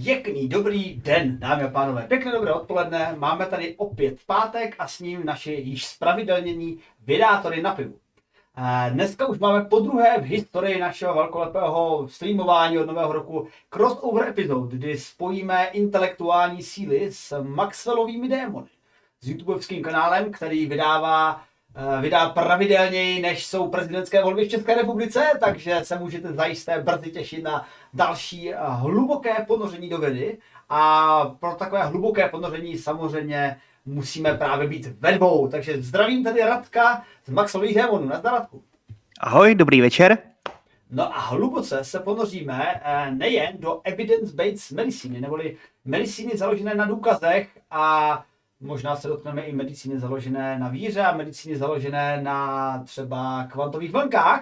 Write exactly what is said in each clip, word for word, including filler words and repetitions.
Pěkný, dobrý den, dámy a pánové. Pěkné dobré odpoledne. Máme tady opět pátek a s ním naše již spravidelnění vydátory na pivu. Dneska už máme podruhé v historii našeho velkolepého streamování od nového roku crossover epizod, kdy spojíme intelektuální síly s Maxwellovými démony. S YouTubeovským kanálem, který vydává vydá pravidelněji, než jsou prezidentské volby v České republice, takže se můžete zajisté brzy těšit na další hluboké ponoření do vědy. A pro takové hluboké ponoření samozřejmě musíme právě být ve dvou. Takže zdravím tady Radka z Maxwellových démonů. Nazdar, Radku. Ahoj, dobrý večer. No a hluboce se ponoříme nejen do evidence-based medicíny, neboli medicíny založené na důkazech, a možná se dotkneme i medicíny založené na víře a medicíny založené na třeba kvantových vlnkách.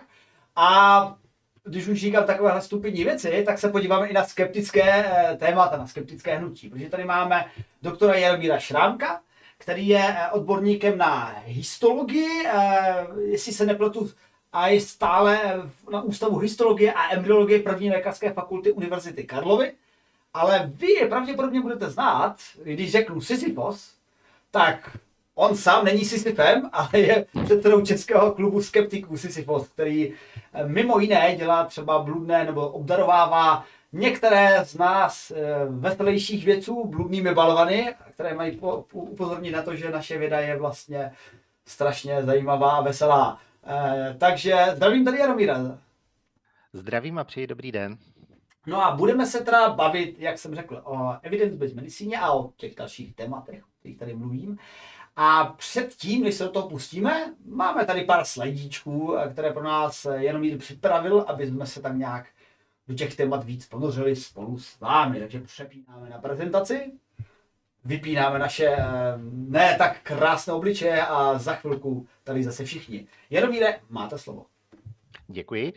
A když už říkám takovéhle stupidní věci, tak se podíváme i na skeptické témata, na skeptické hnutí. Protože tady máme doktora Jaromíra Šrámka, který je odborníkem na histologii, jestli se nepletu, a je stále na Ústavu histologie a embryologie první lékařské fakulty Univerzity Karlovy. Ale vy je pravděpodobně budete znát, když řeknu Sisyfos, tak on sám není Sisyfem, ale je předsedou českého klubu skeptiků Sisyfos, který mimo jiné dělá třeba bludné nebo obdarovává některé z nás veselějších věců bludnými balvany, které mají po, po, upozornit na to, že naše věda je vlastně strašně zajímavá a veselá. Eh, takže zdravím tady Jaromíra. Zdravím a přeji dobrý den. No a budeme se teda bavit, jak jsem řekl, o evidence-based medicíně a o těch dalších tématech, o kterých tady mluvím. A předtím, než se do toho pustíme, máme tady pár slajdíčků, které pro nás Jaromír připravil, aby jsme se tam nějak do těch témat víc ponořili spolu s vámi. Takže přepínáme na prezentaci, vypínáme naše ne tak krásné obličeje a za chvilku tady zase všichni. Jaromíre, máte slovo. Děkuji.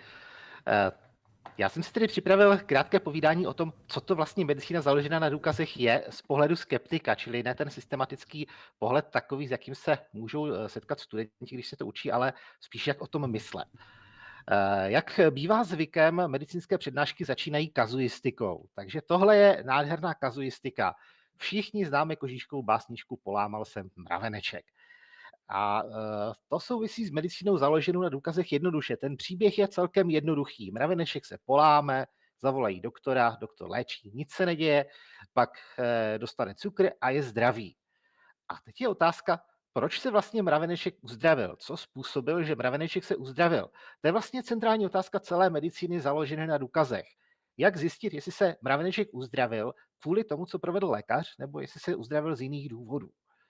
Já jsem si tedy připravil krátké povídání o tom, co to vlastně medicína založená na důkazech je z pohledu skeptika, čili ne ten systematický pohled takový, s jakým se můžou setkat studenti, když se to učí, ale spíš jak o tom myslet. Jak bývá zvykem, medicínské přednášky začínají kazuistikou, takže tohle je nádherná kazuistika. Všichni známe kožíškovou básničku Polámal jsem mraveneček. A to souvisí s medicínou založenou na důkazech jednoduše. Ten příběh je celkem jednoduchý. Mraveneček se poláme, zavolají doktora, doktor léčí, nic se neděje, pak dostane cukr a je zdravý. A teď je otázka, proč se vlastně mraveneček uzdravil? Co způsobil, že mraveneček se uzdravil? To je vlastně centrální otázka celé medicíny založené na důkazech. Jak zjistit, jestli se mraveneček uzdravil kvůli tomu, co provedl lékař, nebo jestli se uzdravil z jiných důvodů?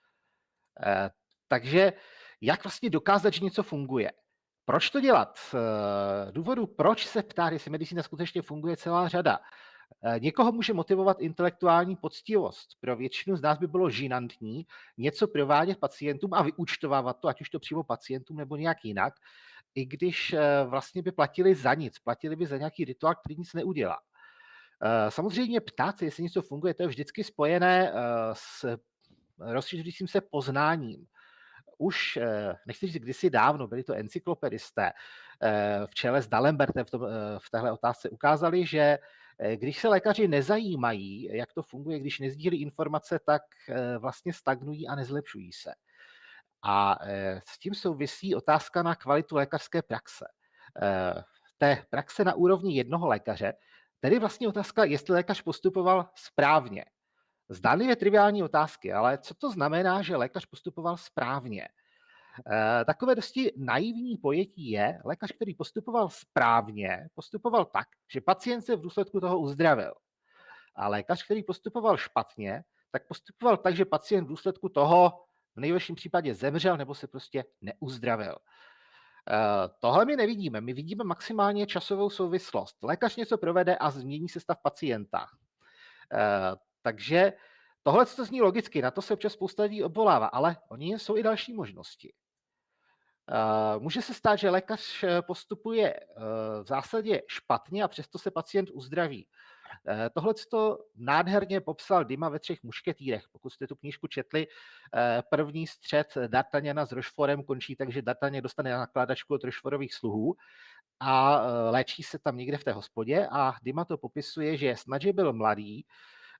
Takže jak vlastně dokázat, že něco funguje? Proč to dělat? Důvodů, proč se ptát, jestli medicína skutečně funguje, celá řada. Někoho může motivovat intelektuální poctivost. Pro většinu z nás by bylo žinantní něco provádět pacientům a vyúčtovávat to, ať už to přímo pacientům nebo nějak jinak, i když vlastně by platili za nic, platili by za nějaký rituál, který nic neudělá. Samozřejmě ptát se, jestli něco funguje, to je vždycky spojené s rozšiřujícím se poznáním. Už, nechci říct kdysi dávno, byli to encyklopedisté v čele s D'Alembertem v, tom, v téhle otázce ukázali, že když se lékaři nezajímají, jak to funguje, když nezdílí informace, tak vlastně stagnují a nezlepšují se. A s tím souvisí otázka na kvalitu lékařské praxe. Té praxe na úrovni jednoho lékaře, tedy vlastně otázka, jestli lékař postupoval správně. Zdánlivě triviální otázky, ale co to znamená, že lékař postupoval správně? E, takové dosti naivní pojetí je, lékař, který postupoval správně, postupoval tak, že pacient se v důsledku toho uzdravil. A lékař, který postupoval špatně, tak postupoval tak, že pacient v důsledku toho v nejhorším případě zemřel nebo se prostě neuzdravil. E, tohle my nevidíme, my vidíme maximálně časovou souvislost. Lékař něco provede a změní se stav pacienta. E, Takže tohle to zní logicky, na to se občas spousta lidí obvolává, ale oni jsou i další možnosti. Může se stát, že lékař postupuje v zásadě špatně a přesto se pacient uzdraví. Tohle to nádherně popsal Dumas ve Třech mušketýrech. Pokud jste tu knížku četli, první střet D'Artagnana s Rochefortem končí tak, že D'Artagnan dostane nakládačku od Rochefortových sluhů a léčí se tam někde v té hospodě a Dumas to popisuje, že snad, že byl mladý,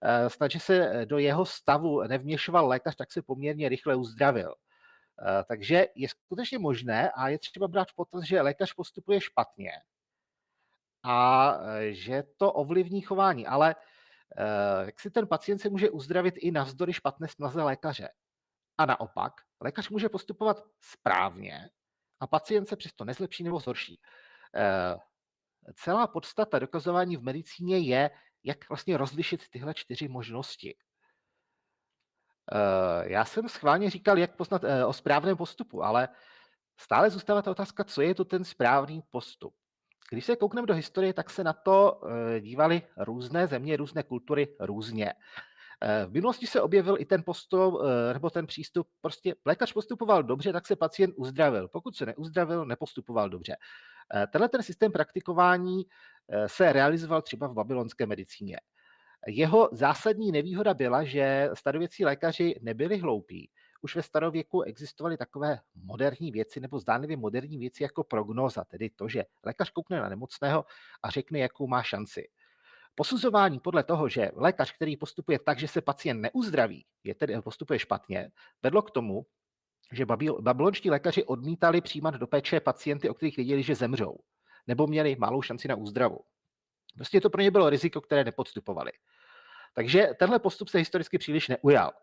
snad, že se do jeho stavu nevměšoval lékař, tak se poměrně rychle uzdravil. Takže je skutečně možné a je třeba brát v potaz, že lékař postupuje špatně a že to ovlivní chování, ale jak si ten pacient se může uzdravit i navzdory špatné snaze lékaře. A naopak, lékař může postupovat správně a pacient se přesto nezlepší nebo zhorší. Celá podstata dokazování v medicíně je, jak vlastně rozlišit tyhle čtyři možnosti. Já jsem schválně říkal, jak poznat o správném postupu, ale stále zůstává ta otázka, co je to ten správný postup. Když se koukneme do historie, tak se na to dívaly různé země, různé kultury různě. V minulosti se objevil i ten postup, nebo ten přístup, prostě lékař postupoval dobře, tak se pacient uzdravil. Pokud se neuzdravil, nepostupoval dobře. Tenhle ten systém praktikování se realizoval třeba v babylonské medicíně. Jeho zásadní nevýhoda byla, že starověcí lékaři nebyli hloupí. Už ve starověku existovaly takové moderní věci nebo zdánlivě moderní věci jako prognóza, tedy to, že lékař koukne na nemocného a řekne, jakou má šanci. Posuzování podle toho, že lékař, který postupuje tak, že se pacient neuzdraví, je tedy postupuje špatně, vedlo k tomu, že babylonští lékaři odmítali přijímat do péče pacienty, o kterých věděli, že zemřou, nebo měli malou šanci na úzdravu. Prostě to pro ně bylo riziko, které nepodstupovali. Takže tenhle postup se historicky příliš neujal.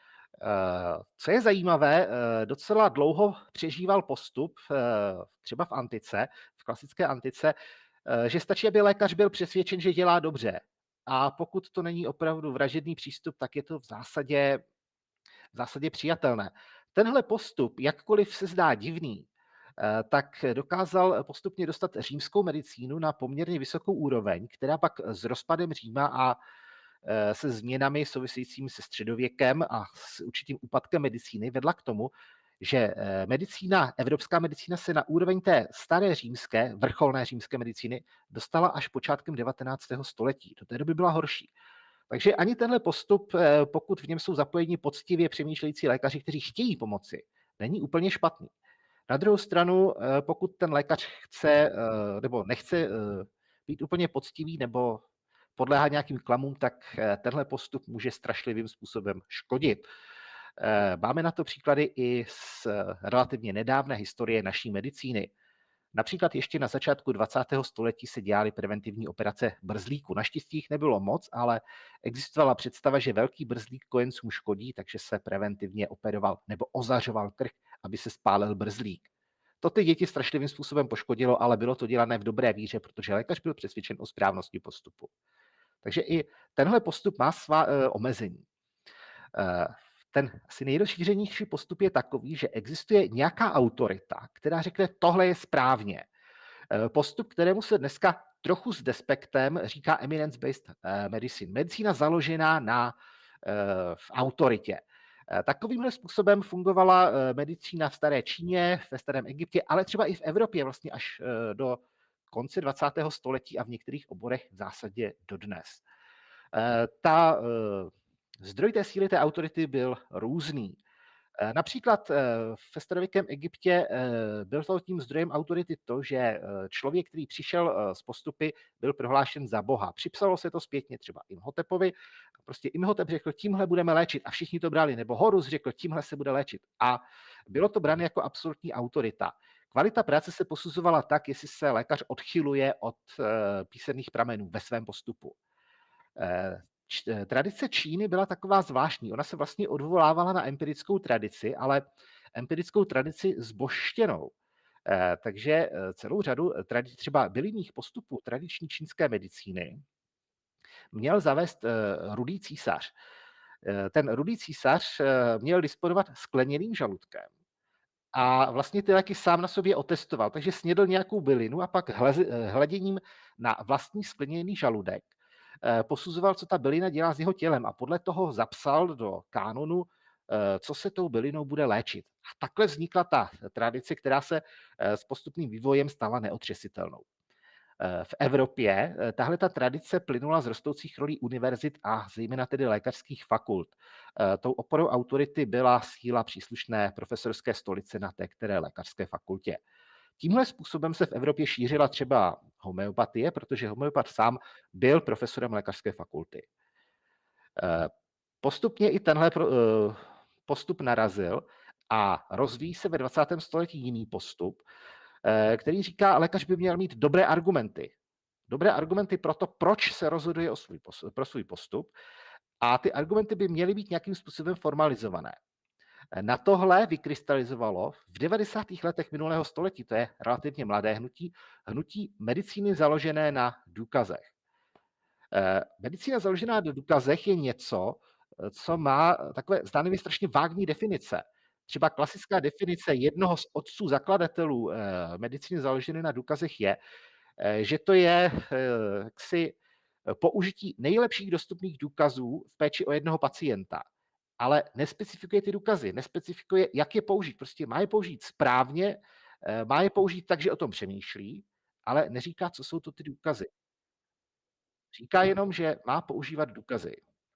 Co je zajímavé, docela dlouho přežíval postup, třeba v antice, v klasické antice, že stačí, aby lékař byl přesvědčen, že dělá dobře. A pokud to není opravdu vražedný přístup, tak je to v zásadě, v zásadě přijatelné. Tenhle postup, jakkoliv se zdá divný, tak dokázal postupně dostat římskou medicínu na poměrně vysokou úroveň, která pak s rozpadem Říma a se změnami souvisejícími se středověkem a s určitým úpadkem medicíny vedla k tomu, že medicína, evropská medicína se na úroveň té staré římské, vrcholné římské medicíny dostala až počátkem devatenáctého století. Do té doby byla horší. Takže ani tenhle postup, pokud v něm jsou zapojeni poctivě přemýšlející lékaři, kteří chtějí pomoci, není úplně špatný. Na druhou stranu, pokud ten lékař chce nebo nechce být úplně poctivý nebo podléhá nějakým klamům, tak tenhle postup může strašlivým způsobem škodit. Máme na to příklady i z relativně nedávné historie naší medicíny. Například ještě na začátku dvacátého století se dělaly preventivní operace brzlíku. Naštěstí jich nebylo moc, ale existovala představa, že velký brzlík kojencům škodí, takže se preventivně operoval nebo ozařoval trh, aby se spálil brzlík. To ty děti strašlivým způsobem poškodilo, ale bylo to dělané v dobré víře, protože lékař byl přesvědčen o správnosti postupu. Takže i tenhle postup má svá uh, omezení. Uh, ten asi nejrozšířenější postup je takový, že existuje nějaká autorita, která řekne, tohle je správně. Uh, postup, kterému se dneska trochu s despektem říká eminence-based uh, medicine. Medicína založená na uh, v autoritě. Uh, takovýmhle způsobem fungovala uh, medicína v staré Číně, ve starém Egyptě, ale třeba i v Evropě vlastně až uh, do konce dvacátého století a v některých oborech v zásadě dodnes. Ta zdroj té síly té autority byl různý. Například ve starověkém Egyptě byl to tím zdrojem autority to, že člověk, který přišel z postupy, byl prohlášen za boha. Připsalo se to zpětně třeba Imhotepovi. Prostě Imhotep řekl, tímhle budeme léčit a všichni to brali. Nebo Horus řekl, tímhle se bude léčit. A bylo to brané jako absolutní autorita. Kvalita práce se posuzovala tak, jestli se lékař odchyluje od písemných pramenů ve svém postupu. Tradice Číny byla taková zvláštní. Ona se vlastně odvolávala na empirickou tradici, ale empirickou tradici zbožštěnou. Takže celou řadu třeba bylinných postupů tradiční čínské medicíny měl zavést rudý císař. Ten rudý císař měl disponovat skleněným žaludkem a vlastně ty léky sám na sobě otestoval. Takže snědl nějakou bylinu a pak hleděním na vlastní skleněný žaludek posuzoval, co ta bylina dělá s jeho tělem a podle toho zapsal do kánonu, co se tou bylinou bude léčit. A takhle vznikla ta tradice, která se s postupným vývojem stala neotřesitelnou. V Evropě tahle ta tradice plynula z rostoucích rolí univerzit a zejména tedy lékařských fakult. Tou oporou autority byla síla příslušné profesorské stolice na té které lékařské fakultě. Tímhle způsobem se v Evropě šířila třeba homeopatie, protože homeopat sám byl profesorem lékařské fakulty. Eh, Postupně i tenhle pro, eh, postup narazil a rozvíjí se ve dvacátém století jiný postup, eh, který říká, lékař by měl mít dobré argumenty. Dobré argumenty pro to, proč se rozhoduje o svůj postup, pro svůj postup, a ty argumenty by měly být nějakým způsobem formalizované. Na tohle vykrystalizovalo v devadesátých letech minulého století, to je relativně mladé hnutí, hnutí medicíny založené na důkazech. Eh, Medicína založená na důkazech je něco, eh, co má takové zdánlivě strašně vágní definice. Třeba klasická definice jednoho z otců zakladatelů eh, medicíny založené na důkazech je, eh, že to je eh, jaksi použití nejlepších dostupných důkazů v péči o jednoho pacienta. Ale nespecifikuje ty důkazy, nespecifikuje, jak je použít. Prostě má je použít správně, eh, má je použít tak, že o tom přemýšlí, ale neříká, co jsou to ty důkazy. Říká jenom, že má používat důkazy.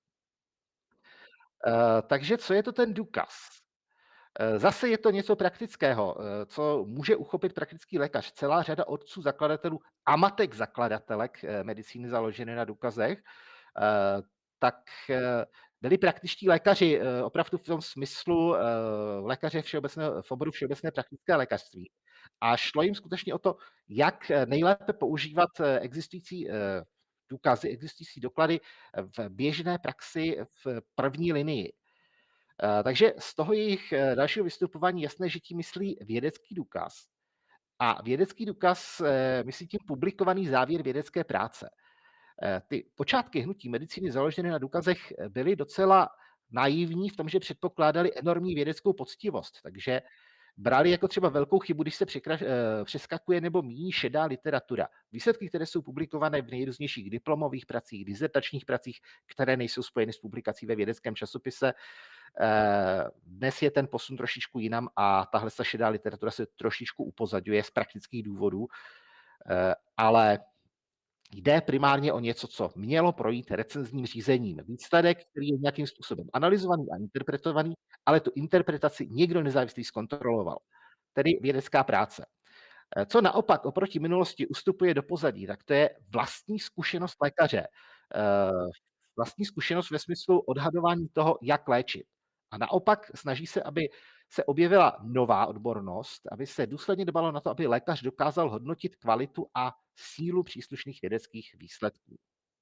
Eh, Takže co je to ten důkaz? Eh, Zase je to něco praktického, eh, co může uchopit praktický lékař. Celá řada otců zakladatelů a matek zakladatelek eh, medicíny založené na důkazech, eh, tak eh, byli praktičtí lékaři eh, opravdu v tom smyslu eh, lékaře všeobecného, v oboru všeobecné praktické lékařství. A šlo jim skutečně o to, jak eh, nejlépe používat eh, existující eh, důkazy, existující doklady v běžné praxi v první linii. Eh, Takže z toho jejich eh, dalšího vystupování jasné, že tím myslí vědecký důkaz. A vědecký důkaz eh, myslí tím publikovaný závěr vědecké práce. Eh, Ty počátky hnutí medicíny založené na důkazech eh, byly docela naivní v tom, že předpokládali enormní vědeckou poctivost. Takže brali jako třeba velkou chybu, když se překra- eh, přeskakuje nebo míjí šedá literatura. Výsledky, které jsou publikované v nejrůznějších diplomových pracích, dizertačních pracích, které nejsou spojeny s publikací ve vědeckém časopise, eh, dnes je ten posun trošičku jinam a tahle šedá literatura se trošičku upozadňuje z praktických důvodů, eh, ale jde primárně o něco, co mělo projít recenzním řízením. Výsledek, který je nějakým způsobem analyzovaný a interpretovaný, ale tu interpretaci někdo nezávislý zkontroloval, tedy vědecká práce. Eh, Co naopak oproti minulosti ustupuje do pozadí, tak to je vlastní zkušenost lékaře. Eh, Vlastní zkušenost ve smyslu odhadování toho, jak léčit. A naopak snaží se, aby se objevila nová odbornost, aby se důsledně dbalo na to, aby lékař dokázal hodnotit kvalitu a sílu příslušných vědeckých výsledků.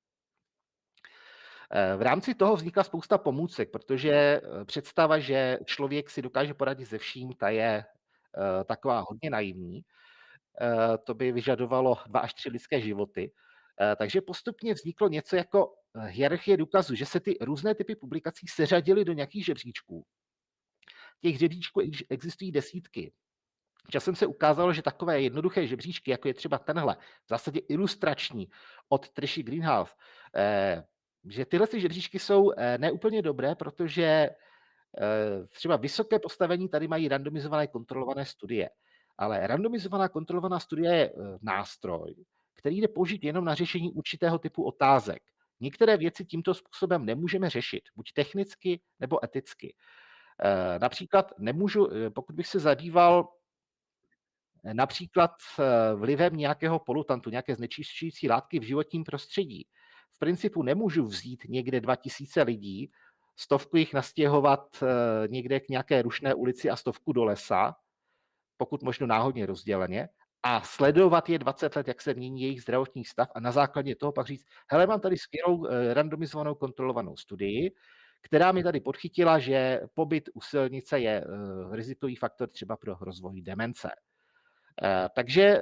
Eh, V rámci toho vznikla spousta pomůcek, protože eh, představa, že člověk si dokáže poradit se vším, ta je eh, taková hodně naivní. Eh, To by vyžadovalo dva až tři lidské životy. Eh, Takže postupně vzniklo něco jako eh, hierarchie důkazů, že se ty různé typy publikací seřadily do nějakých žebříčků. Těch žebříčků ex- existují desítky. Časem se ukázalo, že takové jednoduché žebříčky, jako je třeba tenhle, v zásadě ilustrační od Trishy Greenhalgh, eh, že tyhle ty žebříčky jsou eh, neúplně dobré, protože eh, třeba vysoké postavení tady mají randomizované kontrolované studie. Ale randomizovaná kontrolovaná studie je eh, nástroj, který jde použít jenom na řešení určitého typu otázek. Některé věci tímto způsobem nemůžeme řešit, buď technicky nebo eticky. Eh, Například nemůžu, eh, pokud bych se zabýval například eh, vlivem nějakého polutantu, nějaké znečišťující látky v životním prostředí. V principu nemůžu vzít někde dva tisíce lidí, stovku jich nastěhovat eh, někde k nějaké rušné ulici a stovku do lesa, pokud možno náhodně rozděleně, a sledovat je dvacet let, jak se mění jejich zdravotní stav a na základě toho pak říct, hele, mám tady skvělou eh, randomizovanou kontrolovanou studii, která mi tady podchytila, že pobyt u silnice je eh, rizikový faktor třeba pro rozvoj demence. Eh, Takže eh,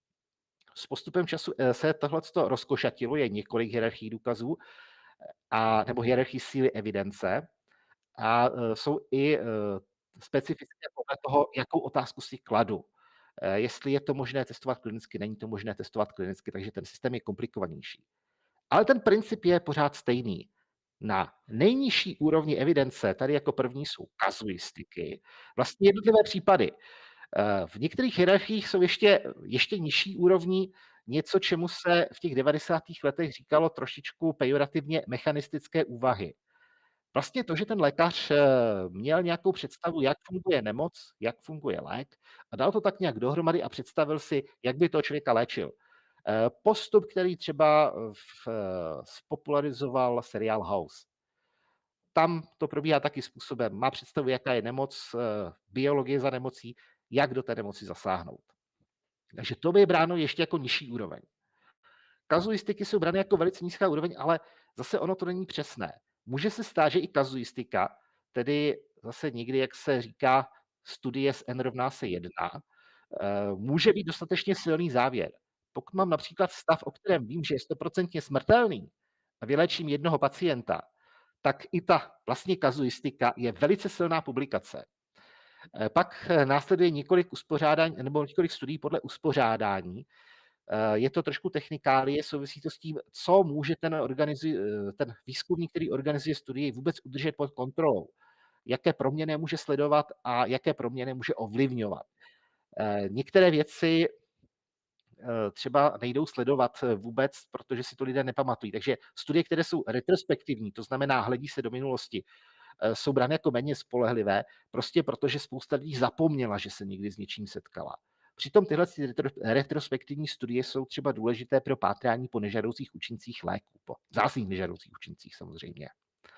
s postupem času eh, se tohleto rozkošatilo, je několik hierarchií důkazů, a, nebo hierarchii síly evidence, a eh, jsou i eh, specifické podle toho, jakou otázku si kladu. Eh, Jestli je to možné testovat klinicky, není to možné testovat klinicky, takže ten systém je komplikovanější. Ale ten princip je pořád stejný. Na nejnižší úrovni evidence, tady jako první jsou kazuistiky, vlastně jednotlivé případy. V některých hierarchiích jsou ještě, ještě nižší úrovní něco, čemu se v těch devadesátých letech říkalo trošičku pejorativně mechanistické úvahy. Vlastně to, že ten lékař eh, měl nějakou představu, jak funguje nemoc, jak funguje lék, a dal to tak nějak dohromady a představil si, jak by toho člověka léčil. Eh, Postup, který třeba v, eh, spopularizoval seriál House. tam to probíhá taky způsobem. Má představu, jaká je nemoc, biologie za nemocí, jak do té nemoci zasáhnout. Takže to by je bráno ještě jako nižší úroveň. Kazuistiky jsou brány jako velice nízká úroveň, ale zase ono to není přesné. Může se stát, že i kazuistika, tedy zase někdy, jak se říká, studie s n rovná se jedna, může být dostatečně silný závěr. Pokud mám například stav, o kterém vím, že je stoprocentně smrtelný a vyléčím jednoho pacienta, tak i ta vlastně kazuistika je velice silná publikace. Pak následuje několik uspořádání nebo několik studií podle uspořádání. Je to trošku technikálie, souvisí to s tím, co může ten, organizu- ten výzkumník, který organizuje studii, vůbec udržet pod kontrolou. Jaké proměny může sledovat a jaké proměny může ovlivňovat. Některé věci třeba nejdou sledovat vůbec, protože si to lidé nepamatují. Takže studie, které jsou retrospektivní, to znamená hledí se do minulosti, jsou brány jako méně spolehlivé, prostě protože spousta lidí zapomněla, že se někdy s něčím setkala. Přitom tyhle retrospektivní studie jsou třeba důležité pro pátrání po nežadoucích účincích léků, po vzácných nežadoucích účincích samozřejmě.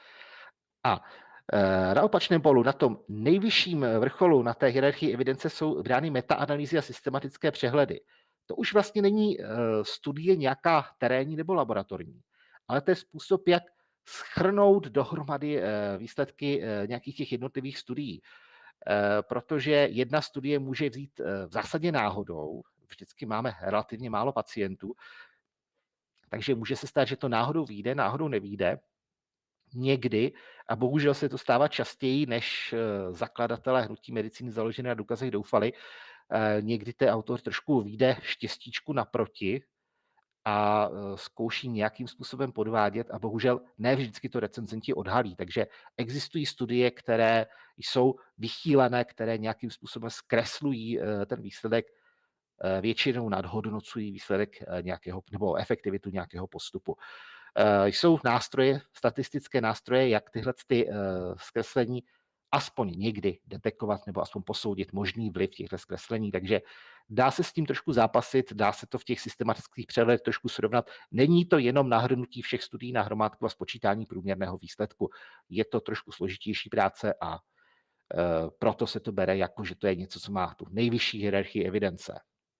A na opačném polu, na tom nejvyšším vrcholu, na té hierarchii evidence, jsou brány metaanalýzy a systematické přehledy. To už vlastně není studie nějaká terénní nebo laboratorní, ale to je způsob, jak shrnout dohromady výsledky nějakých těch jednotlivých studií. Protože jedna studie může vzít v zásadě náhodou, vždycky máme relativně málo pacientů, takže může se stát, že to náhodou vyjde, náhodou nevyjde. Někdy, a bohužel se to stává častěji, než zakladatelé hnutí medicíny založené na důkazech doufali, někdy ten autor trošku vyjde štěstíčku naproti a zkouší nějakým způsobem podvádět a bohužel ne vždycky to recenzenti odhalí. Takže existují studie, které jsou vychýlené, které nějakým způsobem zkreslují ten výsledek, většinou nadhodnocují výsledek nějakého nebo efektivitu nějakého postupu. Jsou nástroje, statistické nástroje, jak tyhle ty zkreslení aspoň někdy detekovat nebo aspoň posoudit možný vliv těchto zkreslení. Takže dá se s tím trošku zápasit, dá se to v těch systematických přehledech trošku srovnat. Není to jenom nahrnutí všech studií na hromádku a spočítání průměrného výsledku. Je to trošku složitější práce a e, proto se to bere jako, že to je něco, co má tu nejvyšší hierarchii evidence.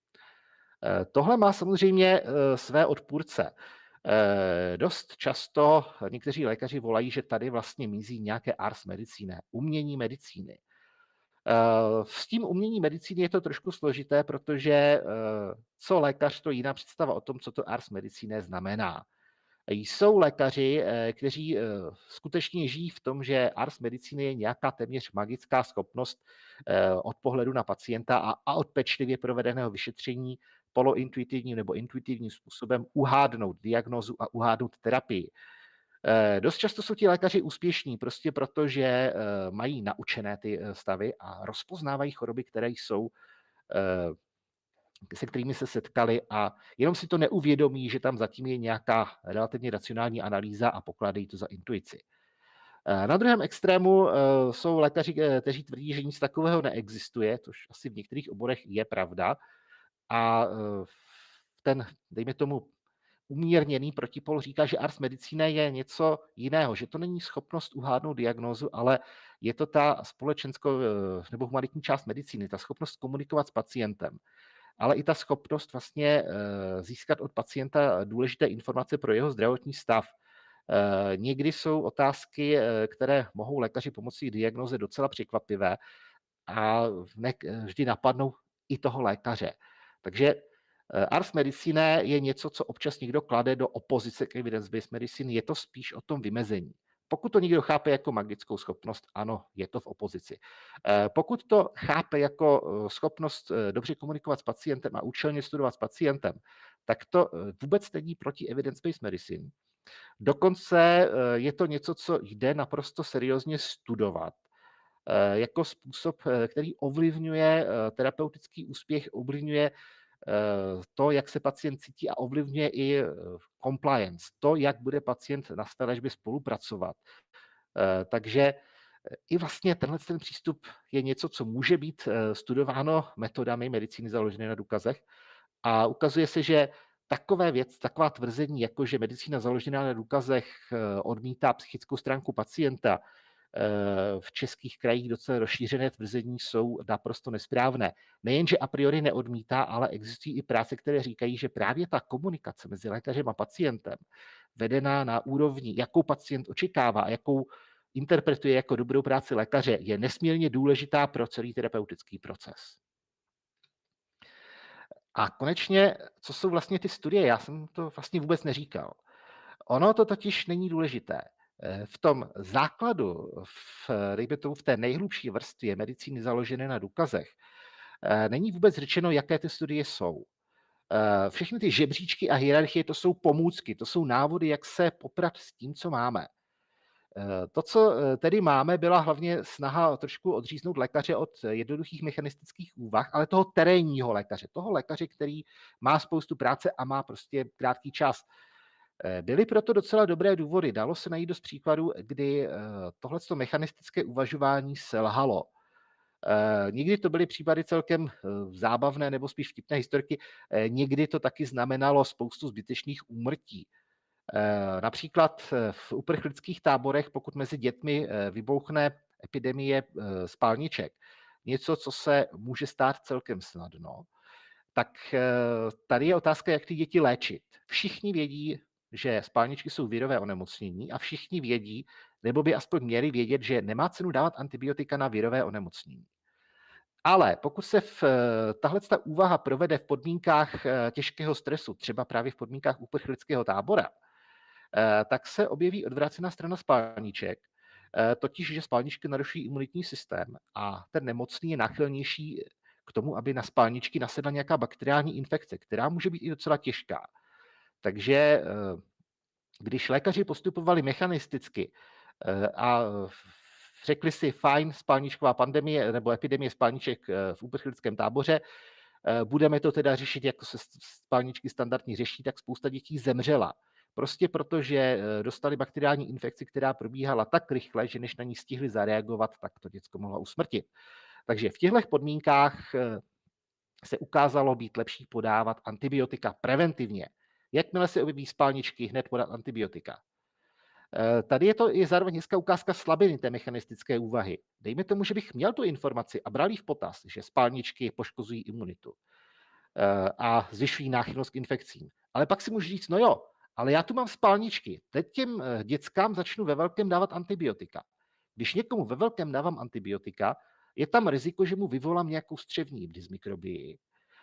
E, tohle má samozřejmě e, své odpůrce. E, dost často někteří lékaři volají, že tady vlastně mizí nějaké ars medicinae, umění medicíny. E, s tím umění medicíny je to trošku složité, protože e, co lékař, to jiná představa o tom, co to ars medicinae znamená. Jsou lékaři, e, kteří e, skutečně žijí v tom, že ars medicinae je nějaká téměř magická schopnost e, od pohledu na pacienta a, a od pečlivě provedeného vyšetření polointuitivním nebo intuitivním způsobem uhádnout diagnózu a uhádnout terapii. E, dost často jsou ti lékaři úspěšní, prostě protože e, mají naučené ty stavy a rozpoznávají choroby, které jsou, e, se kterými se setkali a jenom si to neuvědomí, že tam zatím je nějaká relativně racionální analýza a pokládají to za intuici. E, na druhém extrému e, jsou lékaři, kteří tvrdí, že nic takového neexistuje, což asi v některých oborech je pravda, a ten, dejme tomu, umírněný protipol říká, že ars medicinae je něco jiného, že to není schopnost uhádnout diagnózu, ale je to ta společenskou nebo humanitní část medicíny, ta schopnost komunikovat s pacientem, ale i ta schopnost vlastně získat od pacienta důležité informace pro jeho zdravotní stav. Někdy jsou otázky, které mohou lékaři pomocí diagnózy docela překvapivé a ne vždy napadnou i toho lékaře. Takže ars medicinae je něco, co občas někdo klade do opozice k evidence-based medicine, je to spíš o tom vymezení. Pokud to někdo chápe jako magickou schopnost, ano, je to v opozici. Pokud to chápe jako schopnost dobře komunikovat s pacientem a účelně studovat s pacientem, tak to vůbec není proti evidence-based medicine. Dokonce je to něco, co jde naprosto seriózně studovat jako způsob, který ovlivňuje terapeutický úspěch, ovlivňuje to, jak se pacient cítí a ovlivňuje i compliance, to, jak bude pacient na své léčbě spolupracovat. Takže i vlastně tenhle ten přístup je něco, co může být studováno metodami medicíny založené na důkazech a ukazuje se, že takové věc, taková tvrzení, jako že medicína založená na důkazech odmítá psychickou stránku pacienta, v českých krajích docela rozšířené tvrzení jsou naprosto nesprávné. Nejenže a priori neodmítá, ale existují i práce, které říkají, že právě ta komunikace mezi lékařem a pacientem, vedená na úrovni, jakou pacient očekává a jakou interpretuje jako dobrou práci lékaře, je nesmírně důležitá pro celý terapeutický proces. A konečně, co jsou vlastně ty studie? Já jsem to vlastně vůbec neříkal. Ono to totiž není důležité. V tom základu, v, dejme tomu, v té nejhlubší vrstvě medicíny založené na důkazech, není vůbec řečeno, jaké ty studie jsou. Všechny ty žebříčky a hierarchie, to jsou pomůcky, to jsou návody, jak se poprat s tím, co máme. To, co tedy máme, byla hlavně snaha trošku odříznout lékaře od jednoduchých mechanistických úvah, ale toho terénního lékaře, toho lékaře, který má spoustu práce a má prostě krátký čas. Byly proto docela dobré důvody. Dalo se najít dost příkladů, kdy tohleto mechanistické uvažování selhalo. Někdy to byly případy celkem zábavné nebo spíš vtipné historky, někdy to taky znamenalo spoustu zbytečných úmrtí. Například v uprchlických táborech, pokud mezi dětmi vybouchne epidemie spálniček, něco, co se může stát celkem snadno, tak tady je otázka, jak ty děti léčit. Všichni vědí, že spálničky jsou virové onemocnění a všichni vědí, nebo by aspoň měli vědět, že nemá cenu dávat antibiotika na virové onemocnění. Ale pokud se v, tahle ta úvaha provede v podmínkách těžkého stresu, třeba právě v podmínkách uprchlického tábora, tak se objeví odvrácená strana spálniček, totiž, že spálničky narušují imunitní systém a ten nemocný je náchylnější k tomu, aby na spálničky nasedla nějaká bakteriální infekce, která může být i docela těžká. Takže když lékaři postupovali mechanisticky a řekli si, fajn, spálničková pandemie nebo epidemie spálniček v uprchlickém táboře, budeme to teda řešit, jako se spálničky standardně řeší, tak spousta dětí zemřela. Prostě protože dostali bakteriální infekci, která probíhala tak rychle, že než na ní stihli zareagovat, tak to děcko mohlo usmrtit. Takže v těchto podmínkách se ukázalo být lepší podávat antibiotika preventivně. Jakmile se objeví spálničky, hned podat antibiotika. Tady je to je zároveň hezká ukázka slabiny té mechanistické úvahy. Dejme tomu, že bych měl tu informaci a bral ji v potaz, že spálničky poškozují imunitu a zvyšují náchylnost k infekcím. Ale pak si můžu říct, no jo, ale já tu mám spálničky. Teď těm dětskám začnu ve velkém dávat antibiotika. Když někomu ve velkém dávám antibiotika, je tam riziko, že mu vyvolám nějakou střevní dysmikrobii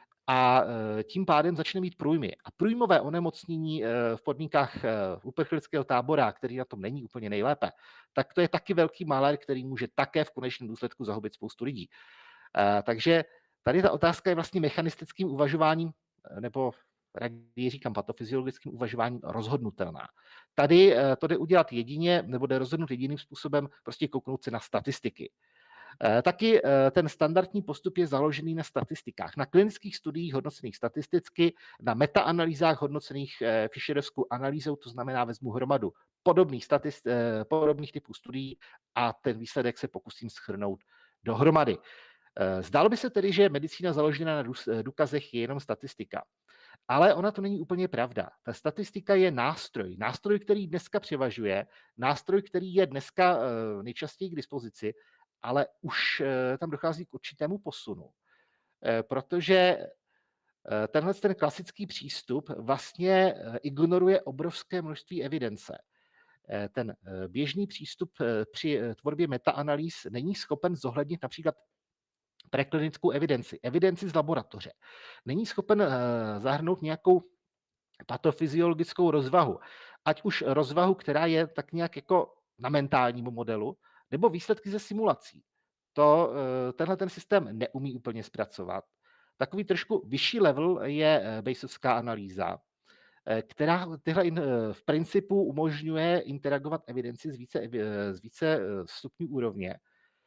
a tím pádem začne mít průjmy. A průjmové onemocnění v podmínkách uprchlického tábora, který na tom není úplně nejlépe, tak to je taky velký malér, který může také v konečném důsledku zahubit spoustu lidí. Takže tady ta otázka je vlastně mechanistickým uvažováním, nebo raději říkám patofyziologickým uvažováním rozhodnutelná. Tady to jde udělat jedině, nebo jde rozhodnout jediným způsobem, prostě kouknout se na statistiky. Taky ten standardní postup je založený na statistikách, na klinických studiích hodnocených statisticky, na metaanalýzách hodnocených Fischerovskou analýzou, to znamená vezmu hromadu podobných, statist, podobných typů studií a ten výsledek se pokusím shrnout dohromady. Zdálo by se tedy, že medicína založená na důkazech je jenom statistika. Ale ona to není úplně pravda. Ta statistika je nástroj. Nástroj, který dneska převažuje, nástroj, který je dneska nejčastěji k dispozici, ale už tam dochází k určitému posunu. Protože tenhle ten klasický přístup vlastně ignoruje obrovské množství evidence. Ten běžný přístup při tvorbě metaanalýz není schopen zohlednit například preklinickou evidenci, evidenci z laboratoře. Není schopen zahrnout nějakou patofyziologickou rozvahu, ať už rozvahu, která je tak nějak jako na mentálním modelu, nebo výsledky ze simulací. To tenhle ten systém neumí úplně zpracovat. Takový trošku vyšší level je Bayesovská analýza, která tyhle v principu umožňuje interagovat evidenci z více, z více stupňů úrovně.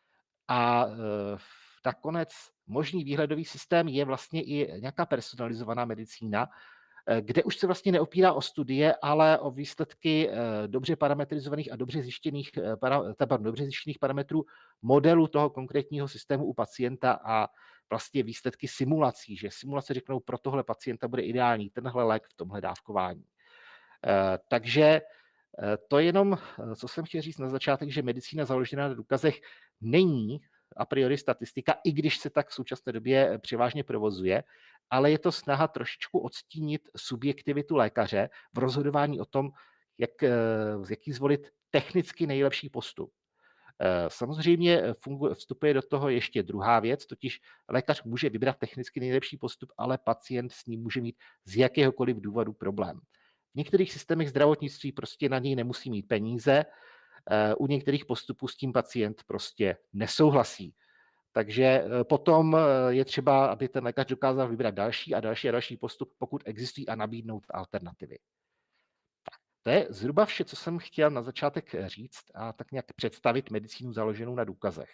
A nakonec možný výhledový systém je vlastně i nějaká personalizovaná medicína, kde už se vlastně neopírá o studie, ale o výsledky dobře parametrizovaných a dobře zjištěných, pardon, dobře zjištěných parametrů modelu toho konkrétního systému u pacienta a vlastně výsledky simulací, že simulace řeknou, pro tohle pacienta bude ideální tenhle lék v tomhle dávkování. Takže to je jenom, co jsem chtěl říct na začátek, že medicína založená na důkazech není a priori statistika, i když se tak v současné době převážně provozuje, ale je to snaha trošičku odstínit subjektivitu lékaře v rozhodování o tom, jak, jaký zvolit technicky nejlepší postup. Samozřejmě funguje, vstupuje do toho ještě druhá věc, totiž lékař může vybrat technicky nejlepší postup, ale pacient s ním může mít z jakéhokoliv důvodu problém. V některých systémech zdravotnictví prostě na něj nemusí mít peníze, u některých postupů s tím pacient prostě nesouhlasí. Takže potom je třeba, aby ten lékař dokázal vybrat další a další a další postup, pokud existují, a nabídnout alternativy. Tak, to je zhruba vše, co jsem chtěl na začátek říct a tak nějak představit medicínu založenou na důkazech.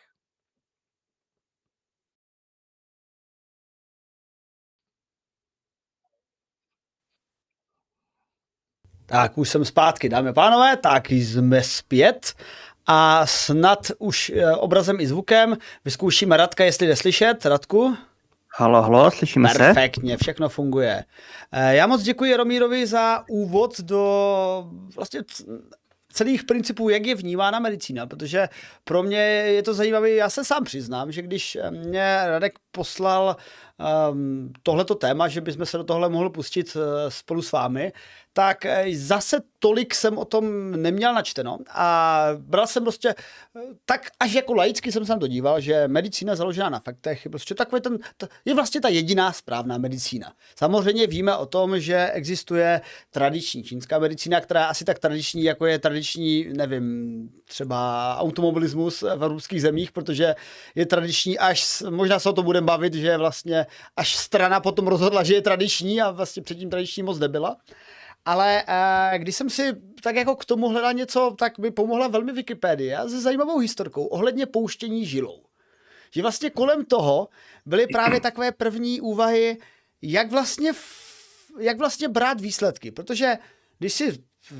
Tak už jsem zpátky, dámy a pánové, tak jsme zpět a snad už obrazem i zvukem vyzkoušíme Radka, jestli jde slyšet. Radku? Halo, halo, slyšíme se? Perfektně, všechno funguje. Já moc děkuji Jaromírovi za úvod do vlastně celých principů, jak je vnímána medicína, protože pro mě je to zajímavé, já se sám přiznám, že když mě Radek poslal um, tohleto téma, že bychom se do tohle mohli pustit uh, spolu s vámi, tak zase tolik jsem o tom neměl načteno a bral jsem prostě tak až jako laicky jsem se na to díval, že medicína založená na faktech je prostě takový ten, to je vlastně ta jediná správná medicína. Samozřejmě víme o tom, že existuje tradiční čínská medicína, která je asi tak tradiční, jako je tradiční, nevím, třeba automobilismus v evropských zemích, protože je tradiční až, možná se o to budeme bavit, že vlastně až strana potom rozhodla, že je tradiční a vlastně předtím tradiční moc nebyla. Ale eh, když jsem si tak jako k tomu hledal něco, tak mi pomohla velmi Wikipedie se zajímavou historkou ohledně pouštění žilou. Že vlastně kolem toho byly právě takové první úvahy, jak vlastně, jak vlastně brát výsledky. Protože když si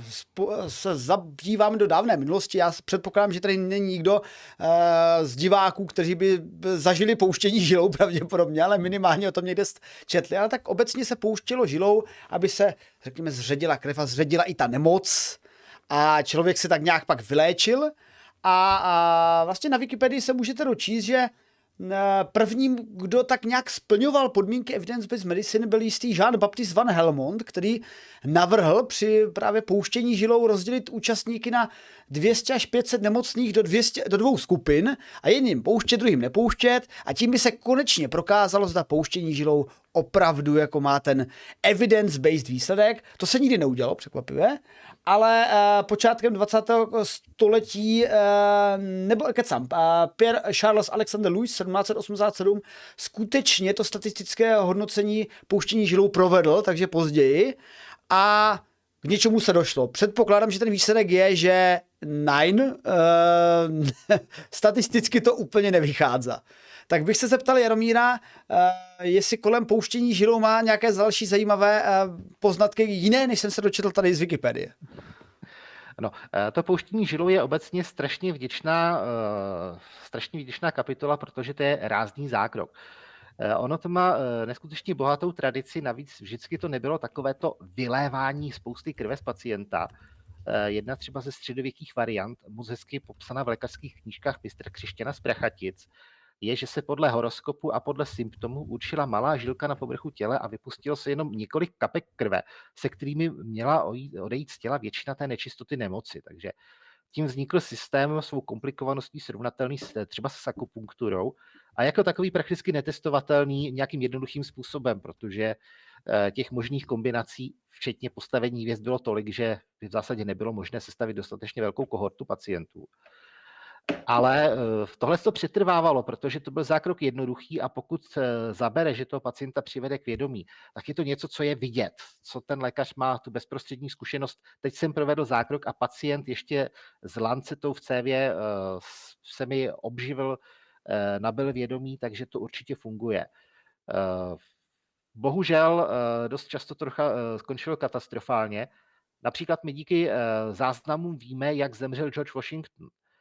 se zabýváme do dávné minulosti, já předpokládám, že tady není nikdo uh, z diváků, kteří by zažili pouštění žilou pravděpodobně, ale minimálně o tom někde četli. Ale tak obecně se pouštělo žilou, aby se, řekněme, zředila krev a zředila i ta nemoc a člověk se tak nějak pak vyléčil. A, a vlastně na Wikipedii se můžete dočíst, že prvním, kdo tak nějak splňoval podmínky evidence-based medicine, byl jistý Jean-Baptiste van Helmont, který navrhl při právě pouštění žilou rozdělit účastníky na dvě stě až pět set nemocných do, dvě stě, do dvou skupin a jedním pouštět, druhým nepouštět a tím by se konečně prokázalo, zda pouštění žilou opravdu jako má ten evidence-based výsledek. To se nikdy neudělalo, překvapivě, ale uh, počátkem dvacátého století, uh, nebo kecám, uh, Pierre Charles Alexander Louis sedmnáct set osmdesát sedm skutečně to statistické hodnocení pouštění žilou provedl, takže později, a k něčemu se došlo. Předpokládám, že ten výsledek je, že nine, uh, statisticky to úplně nevychází. Tak bych se zeptal Jaromíra, uh, jestli kolem pouštění žilou má nějaké další zajímavé uh, poznatky jiné, než jsem se dočetl tady z Wikipedie. No, to pouštění žilou je obecně strašně vděčná, uh, strašně vděčná kapitola, protože to je rázný zákrok. Uh, ono to má uh, neskutečně bohatou tradici, navíc vždycky to nebylo takovéto vylévání spousty krve z pacienta. Uh, jedna třeba ze středověkých variant, moc hezky popsaná v lékařských knížkách mistra Křišťana z Prachatic, je, že se podle horoskopu a podle symptomů určila malá žilka na povrchu těla a vypustilo se jenom několik kapek krve, se kterými měla odejít z těla většina té nečistoty nemoci. Takže tím vznikl systém svou komplikovaností srovnatelný třeba s akupunkturou a jako takový prakticky netestovatelný nějakým jednoduchým způsobem, protože těch možných kombinací, včetně postavení hvězd, bylo tolik, že v zásadě nebylo možné sestavit dostatečně velkou kohortu pacientů. Ale tohle to přetrvávalo, protože to byl zákrok jednoduchý a pokud zabere, že toho pacienta přivede k vědomí, tak je to něco, co je vidět, co ten lékař má tu bezprostřední zkušenost. Teď jsem provedl zákrok a pacient ještě s lancetou v cévě se mi obživil, nabyl vědomí, takže to určitě funguje. Bohužel dost často to skončilo katastrofálně. Například my díky záznamům víme, jak zemřel George Washington.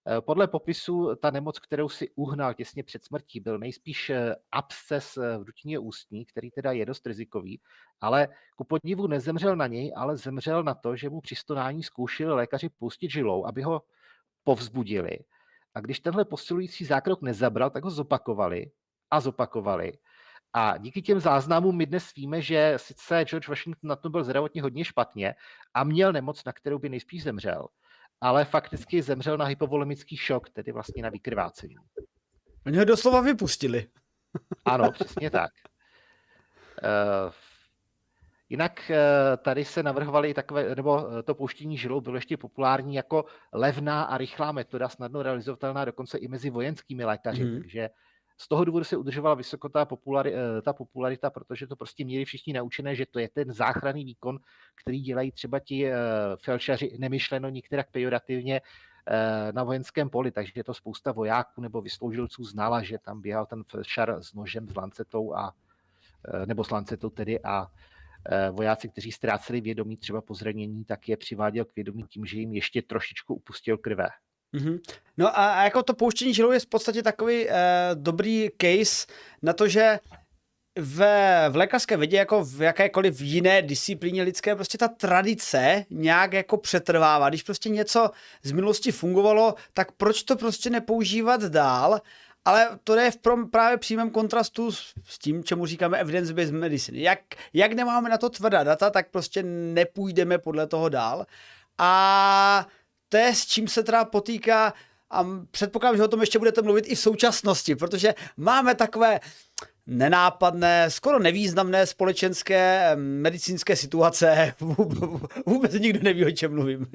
Podle popisu ta nemoc, kterou si uhnal těsně před smrtí, byl nejspíš absces v dutině ústní, který teda je dost rizikový, ale ku podivu nezemřel na něj, ale zemřel na to, že mu při stonání zkoušeli lékaři pustit žilou, aby ho povzbudili. A když tenhle posilující zákrok nezabral, tak ho zopakovali a zopakovali. A díky těm záznamům my dnes víme, že sice George Washington na tom byl zdravotně hodně špatně a měl nemoc, na kterou by nejspíš zemřel, ale fakticky zemřel na hypovolemický šok, tedy vlastně na vykrvácení. Oni ho doslova vypustili. Ano, přesně tak. Uh, jinak uh, tady se navrhovaly takové, nebo to pouštění žilou bylo ještě populární jako levná a rychlá metoda, snadno realizovatelná dokonce i mezi vojenskými lékaři, mm. takže z toho důvodu se udržovala vysoko ta, populari, ta popularita, protože to prostě měli všichni naučené, že to je ten záchranný výkon, který dělají třeba ti uh, felšaři, nemyšleno nikterak pejorativně, uh, na vojenském poli, takže to spousta vojáků nebo vysloužilců znala, že tam běhal ten felšar s nožem, s lancetou, a, uh, nebo s lancetou tedy a uh, vojáci, kteří ztráceli vědomí třeba po zranění, tak je přiváděl k vědomí tím, že jim ještě trošičku upustil krve. Mm-hmm. No a, a jako to pouštění žilou je v podstatě takový eh, dobrý case na to, že v, v lékařské vědě, jako v jakékoliv jiné disciplíně lidské, prostě ta tradice nějak jako přetrvává. Když prostě něco z minulosti fungovalo, tak proč to prostě nepoužívat dál? Ale to je v prom, právě přímém kontrastu s, s tím, čemu říkáme evidence-based medicine. Jak, jak nemáme na to tvrdá data, tak prostě nepůjdeme podle toho dál. A to je, s čím se teda potýká, a předpokládám, že o tom ještě budete mluvit i v současnosti, protože máme takové nenápadné, skoro nevýznamné společenské medicínské situace. Vůbec nikdo neví, o čem mluvím.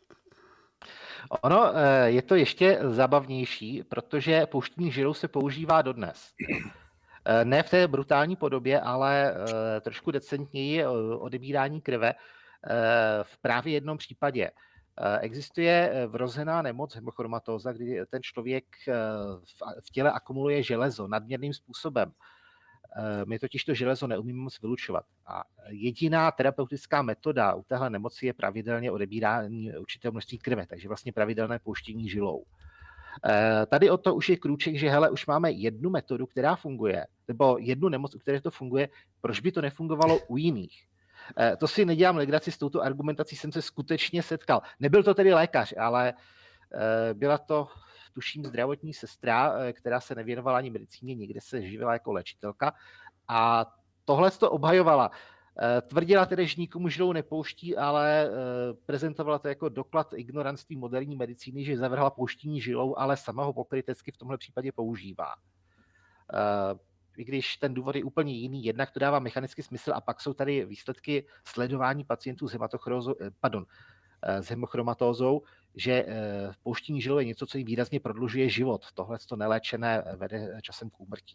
Ono je to ještě zábavnější, protože pouštění žilou se používá dodnes. Ne v té brutální podobě, ale trošku decentněji odebírání krve v právě jednom případě. Existuje vrozená nemoc hemochromatóza, kdy ten člověk v těle akumuluje železo nadměrným způsobem. My totiž to železo neumíme moc vylučovat. A jediná terapeutická metoda u téhle nemoci je pravidelně odebírání určitého množství krve, takže vlastně pravidelné pouštění žilou. Tady o to už je krůček, že hele, už máme jednu metodu, která funguje, nebo jednu nemoc, u které to funguje, proč by to nefungovalo u jiných? To si nedělám legraci, s touto argumentací jsem se skutečně setkal. Nebyl to tedy lékař, ale byla to, tuším, zdravotní sestra, která se nevěnovala ani medicíně, někde se živila jako léčitelka a tohle to obhajovala. Tvrdila tedy, že nikomu žilou nepouští, ale prezentovala to jako doklad ignoranství moderní medicíny, že zavrhla pouštění žilou, ale sama ho pokrytecky v tomhle případě používá. I když ten důvod je úplně jiný, jednak to dává mechanický smysl a pak jsou tady výsledky sledování pacientů s, pardon, s hemochromatózou, že pouštění žilou je něco, co jim výrazně prodlužuje život. Tohle to neléčené vede časem k úmrtí.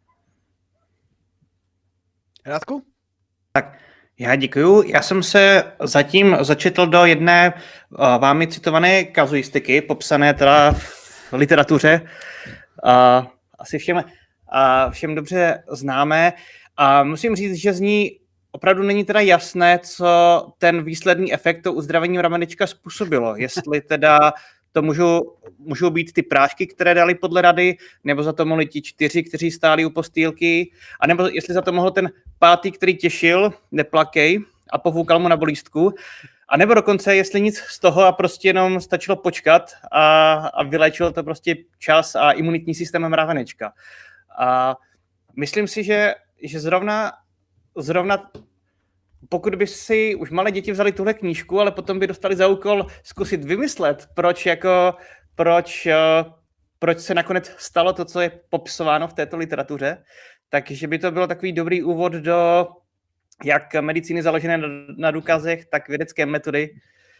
Radku? Tak já děkuju. Já jsem se zatím začetl do jedné uh, vámi citované kazuistiky, popsané teda v literatuře. Uh, asi všem, uh, všem dobře známé. A musím říct, že z ní opravdu není teda jasné, co ten výsledný efekt to uzdravení ramenička způsobilo. Jestli teda to můžou, můžou být ty prášky, které dali podle rady, nebo za to mohli ti čtyři, kteří stáli u postýlky, anebo jestli za to mohl ten pátý, který těšil, neplakej, a pofoukal mu na bolístku, a nebo dokonce, jestli nic z toho a prostě jenom stačilo počkat a, a vyléčilo to prostě čas a imunitní systém mravenečka. A myslím si, že, že zrovna, zrovna pokud by si už malé děti vzali tuhle knížku, ale potom by dostali za úkol zkusit vymyslet, proč, jako, proč, proč se nakonec stalo to, co je popisováno v této literatuře, takže by to byl takový dobrý úvod do jak medicíny založené na důkazech, tak vědecké metody.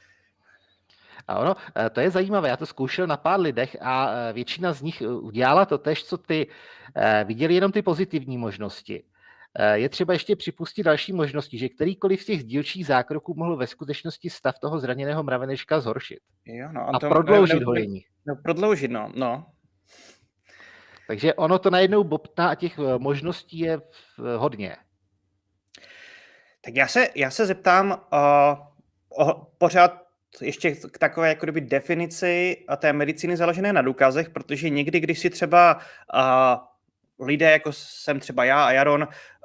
A ono, to je zajímavé, já to zkoušel na pár lidech a většina z nich udělala to tež, co ty, viděli jenom ty pozitivní možnosti. Je třeba ještě připustit další možnosti, že kterýkoliv z těch dílčích zákroků mohl ve skutečnosti stav toho zraněného mravenečka zhoršit. Jo, no, a to, prodloužit no, hojení. No, prodloužit, no, no. Takže ono to najednou bobtná a těch možností je hodně. Tak já se, já se zeptám uh, o, pořád ještě k takové jako kdyby definici té medicíny založené na důkazech, protože někdy, když si třeba uh, lidé, jako jsem třeba já a Jaron, uh,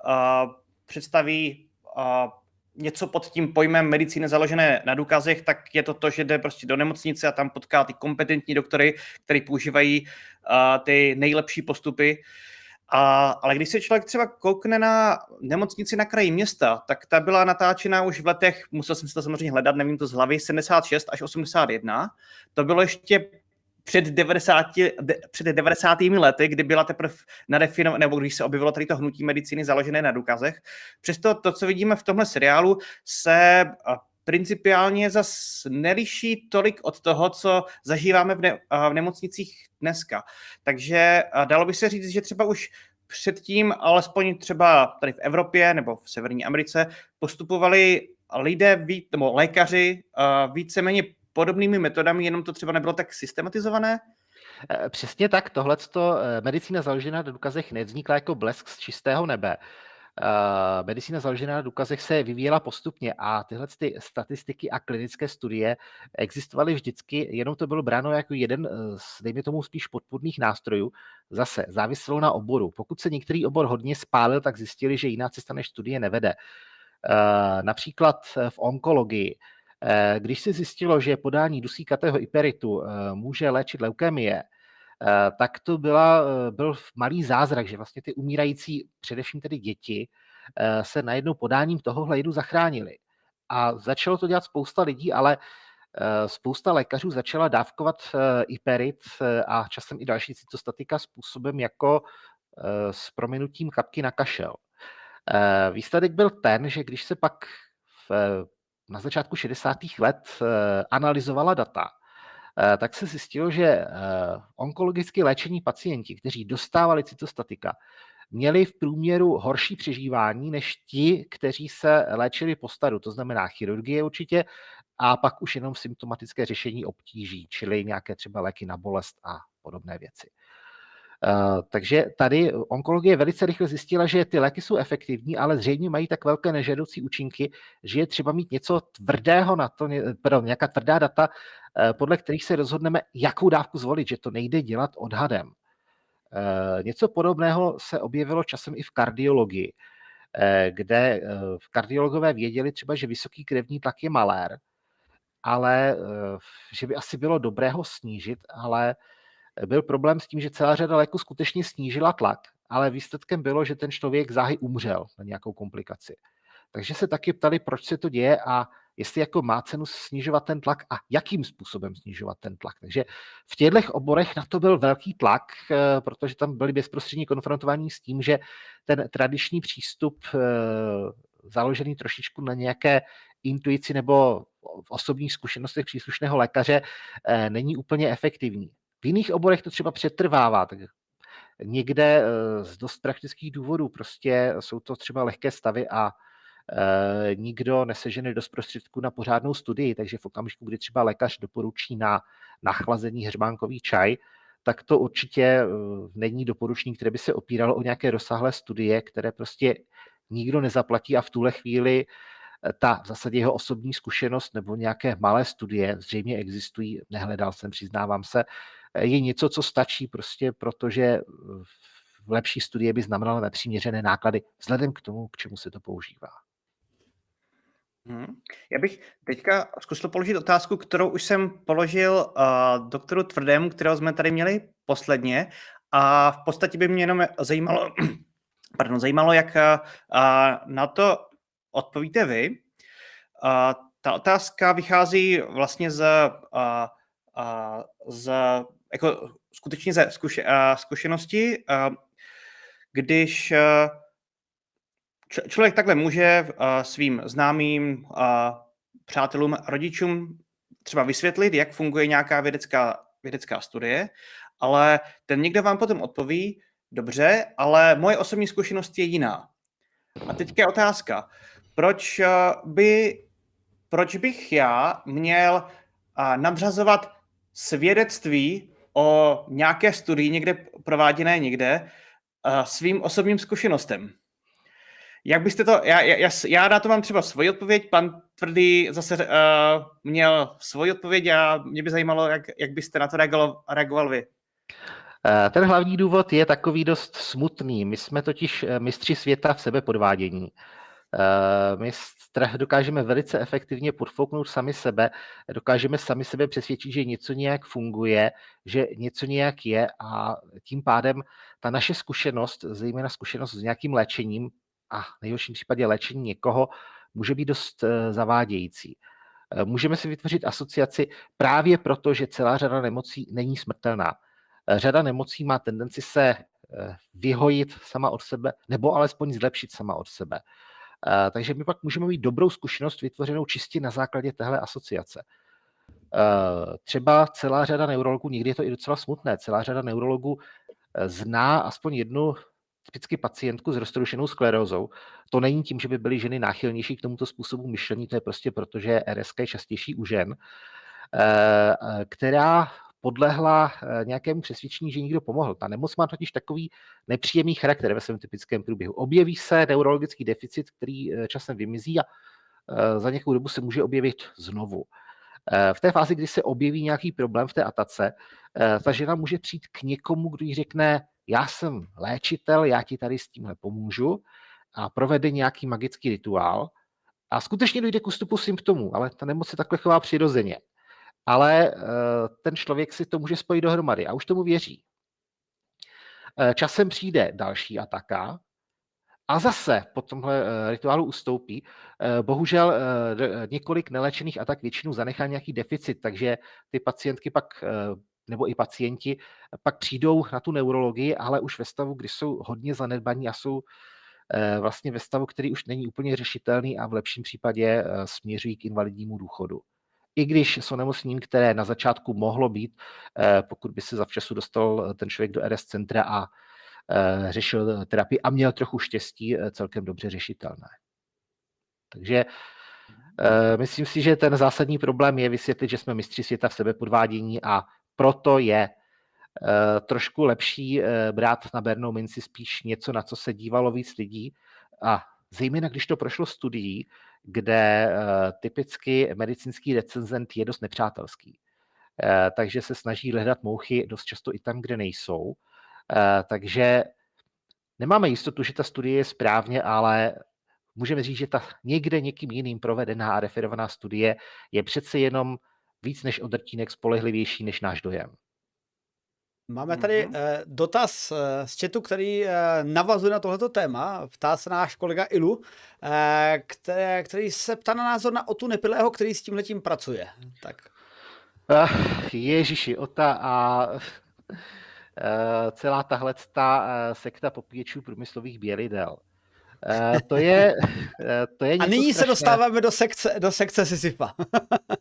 představí uh, něco pod tím pojmem medicíny založené na důkazech, tak je to to, že jde prostě do nemocnice a tam potká ty kompetentní doktory, kteří používají uh, ty nejlepší postupy. A, ale když se člověk třeba koukne na nemocnici na kraji města, tak ta byla natáčena už v letech, musel jsem si to samozřejmě hledat, nevím to z hlavy, sedmdesát šest až osmdesát jedna. To bylo ještě před, devadesáti, de, před devadesátými lety, kdy byla teprve nadefinovaná, nebo když se objevilo tady to hnutí medicíny založené na důkazech. Přesto to, co vidíme v tomhle seriálu, se principiálně zas neliší tolik od toho, co zažíváme v, ne, v nemocnicích dneska. Takže dalo by se říct, že třeba už předtím, alespoň třeba tady v Evropě nebo v Severní Americe, postupovali lidé, ví, nebo lékaři víceméně podobnými metodami, jenom to třeba nebylo tak systematizované? Přesně tak, tohleto medicína založená na důkazech nevznikla jako blesk z čistého nebe. Uh, medicína založená na důkazech se vyvíjela postupně a tyhle ty statistiky a klinické studie existovaly vždycky, jenom to bylo bráno jako jeden z, dejme tomu, spíš podpůrných nástrojů. Zase záviselo na oboru. Pokud se některý obor hodně spálil, tak zjistili, že jiná cesta než studie nevede. Uh, například v onkologii, uh, když se zjistilo, že podání dusíkatého iperitu uh, může léčit leukémie, tak to byla, byl malý zázrak, že vlastně ty umírající, především tedy děti, se najednou podáním tohohle jedu zachránili. A začalo to dělat spousta lidí, ale spousta lékařů začala dávkovat iperit a časem i další cytostatika způsobem jako s prominutím kapky na kašel. Výsledek byl ten, že když se pak v, na začátku šedesátých let analyzovala data, tak se zjistilo, že onkologicky léčení pacienti, kteří dostávali cytostatika, měli v průměru horší přežívání než ti, kteří se léčili po staru, to znamená chirurgie určitě, a pak už jenom symptomatické řešení obtíží, čili nějaké třeba léky na bolest a podobné věci. Uh, takže tady onkologie velice rychle zjistila, že ty léky jsou efektivní, ale zřejmě mají tak velké nežádoucí účinky, že je třeba mít něco tvrdého na to, pardon, nějaká tvrdá data, uh, podle kterých se rozhodneme, jakou dávku zvolit, že to nejde dělat odhadem. Uh, něco podobného se objevilo časem i v kardiologii, uh, kde uh, kardiologové věděli třeba, že vysoký krevní tlak je malér, ale uh, že by asi bylo dobré ho snížit, ale byl problém s tím, že celá řada léků skutečně snížila tlak, ale výsledkem bylo, že ten člověk záhy umřel na nějakou komplikaci. Takže se taky ptali, proč se to děje a jestli jako má cenu snižovat ten tlak a jakým způsobem snižovat ten tlak. Takže v těchto oborech na to byl velký tlak, protože tam byli bezprostředně konfrontovaní s tím, že ten tradiční přístup založený trošičku na nějaké intuici nebo v osobních zkušenostech příslušného lékaře není úplně efektivní. V jiných oborech to třeba přetrvává, tak někde z dost praktických důvodů prostě jsou to třeba lehké stavy a e, nikdo nesežene dost prostředků na pořádnou studii, takže v okamžiku, kdy třeba lékař doporučí na nachlazený hřbánkový čaj, tak to určitě e, není doporučení, které by se opíralo o nějaké rozsáhlé studie, které prostě nikdo nezaplatí a v tuhle chvíli ta v zásadě jeho osobní zkušenost nebo nějaké malé studie, zřejmě existují, nehledal jsem, přiznávám se, je něco, co stačí prostě, protože lepší studie by znamenala nepřiměřené náklady vzhledem k tomu, k čemu se to používá. Hmm. Já bych teďka zkusil položit otázku, kterou už jsem položil uh, doktoru Tvrdému, kterého jsme tady měli posledně, a v podstatě by mě jenom zajímalo, pardon, zajímalo, jak uh, na to odpovíte vy. Uh, ta otázka vychází vlastně z, uh, uh, z jako skutečně ze zkuš, uh, zkušenosti, uh, když uh, č- člověk takhle může uh, svým známým, uh, přátelům, rodičům třeba vysvětlit, jak funguje nějaká vědecká, vědecká studie, ale ten někdo vám potom odpoví, dobře, ale moje osobní zkušenost je jiná. A teďka je otázka, proč, by, proč bych já měl uh, nadřazovat svědectví o nějaké studii někde prováděné někde uh, svým osobním zkušenostem. Jak byste to, já, já, já na to mám třeba svoji odpověď, pan Tvrdý zase uh, měl svoji odpověď a mě by zajímalo, jak, jak byste na to reagoval, reagoval vy. Ten hlavní důvod je takový dost smutný. My jsme totiž mistři světa v sebepodvádění. My strach dokážeme velice efektivně podfouknout sami sebe, dokážeme sami sebe přesvědčit, že něco nějak funguje, že něco nějak je a tím pádem ta naše zkušenost, zejména zkušenost s nějakým léčením a v nejhorším případě léčení někoho, může být dost zavádějící. Můžeme si vytvořit asociaci právě proto, že celá řada nemocí není smrtelná. Řada nemocí má tendenci se vyhojit sama od sebe, nebo alespoň zlepšit sama od sebe. Takže my pak můžeme mít dobrou zkušenost vytvořenou čistě na základě téhle asociace. Třeba celá řada neurologů, někdy je to i docela smutné, celá řada neurologů zná aspoň jednu typicky pacientku s roztroušenou sklerózou. To není tím, že by byly ženy náchylnější k tomuto způsobu myšlení, to je prostě proto, že R S K je častější u žen, která podlehla nějakému přesvědčení, že někdo pomohl. Ta nemoc má totiž takový nepříjemný charakter ve svém typickém průběhu. Objeví se neurologický deficit, který časem vymizí a za nějakou dobu se může objevit znovu. V té fázi, kdy se objeví nějaký problém v té atace, ta žena může přijít k někomu, kdo jí řekne, já jsem léčitel, já ti tady s tímhle pomůžu a provede nějaký magický rituál a skutečně dojde k ústupu symptomů, ale ta nemoc se takhle chová přirozeně. Ale ten člověk si to může spojit dohromady a už tomu věří. Časem přijde další ataka a zase po tomhle rituálu ustoupí. Bohužel několik neléčených atak většinou zanechá nějaký deficit, takže ty pacientky pak, nebo i pacienti, pak přijdou na tu neurologii, ale už ve stavu, kdy jsou hodně zanedbaní a jsou vlastně ve stavu, který už není úplně řešitelný a v lepším případě směřují k invalidnímu důchodu. I když jsou nemocním, které na začátku mohlo být, pokud by se zavčasu dostal ten člověk do R S centra a řešil terapii a měl trochu štěstí, celkem dobře řešitelné. Takže myslím si, že ten zásadní problém je vysvětlit, že jsme mistři světa v sebepodvádění a proto je trošku lepší brát na bernou minci spíš něco, na co se dívalo víc lidí a zejména když to prošlo studií, kde uh, typicky medicínský recenzent je dost nepřátelský. Uh, takže se snaží hledat mouchy dost často i tam, kde nejsou. Uh, takže nemáme jistotu, že ta studie je správně, ale můžeme říct, že ta někde někým jiným provedená a referovaná studie je přece jenom víc než o drtínek spolehlivější než náš dojem. Máme tady mm-hmm. eh, dotaz eh, z chatu, který eh, navazuje na tohleto téma. Ptá se náš kolega Ilu, eh, které, který se ptá na názor na Otu Nepilého, který s tímhletím pracuje. Tak. Uh, Ježiši, Ota a uh, celá tahle ta uh, sekta popíječů průmyslových bělidel. Uh, to je, uh, to je a nyní strašné. Se dostáváme do sekce, do sekce Sisyfa. uh,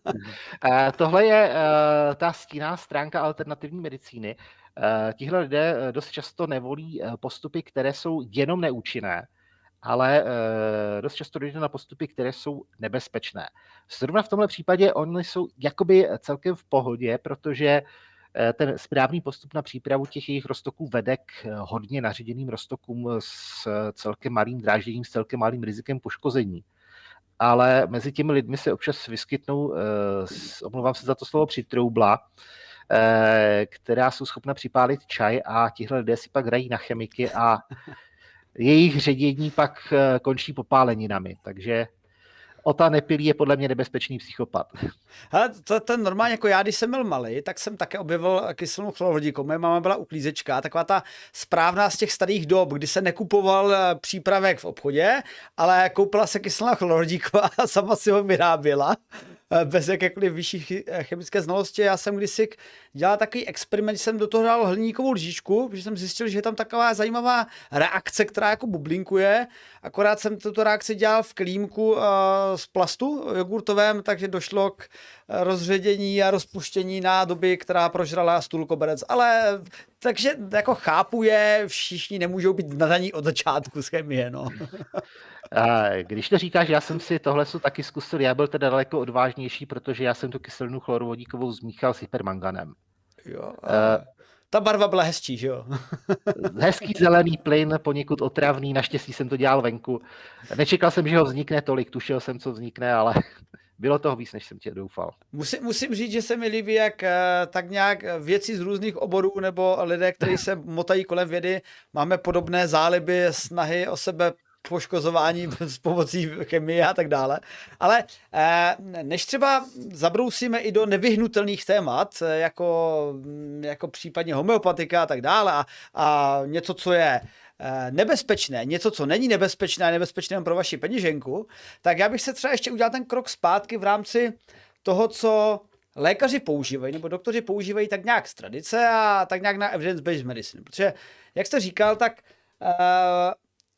tohle je uh, ta stinná stránka alternativní medicíny. Uh, tihle lidé uh, dost často nevolí uh, postupy, které jsou jenom neúčinné, ale uh, dost často dojde na postupy, které jsou nebezpečné. Zrovna v tomhle případě oni jsou jakoby celkem v pohodě, protože ten správný postup na přípravu těch jejich roztoků vede k hodně naředěným roztokům s celkem malým drážděním, s celkem malým rizikem poškození. Ale mezi těmi lidmi se občas vyskytnou, omlouvám se za to slovo, přitroubla, která jsou schopna připálit čaj a tihle lidé si pak hrají na chemiky a jejich ředění pak končí popáleninami. Takže Ota Nepilý je podle mě nebezpečný psychopat. Hele, to, to normálně, jako já, když jsem byl malý, tak jsem také objevil kyselnou chlorhydriku. Moje máma byla uklízečka, taková ta správná z těch starých dob, kdy se nekupoval přípravek v obchodě, ale koupila se kyselná chlorhydriku a sama si ho vyráběla. Bez jakékoliv vyšší chemické znalosti. Já jsem kdysi dělal takový experiment, jsem do toho dal hliníkovou lžičku, protože jsem zjistil, že je tam taková zajímavá reakce, která jako bublinkuje. Akorát jsem tuto reakci dělal v klímku uh, z plastu jogurtovém, takže došlo k rozředění a rozpuštění nádoby, která prožrala stůl koberec. Ale takže jako chápu je, všichni nemůžou být nadaní od začátku z chemie, no. Když to říkáš, já jsem si tohle taky zkusil, já byl teda daleko odvážnější, protože já jsem tu kyselinu chlorovodíkovou zmíchal s hypermanganem. Jo, ta barva byla hezčí, že jo? Hezký zelený plyn, poněkud otravný, naštěstí jsem to dělal venku. Nečekal jsem, že ho vznikne tolik, tušil jsem, co vznikne, ale bylo toho víc, než jsem tě doufal. Musím, musím říct, že se mi líbí, jak tak nějak věci z různých oborů nebo lidé, kteří se motají kolem vědy, máme podobné záliby, snahy o sebe poškozování s pomocí chemie a tak dále. Ale než třeba zabrousíme i do nevyhnutelných témat, jako, jako případně homeopatika a tak dále a, a něco, co je nebezpečné, něco, co není nebezpečné a nebezpečné pro vaši peněženku, tak já bych se třeba ještě udělal ten krok zpátky v rámci toho, co lékaři používají, nebo doktoři používají tak nějak z tradice a tak nějak na evidence-based medicine. Protože, jak jste říkal, tak uh,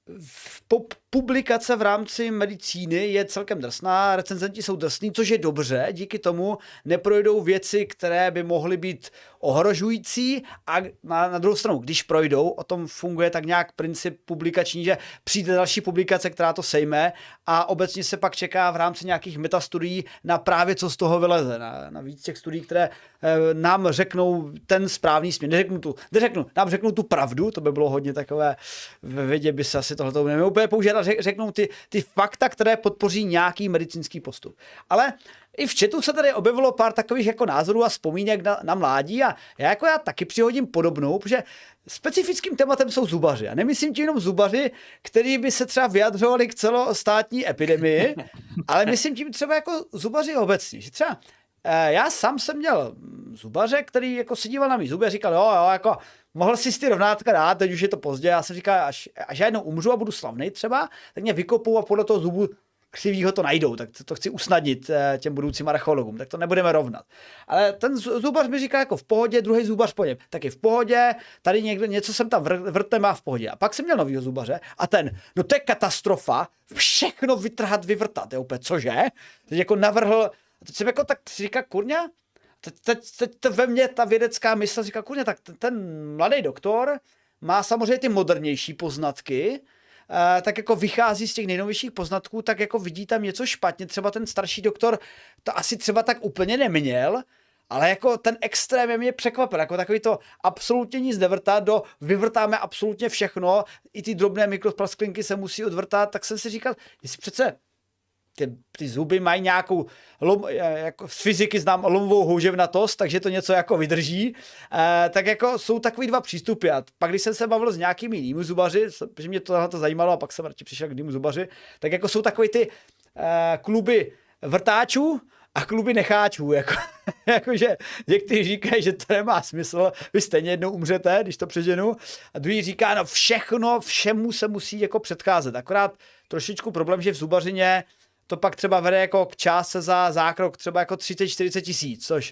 publikace v rámci medicíny je celkem drsná, recenzenti jsou drsní, což je dobře, díky tomu neprojdou věci, které by mohly být ohrožující a na, na druhou stranu, když projdou, o tom funguje tak nějak princip publikační, že přijde další publikace, která to sejme a obecně se pak čeká v rámci nějakých metastudií na právě co z toho vyleze, na, na víc těch studií, které eh, nám řeknou ten správný směr, neřeknu tu, neřeknu, nám řeknou tu pravdu, to by bylo hodně takové, ve vědě by se asi tohleto nemělo úplně použít, ale řeknou ty, ty fakta, které podpoří nějaký medicínský postup. Ale i v chatu se tady objevilo pár takových jako názorů a vzpomínek na, na mládí a já jako já taky přihodím podobnou, protože specifickým tématem jsou zubaři. A nemyslím tím jenom zubaři, který by se třeba vyjadřovali k celostátní epidemii, ale myslím tím třeba jako zubaři obecně. Že třeba eh, já sám jsem měl zubaře, který jako si díval na mý zuby a říkal, jo, jo, jako mohl si ty rovnátka dát, teď už je to pozdě. Já jsem říkal, až, až já jednou umřu a budu slavnej třeba, tak mě vykopou a podle toho zubu křivýho to najdou, tak to, to chci usnadnit těm budoucím archeologům, tak to nebudeme rovnat. Ale ten zubař mi říká jako v pohodě, druhý zubař po něm, tak je v pohodě, tady někdo, něco jsem tam vr, vrtem a v pohodě. A pak jsem měl novýho zubaře a ten, no to je katastrofa, všechno vytrhat, vyvrtat, je úplně, cože? Teď jako navrhl, a teď jsem jako tak si říká, kurňa, teď, teď, teď to ve mně ta vědecká mysl říká, kurňa, tak ten, ten mladý doktor má samozřejmě ty modernější poznatky, Uh, tak jako vychází z těch nejnovějších poznatků, tak jako vidí tam něco špatně. Třeba ten starší doktor to asi třeba tak úplně neměl, ale jako ten extrém mě překvapil. Jako takový to absolutně nic nevrtá, do vyvrtáme absolutně všechno, i ty drobné mikroprasklinky se musí odvrtat, tak jsem si říkal, jestli přece ty, ty zuby mají nějakou, lom, jako z fyziky znám lomovou houževnatost, takže to něco jako vydrží, e, tak jako jsou takový dva přístupy. A pak když jsem se bavil s nějakými jinými zubaři, protože mě tohle to zajímalo a pak jsem radši přišel k jinému zubaři, tak jako jsou takový ty e, kluby vrtáčů a kluby necháčů. Jako, jakože někteří říkají, že to nemá smysl, vy stejně jednou umřete, když to přeženu. A druhý říká, no všechno, všemu se musí jako předcházet. Akorát trošičku problém, že v zubařině to pak třeba vede jako k částce za zákrok třeba jako třicet čtyřicet tisíc, což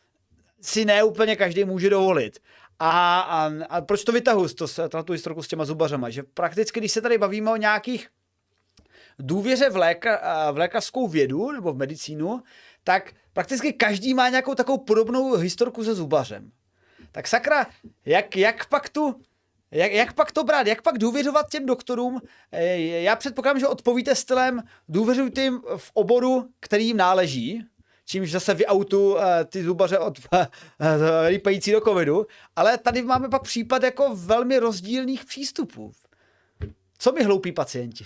si ne úplně každý může dovolit. A, a, a proč to vytahuji, to, tu historku s těma zubařama, že prakticky, když se tady bavíme o nějakých důvěře v, léka, v lékařskou vědu nebo v medicínu, tak prakticky každý má nějakou takovou podobnou historku se zubařem. Tak sakra, jak, jak pak tu Jak, jak pak to brát, jak pak důvěřovat těm doktorům? Já předpokládám, že odpovíte stylem důvěřujte jim v oboru, který jim náleží, čímž zase vyautu ty zubaře od rýpající do covidu, ale tady máme pak případ jako velmi rozdílných přístupů. Co mi hloupí pacienti?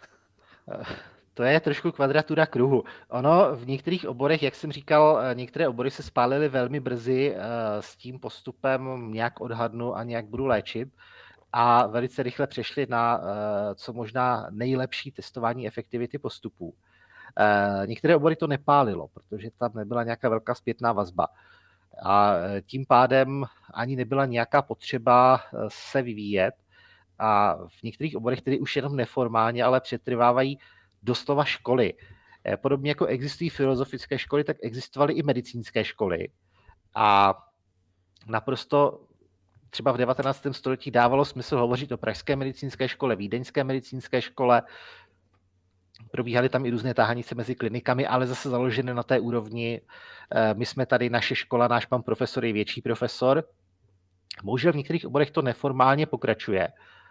To je trošku kvadratura kruhu. Ono v některých oborech, jak jsem říkal, některé obory se spálily velmi brzy s tím postupem nějak odhadnu a nějak budu léčit a velice rychle přešli na co možná nejlepší testování efektivity postupů. Některé obory to nepálilo, protože tam nebyla nějaká velká zpětná vazba. A tím pádem ani nebyla nějaká potřeba se vyvíjet. A v některých oborech tedy už jenom neformálně, ale přetrvávají doslova školy. Podobně jako existují filozofické školy, tak existovaly i medicínské školy. A naprosto třeba v devatenáctém století dávalo smysl hovořit o pražské medicínské škole, vídeňské medicínské škole. Probíhaly tam i různé tahanice mezi klinikami, ale zase založené na té úrovni. My jsme tady, naše škola, náš pan profesor je větší profesor. Bohužel v některých oborech to neformálně pokračuje.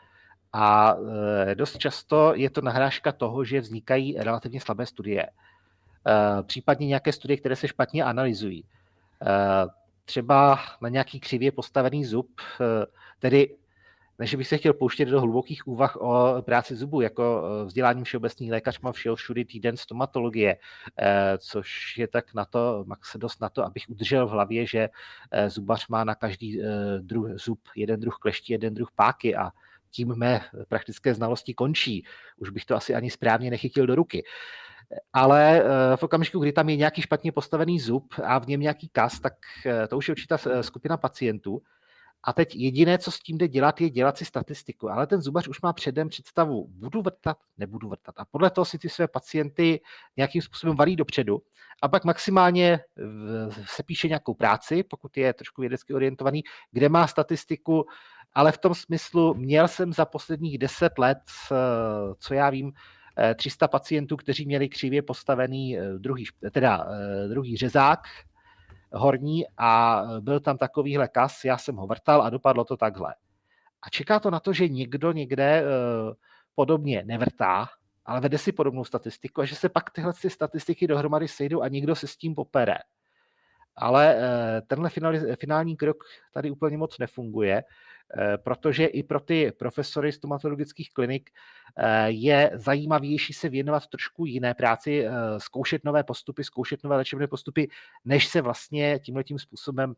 A dost často je to nahrážka toho, že vznikají relativně slabé studie. Případně nějaké studie, které se špatně analyzují. třeba na nějaký křivě postavený zub, tedy než bych se chtěl pouštět do hlubokých úvah o práci zubu, jako vzděláním všeobecný lékař mám všeho všudy týden stomatologie, což je tak na to, max dost na to, abych udržel v hlavě, že zubař má na každý druh zub jeden druh kleští, jeden druh páky a tím mé praktické znalosti končí. Už bych to asi ani správně nechytil do ruky. Ale v okamžiku, kdy tam je nějaký špatně postavený zub a v něm nějaký kas, tak to už je určitá skupina pacientů. A teď jediné, co s tím jde dělat, je dělat si statistiku. Ale ten zubař už má předem představu, budu vrtat, nebudu vrtat. A podle toho si ty své pacienty nějakým způsobem valí dopředu. A pak maximálně se píše nějakou práci, pokud je trošku vědecky orientovaný, kde má statistiku, ale v tom smyslu měl jsem za posledních deset let, co já vím, tři sta pacientů, kteří měli křivě postavený druhý, teda druhý řezák, horní a byl tam takovýhle kas, já jsem ho vrtal a dopadlo to takhle. A čeká to na to, že někdo někde uh, podobně nevrtá, ale vede si podobnou statistiku a že se pak tyhle statistiky dohromady sejdou a někdo se s tím popere. Ale uh, tenhle finali, finální krok tady úplně moc nefunguje, uh, protože i pro ty profesory stomatologických klinik uh, je zajímavější se věnovat trošku jiné práci, uh, zkoušet nové postupy, zkoušet nové léčebné postupy, než se vlastně tímhletím způsobem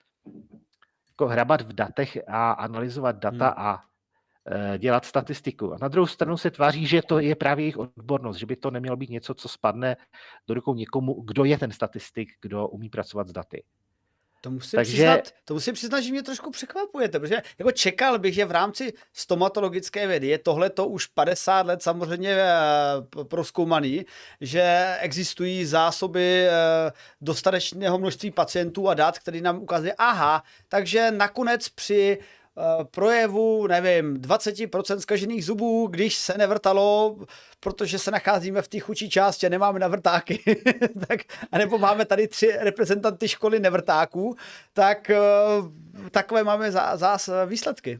jako hrabat v datech a analyzovat data hmm. a uh, dělat statistiku. A na druhou stranu se tváří, že to je právě jejich odbornost, že by to nemělo být něco, co spadne do rukou někomu, kdo je ten statistik, kdo umí pracovat s daty. To musím, Takže... přiznat, to musím přiznat, že mě trošku překvapujete, protože jako čekal bych, že v rámci stomatologické vědy je tohle to už padesát let samozřejmě prozkoumaný, že existují zásoby dostatečného množství pacientů a dat, které nám ukazují, aha, takže nakonec při projevu, nevím, dvacet procent zkažených zubů, když se nevrtalo, protože se nacházíme v té chudší části a nemáme navrtáky, tak, anebo máme tady tři reprezentanty školy nevrtáků, tak takové máme zás výsledky.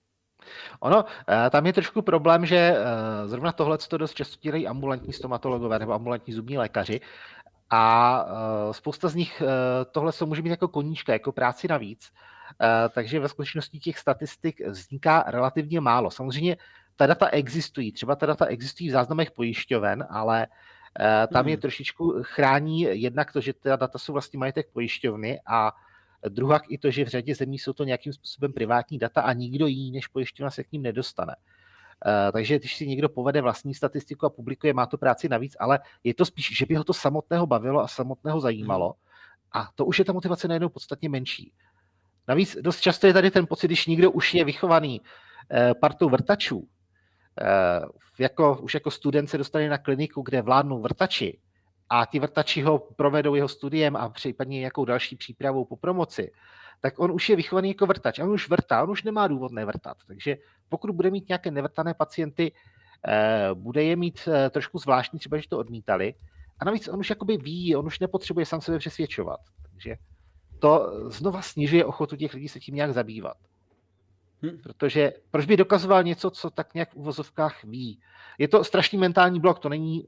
Ono, tam je trošku problém, že zrovna tohle to dost často dělají ambulantní stomatologové nebo ambulantní zubní lékaři a spousta z nich tohle může mít jako koníčka, jako práci navíc. Uh, takže ve skutečnosti těch statistik vzniká relativně málo. Samozřejmě ta data existují, třeba ta data existují v záznamech pojišťoven, ale uh, tam hmm. je trošičku chrání jednak to, že ta data jsou vlastně majetek pojišťovny a druhak i to, že v řadě zemí jsou to nějakým způsobem privátní data a nikdo jiný než pojišťovna se k ním nedostane. Uh, takže když si někdo povede vlastní statistiku a publikuje, má to práci navíc, ale je to spíš, že by ho to samotného bavilo a samotného zajímalo a to už je ta motivace najednou podstatně menší. Navíc dost často je tady ten pocit, když někdo už je vychovaný eh, partou vrtačů, eh, jako, už jako student se dostane na kliniku, kde vládnou vrtači a ti vrtači ho provedou jeho studiem a případně nějakou další přípravou po promoci, tak on už je vychovaný jako vrtač a on už vrtá, on už nemá důvod nevrtat. Takže pokud bude mít nějaké nevrtané pacienty, eh, bude je mít eh, trošku zvláštní, třeba že to odmítali a navíc on už jakoby ví, on už nepotřebuje sám sebe přesvědčovat. Takže to znova snižuje ochotu těch lidí se tím nějak zabývat. Hmm. Protože proč by dokazoval něco, co tak nějak v uvozovkách ví? Je to strašný mentální blok, to není,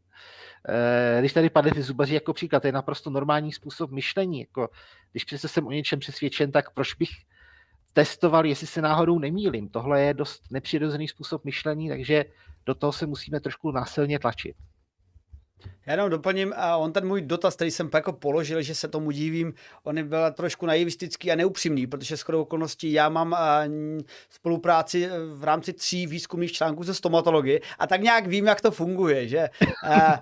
eh, když tady padly ty zubaři jako příklad, to je naprosto normální způsob myšlení. Jako, když přece jsem o něčem přesvědčen, tak proč bych testoval, jestli se náhodou nemýlím? Tohle je dost nepřirozený způsob myšlení, takže do toho se musíme trošku násilně tlačit. Já jenom doplním, a on ten můj dotaz, který jsem jako položil, že se tomu divím, on byl trošku naivistický a neupřímný, protože shodou okolností já mám spolupráci v rámci tří výzkumných článků ze stomatologie a tak nějak vím, jak to funguje, že a, a,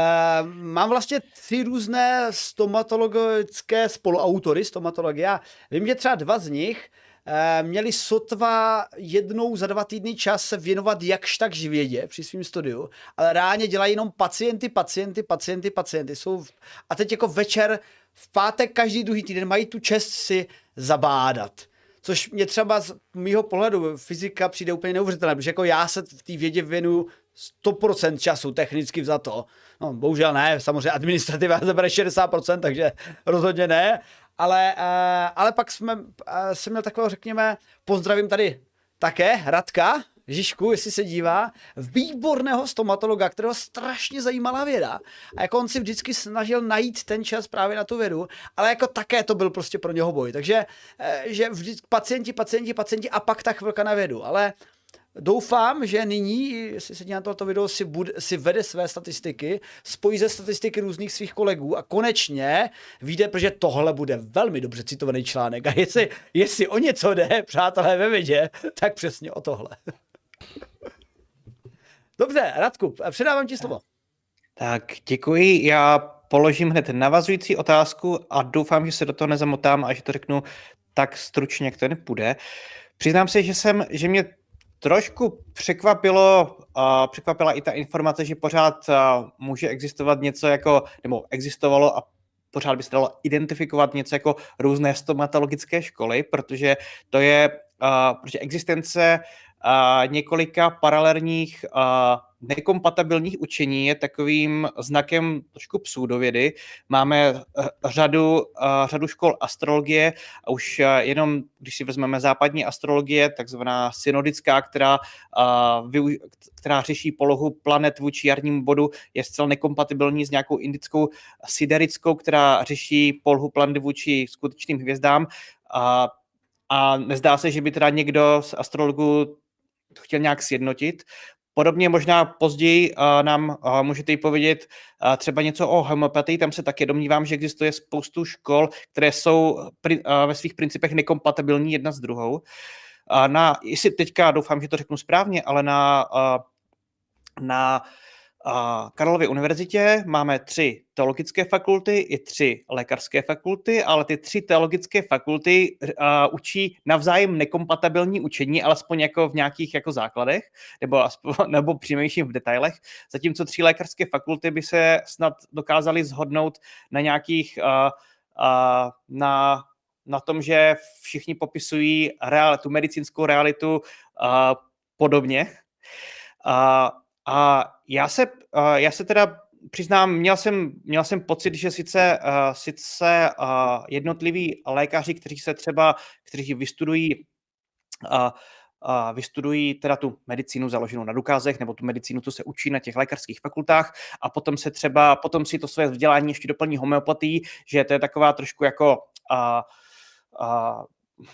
mám vlastně tři různé stomatologické spoluautory stomatologie a vím, že třeba dva z nich měli sotva jednou za dva týdny čas se věnovat jakž tak vědě při svým studiu, ale reálně dělají jenom pacienty, pacienty, pacienty, pacienty. Jsou v... A teď jako večer, v pátek každý druhý týden mají tu čest si zabádat. Což mě třeba z mýho pohledu fyzika přijde úplně neuvěřitelné, protože jako já se v té vědě věnuju sto procent času technicky vzato. No bohužel ne, samozřejmě administrativa zabere šedesát procent, takže rozhodně ne. Ale, ale pak jsme, jsem měl takového, řekněme, pozdravím tady také Radka, Žižku, jestli se dívá, výborného stomatologa, kterého strašně zajímala věda. A jako on si vždycky snažil najít ten čas právě na tu vědu, ale jako také to byl prostě pro něho boj. Takže že vždycky pacienti, pacienti, pacienti a pak ta chvilka na vědu. Ale doufám, že nyní, jestli se dívá na toto video, si, bude, si vede své statistiky, spojí ze statistiky různých svých kolegů a konečně vyjde, protože tohle bude velmi dobře citovaný článek. A jestli, jestli o něco jde, přátelé, ve vědě, tak přesně o tohle. Dobře, Radku, předávám ti slovo. Tak děkuji, já položím hned navazující otázku a doufám, že se do toho nezamotám a že to řeknu tak stručně, jak to nepůjde. Přiznám se, že, jsem, že mě trošku překvapilo, uh, překvapila i ta informace, že pořád uh, může existovat něco jako, nebo existovalo a pořád by se dalo identifikovat něco jako různé stomatologické školy, protože to je, uh, protože existence uh, několika paralelních uh, nekompatibilních učení je takovým znakem trošku pseudovědy. Máme uh, řadu, uh, řadu škol astrologie a už uh, jenom, když si vezmeme západní astrologie, takzvaná synodická, která, uh, vyu, která řeší polohu planet vůči jarnímu bodu, je zcela nekompatibilní s nějakou indickou siderickou, která řeší polohu planet vůči skutečným hvězdám. Uh, a nezdá se, že by teda někdo z astrologů chtěl nějak sjednotit. Podobně možná později uh, nám uh, můžete jí povědět uh, třeba něco o homeopatii, tam se také domnívám, že existuje spoustu škol, které jsou pri, uh, ve svých principech nekompatibilní jedna s druhou. Uh, na, jestli teďka doufám, že to řeknu správně, ale na, uh, na uh, Karlově univerzitě máme tři teologické fakulty i tři lékařské fakulty, ale ty tři teologické fakulty uh, učí navzájem nekompatibilní učení, alespoň jako v nějakých jako základech, nebo, aspoň, nebo přímějším v detailech, zatímco tři lékařské fakulty by se snad dokázaly shodnout na nějakých, uh, uh, na, na tom, že všichni popisují realitu, medicínskou realitu uh, podobně. Uh, a já se, uh, já se teda přiznám, měl jsem, měl jsem pocit, že sice, uh, sice uh, jednotliví lékaři, kteří se třeba, kteří vystudují, uh, uh, vystudují teda tu medicínu založenou na důkazech, nebo tu medicínu, co se učí na těch lékařských fakultách a potom se třeba, potom si to své vzdělání ještě doplní homeopatií, že to je taková trošku jako uh, uh,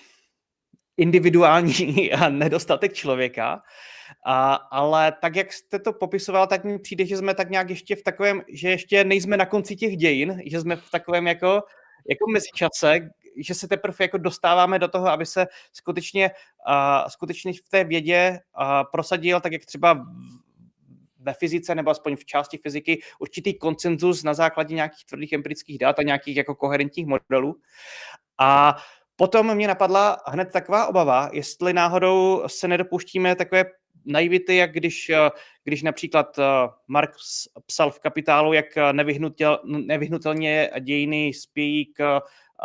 individuální nedostatek člověka. A, ale tak, jak jste to popisoval, tak mi přijde, že jsme tak nějak ještě v takovém, že ještě nejsme na konci těch dějin, že jsme v takovém jako, jako mezičase, že se teprve jako dostáváme do toho, aby se skutečně, uh, skutečně v té vědě uh, prosadil, tak jak třeba ve fyzice, nebo aspoň v části fyziky, určitý konsenzus na základě nějakých tvrdých empirických dat a nějakých jako koherentních modelů. A potom mě napadla hned taková obava, jestli náhodou se nedopouštíme takové naivity, jak když, když například Marx psal v Kapitálu, jak nevyhnutel, nevyhnutelně dějiny spějí k,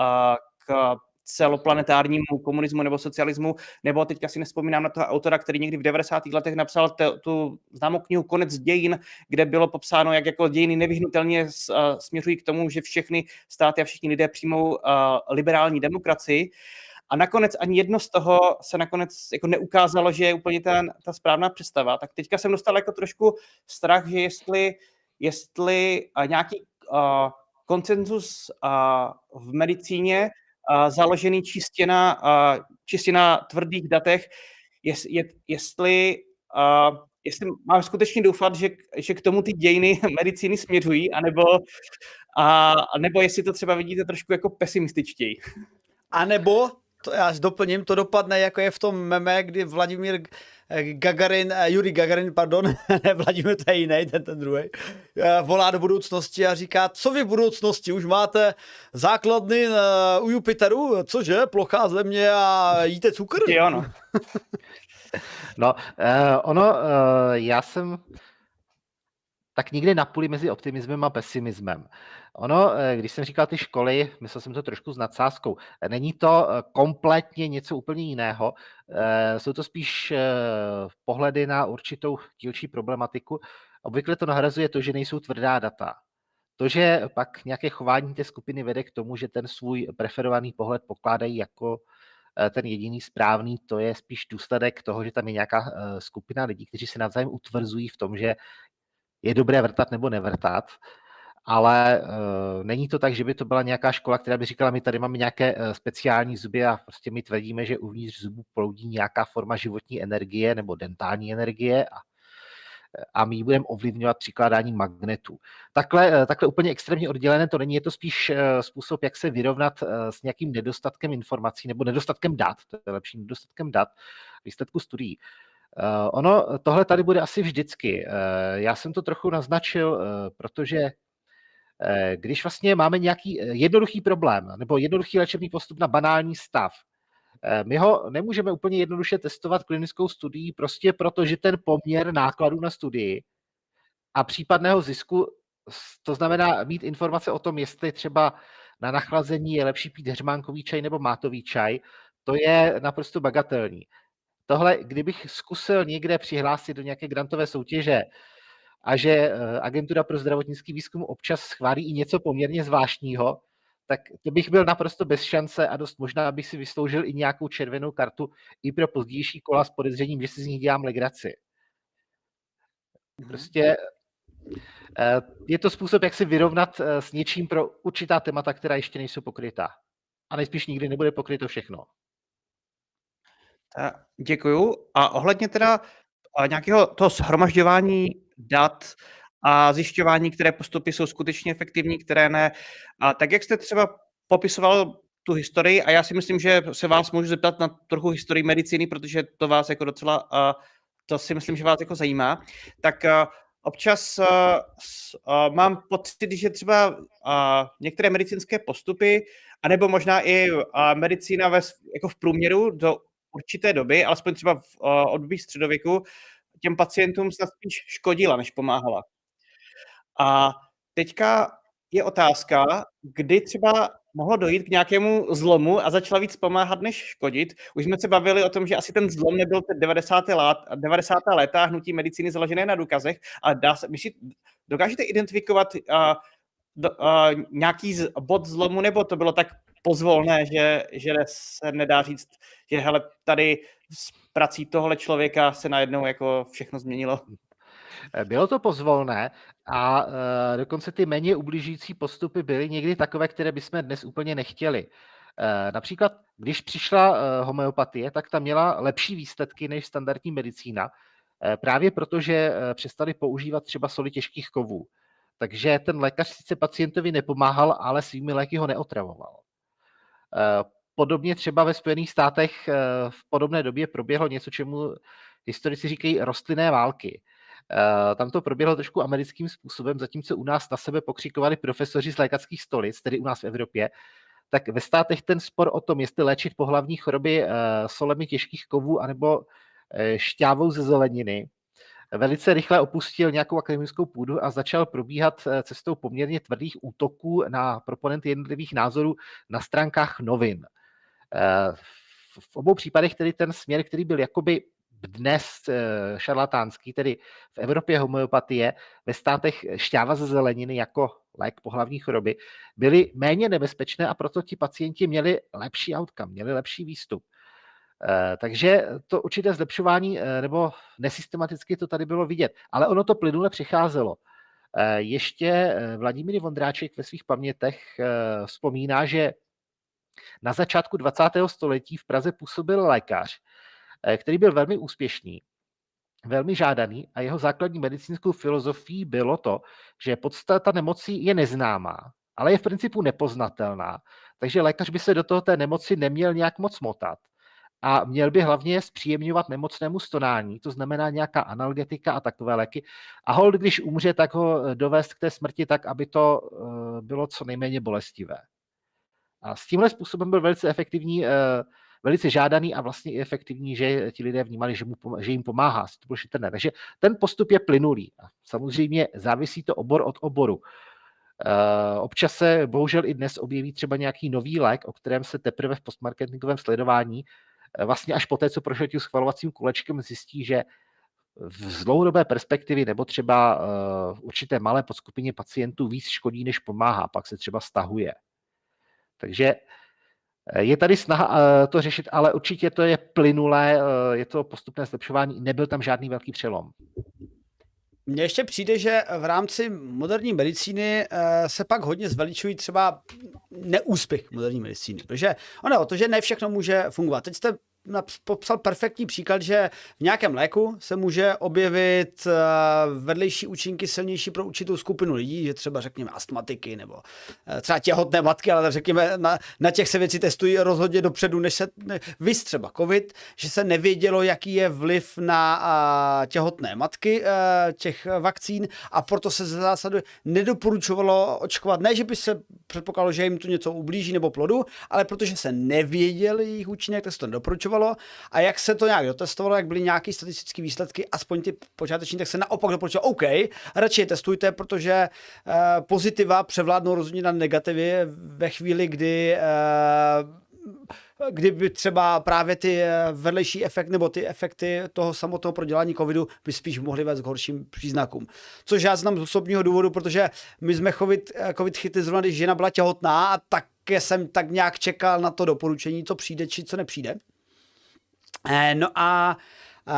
k celoplanetárnímu komunismu nebo socialismu, nebo teďka si nespomínám na toho autora, který někdy v devadesátých letech napsal te, tu známou knihu Konec dějin, kde bylo popsáno, jak jako dějiny nevyhnutelně směřují k tomu, že všechny státy a všichni lidé přijmou liberální demokracii. A nakonec ani jedno z toho se nakonec jako neukázalo, že je úplně ta, ta správná představa. Tak teďka jsem dostal jako trošku strach, že jestli, jestli nějaký uh, konsenzus uh, v medicíně uh, založený čistě na, uh, čistě na tvrdých datech, jest, je, jestli, uh, jestli mám skutečně doufat, že, že k tomu ty dějiny medicíny směřují, anebo, uh, nebo jestli to třeba vidíte trošku jako pesimističtěji. A nebo to já doplním, to dopadne, jako je v tom meme, kdy Vladimír Gagarin, Jurij Gagarin, pardon, ne Vladimír, to je jiný, ten, ten druhý, volá do budoucnosti a říká, co vy v budoucnosti, už máte základny u Jupiteru, cože, plochá země a jíte cukr? Jo, no. No, uh, ono, uh, já jsem tak někde na půli mezi optimismem a pesimismem. Ono, když jsem říkal ty školy, myslel jsem to trošku s nadsázkou, není to kompletně něco úplně jiného, jsou to spíš pohledy na určitou dílčí problematiku. Obvykle to nahrazuje to, že nejsou tvrdá data. To, že pak nějaké chování té skupiny vede k tomu, že ten svůj preferovaný pohled pokládají jako ten jediný správný, to je spíš důsledek toho, že tam je nějaká skupina lidí, kteří se navzájem utvrzují v tom, že je dobré vrtat nebo nevrtat, ale uh, není to tak, že by to byla nějaká škola, která by říkala, my tady máme nějaké uh, speciální zuby a prostě my tvrdíme, že uvnitř zubů proudí nějaká forma životní energie nebo dentální energie a, a my ji budeme ovlivňovat přikládáním magnetů. Takhle, uh, takhle úplně extrémně oddělené to není, je to spíš uh, způsob, jak se vyrovnat uh, s nějakým nedostatkem informací nebo nedostatkem dat, to je lepší, nedostatkem dat, výsledku studií. Uh, ono, tohle tady bude asi vždycky. Uh, já jsem to trochu naznačil, uh, protože uh, když vlastně máme nějaký jednoduchý problém nebo jednoduchý léčebný postup na banální stav, uh, my ho nemůžeme úplně jednoduše testovat klinickou studií prostě proto, že ten poměr nákladů na studii a případného zisku, to znamená mít informace o tom, jestli třeba na nachlazení je lepší pít heřmánkový čaj nebo mátový čaj, to je naprosto bagatelní. Tohle, kdybych zkusil někde přihlásit do nějaké grantové soutěže a že Agentura pro zdravotnický výzkum občas schválí i něco poměrně zvláštního, tak to bych byl naprosto bez šance a dost možná, abych si vysloužil i nějakou červenou kartu i pro pozdější kola s podezřením, že si z nich dělám legraci. Prostě je to způsob, jak si vyrovnat s něčím pro určitá témata, která ještě nejsou pokrytá. A nejspíš nikdy nebude pokryto všechno. Děkuju. A ohledně teda nějakého toho shromažďování dat a zjišťování, které postupy jsou skutečně efektivní, které ne, a tak jak jste třeba popisoval tu historii, a já si myslím, že se vás můžu zeptat na trochu historii medicíny, protože to vás jako docela, to si myslím, že vás jako zajímá, tak občas mám pocit, že třeba některé medicínské postupy, anebo možná i medicína ve, jako v průměru do určité doby, alespoň třeba v období středověku, těm pacientům snad spíš škodila, než pomáhala. A teďka je otázka, kdy třeba mohlo dojít k nějakému zlomu a začala víc pomáhat, než škodit. Už jsme se bavili o tom, že asi ten zlom nebyl ten devadesátá léta hnutí medicíny založené na důkazech, ale dá se, myslí, dokážete identifikovat uh, do, uh, nějaký z, bod zlomu, nebo to bylo tak pozvolné, že, že se nedá říct, že hele, tady s prací tohle člověka se najednou jako všechno změnilo? Bylo to pozvolné a uh, dokonce ty méně ubližující postupy byly někdy takové, které bychom dnes úplně nechtěli. Uh, například, když přišla uh, homeopatie, tak ta měla lepší výsledky než standardní medicína, uh, právě proto, že uh, přestali používat třeba soli těžkých kovů. Takže ten lékař sice pacientovi nepomáhal, ale svými léky ho neotravoval. Uh, podobně třeba ve Spojených státech uh, v podobné době proběhlo něco, čemu historici říkají rostlinné války. Uh, tam to proběhlo trošku americkým způsobem, zatímco u nás na sebe pokřikovali profesoři z lékařských stolic, tedy u nás v Evropě, tak ve státech ten spor o tom, jestli léčit pohlavní choroby uh, solemi těžkých kovů anebo uh, šťávou ze zeleniny, velice rychle opustil nějakou akademickou půdu a začal probíhat cestou poměrně tvrdých útoků na proponenty jednotlivých názorů na stránkách novin. Uh, v obou případech tedy ten směr, který byl jakoby dnes šarlatánský, tedy v Evropě homeopatie, ve státech šťáva ze zeleniny jako lék pohlavní choroby, byly méně nebezpečné a proto ti pacienti měli lepší outcome, měli lepší výstup. Takže to určité zlepšování, nebo nesystematicky to tady bylo vidět, ale ono to plynule přicházelo. Ještě Vladimír Vondráček ve svých pamětech vzpomíná, že na začátku dvacátého století v Praze působil lékař, který byl velmi úspěšný, velmi žádaný a jeho základní medicínskou filozofií bylo to, že podstata nemocí je neznámá, ale je v principu nepoznatelná, takže lékař by se do toho té nemoci neměl nějak moc motat a měl by hlavně zpříjemňovat nemocnému stonání, to znamená nějaká analgetika a takové léky a hold, když umře, tak ho dovést k té smrti tak, aby to bylo co nejméně bolestivé. A s tímhle způsobem byl velice efektivní, velice žádaný a vlastně i efektivní, že ti lidé vnímali, že, mu, že jim pomáhá. To bylo šetrné. Takže ten postup je plynulý. A samozřejmě závisí to obor od oboru. Občas se bohužel i dnes objeví třeba nějaký nový lék, o kterém se teprve v postmarketingovém sledování vlastně až po té, co prošel tím schvalovacím kolečkem, zjistí, že v dlouhodobé perspektivě nebo třeba v určité malé podskupině pacientů víc škodí, než pomáhá. Pak se třeba stahuje. Takže Je tady snaha to řešit, ale určitě to je plynulé, je to postupné zlepšování, nebyl tam žádný velký přelom. Mně ještě přijde, že v rámci moderní medicíny se pak hodně zveličují třeba neúspěch moderní medicíny, protože ono, to, že ne všechno může fungovat. Teď jste popsal perfektní příklad, že v nějakém léku se může objevit vedlejší účinky silnější pro určitou skupinu lidí, že třeba řekněme astmatiky nebo třeba těhotné matky, ale řekněme na, na těch se věci testují rozhodně dopředu, než se ne, vys třeba covid, že se nevědělo, jaký je vliv na a, těhotné matky a, těch vakcín a proto se ze zásady nedoporučovalo očkovat. Ne, že by se předpokládalo, že jim tu něco ublíží nebo plodu, ale protože se nevěděl jejich účinek, tak se to nedoporučovalo. A jak se to nějak dotestovalo, jak byly nějaké statistické výsledky, aspoň ty počáteční, tak se naopak doporučilo, OK, radši je testujte, protože uh, pozitiva převládnou rozhodně na negativy ve chvíli, kdy uh, kdyby třeba právě ty vedlejší efekty nebo ty efekty toho samotného prodělání covidu by spíš mohly vést k horším příznakům. Což já znám z osobního důvodu, protože my jsme covid, covid chytli zrovna, když žena byla těhotná a tak jsem tak nějak čekal na to doporučení, co přijde, či co nepřijde. No a, a,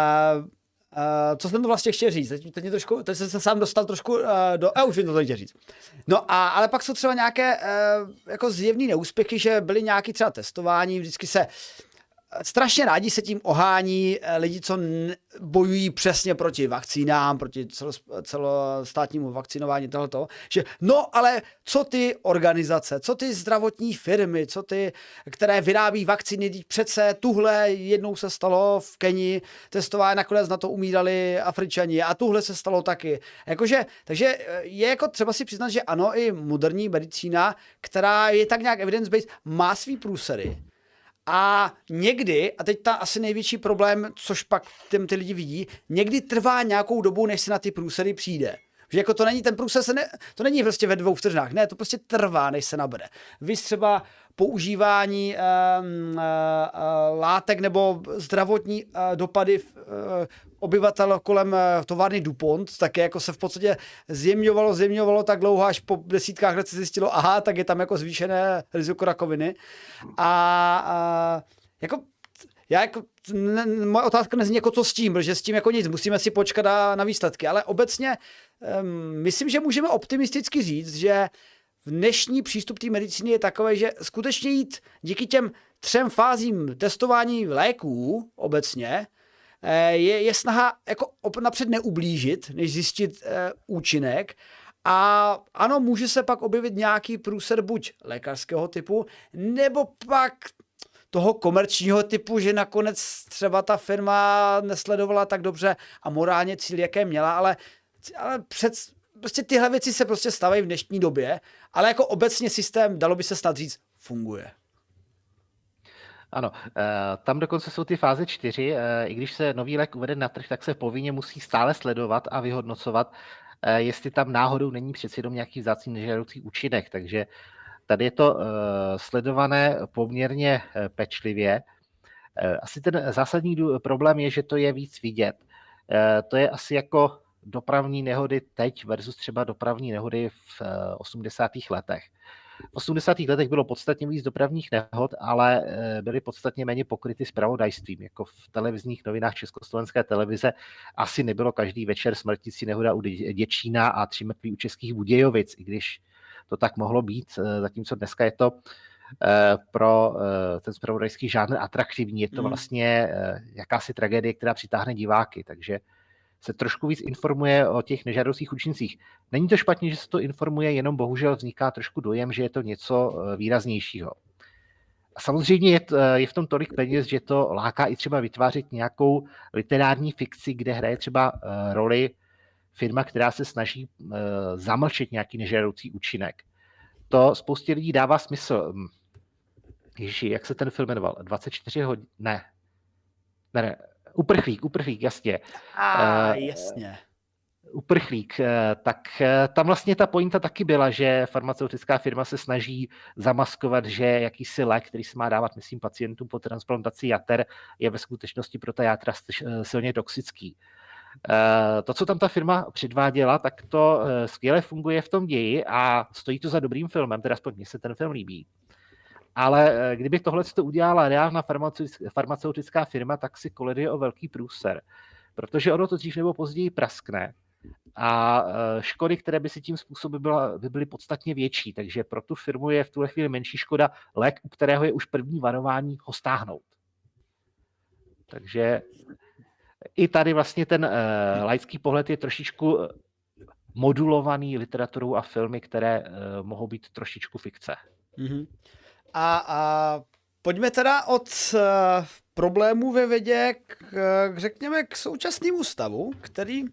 a co jsem to vlastně chtěl říct? Teď, teď, trošku, teď jsem se sám dostal trošku uh, do... A už vím, to chtěl říct. No a, ale pak jsou třeba nějaké uh, jako zjevný neúspěchy, že byly nějaké třeba testování, vždycky se strašně rádi se tím ohání lidi, co bojují přesně proti vakcínám, proti celostátnímu vakcinování tohoto, že no ale co ty organizace, co ty zdravotní firmy, co ty, které vyrábí vakcíny, přece tuhle jednou se stalo v Keni, testování, nakonec na to umírali Afričani a tuhle se stalo taky. Jakože, takže je jako třeba si přiznat, že ano, i moderní medicína, která je tak nějak evidence-based, má svý průsery. A někdy, a teď ta asi největší problém, což pak těm ty lidi vidí, někdy trvá nějakou dobu, než se na ty průsery přijde. Že jako to není ten průser, se ne, to není prostě ve dvou vteřinách, ne, to prostě trvá, než se nabere. Vy třeba používání um, uh, uh, látek nebo zdravotní uh, dopady uh, obyvatel kolem uh, továrny DuPont, také jako se v podstatě zjemňovalo, zjemňovalo tak dlouho, až po desítkách let se zjistilo, aha, tak je tam jako zvýšené riziko rakoviny. A, a jako já jako, ne, moje otázka nezní jako co s tím, protože s tím jako nic, musíme si počkat na, na výsledky, ale obecně um, myslím, že můžeme optimisticky říct, že v dnešní přístup té medicíny je takový, že skutečně jít díky těm třem fázím testování léků obecně je, je snaha jako napřed neublížit, než zjistit e, účinek. A ano, může se pak objevit nějaký průser buď lékařského typu, nebo pak toho komerčního typu, že nakonec třeba ta firma nesledovala tak dobře a morálně cíl, jaké měla, ale, ale před, prostě tyhle věci se prostě stávají v dnešní době, ale jako obecně systém, dalo by se snad říct, funguje. Ano, tam dokonce jsou ty fáze čtyři, i když se nový lék uvede na trh, tak se povinně musí stále sledovat a vyhodnocovat, jestli tam náhodou není přeci jenom nějaký vzácný nežádoucí účinek, takže tady je to sledované poměrně pečlivě. Asi ten zásadní problém je, že to je víc vidět. To je asi jako dopravní nehody teď versus třeba dopravní nehody v osmdesátých letech. V osmdesátých letech bylo podstatně víc dopravních nehod, ale byly podstatně méně pokryty zpravodajstvím. Jako v televizních novinách Československé televize asi nebylo každý večer smrtící nehoda u Děčína a tři mrtví u Českých Budějovic, i když to tak mohlo být, zatímco dneska je to pro ten zpravodajský žánr atraktivní. Je to vlastně jakási tragédie, která přitáhne diváky, takže se trošku víc informuje o těch nežádoucích účincích. Není to špatně, že se to informuje, jenom bohužel vzniká trošku dojem, že je to něco výraznějšího. A samozřejmě je, je v tom tolik peněz, že to láká i třeba vytvářet nějakou literární fikci, kde hraje třeba roli firma, která se snaží zamlčet nějaký nežádoucí účinek. To spoustě lidí dává smysl. Ježiši, jak se ten film jmenoval? dvacet čtyři hodin? Ne. Ne, ne. Uprchlík, uprchlík, jasně. A, jasně. Uprchlík, tak tam vlastně ta pointa taky byla, že farmaceutická firma se snaží zamaskovat, že jakýsi lék, který se má dávat, myslím, pacientům po transplantaci jater, je ve skutečnosti pro ta játra silně toxický. To, co tam ta firma předváděla, tak to skvěle funguje v tom ději a stojí to za dobrým filmem, teda aspoň mně se ten film líbí. Ale kdyby tohle to udělala reálná farmaceutická firma, tak si koliduje o velký průser. Protože ono to dřív nebo později praskne a škody, které by si tím způsobily, by byly podstatně větší. Takže pro tu firmu je v tuhle chvíli menší škoda lék, u kterého je už první varování, ho stáhnout. Takže i tady vlastně ten uh, laický pohled je trošičku modulovaný literaturou a filmy, které uh, mohou být trošičku fikce. Mm-hmm. A, a pojďme teda od uh, problémů ve vědě k, k, řekněme, k současnému stavu, který uh,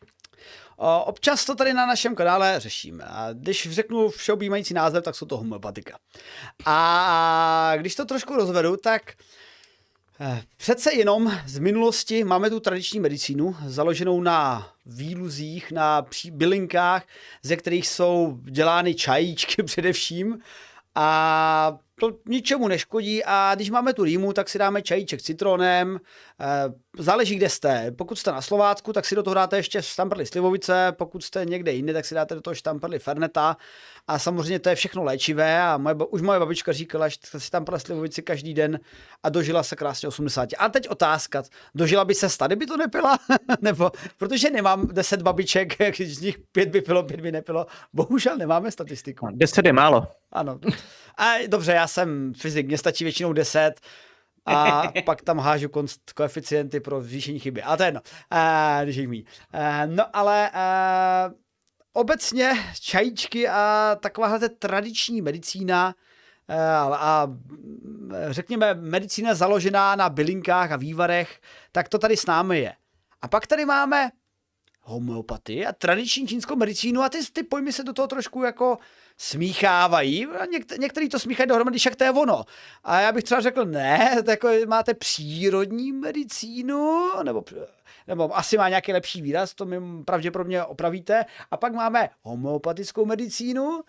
občas to tady na našem kanále řešíme. A když řeknu všeobjímající název, tak jsou to homeopatika. A když to trošku rozvedu, tak přece jenom z minulosti máme tu tradiční medicínu, založenou na výluzích, na bylinkách, ze kterých jsou dělány čajíčky především. A to ničemu neškodí a když máme tu rýmu, tak si dáme čajíček s citronem, záleží, kde jste. Pokud jste na Slovácku, tak si do toho dáte ještě štamprly slivovice, pokud jste někde jinde, tak si dáte do toho štamprly ferneta a samozřejmě to je všechno léčivé a moje, už moje babička říkala, že si štamprly slivovici každý den a dožila se krásně osmdesát. A teď otázka, dožila by se sta, kdyby to nepila? Nebo, protože nemám deset babiček, z nich pět by pilo, pět by nepilo, bohužel nemáme statistiku. Deset je málo. Ano. A dobře, já jsem fyzik, mně stačí většinou deset a pak tam hážu konst, koeficienty pro zvýšení chyby. A to je jedno, a, když jich mý. A, no ale a, obecně čajíčky a takováhle tradiční medicína a, a řekněme medicína založená na bylinkách a vývarech, tak to tady s námi je. A pak tady máme homeopatii a tradiční čínskou medicínu a ty, ty pojmy se do toho trošku jako smíchávají. Něk, některý to smíchají dohromady, však to je ono. A já bych třeba řekl, ne, to jako máte přírodní medicínu, nebo, nebo asi má nějaký lepší výraz, to mi pravděpodobně opravíte. A pak máme homeopatickou medicínu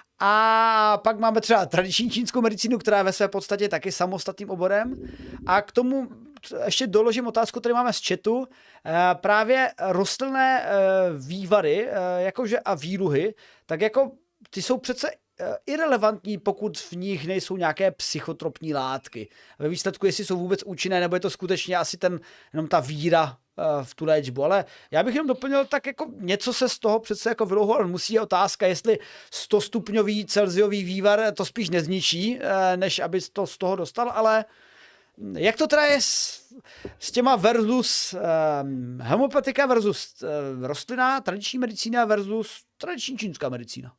a pak máme třeba tradiční čínskou medicínu, která je ve své podstatě taky samostatným oborem. A k tomu ještě doložím otázku, tady máme z chatu. Právě rostlinné vývary jakože a výluhy, tak jako ty jsou přece irelevantní, pokud v nich nejsou nějaké psychotropní látky. Ve výsledku, jestli jsou vůbec účinné, nebo je to skutečně asi ten, jenom ta víra v tu léčbu. Ale já bych jenom doplnil, tak jako něco se z toho přece jako vylouhovat musí. Je otázka, jestli sto stupňový celsiový vývar to spíš nezničí, než aby to z toho dostal, ale jak to teda je s, s těma versus um, homeopatika versus uh, rostlina, tradiční medicína versus tradiční čínská medicína?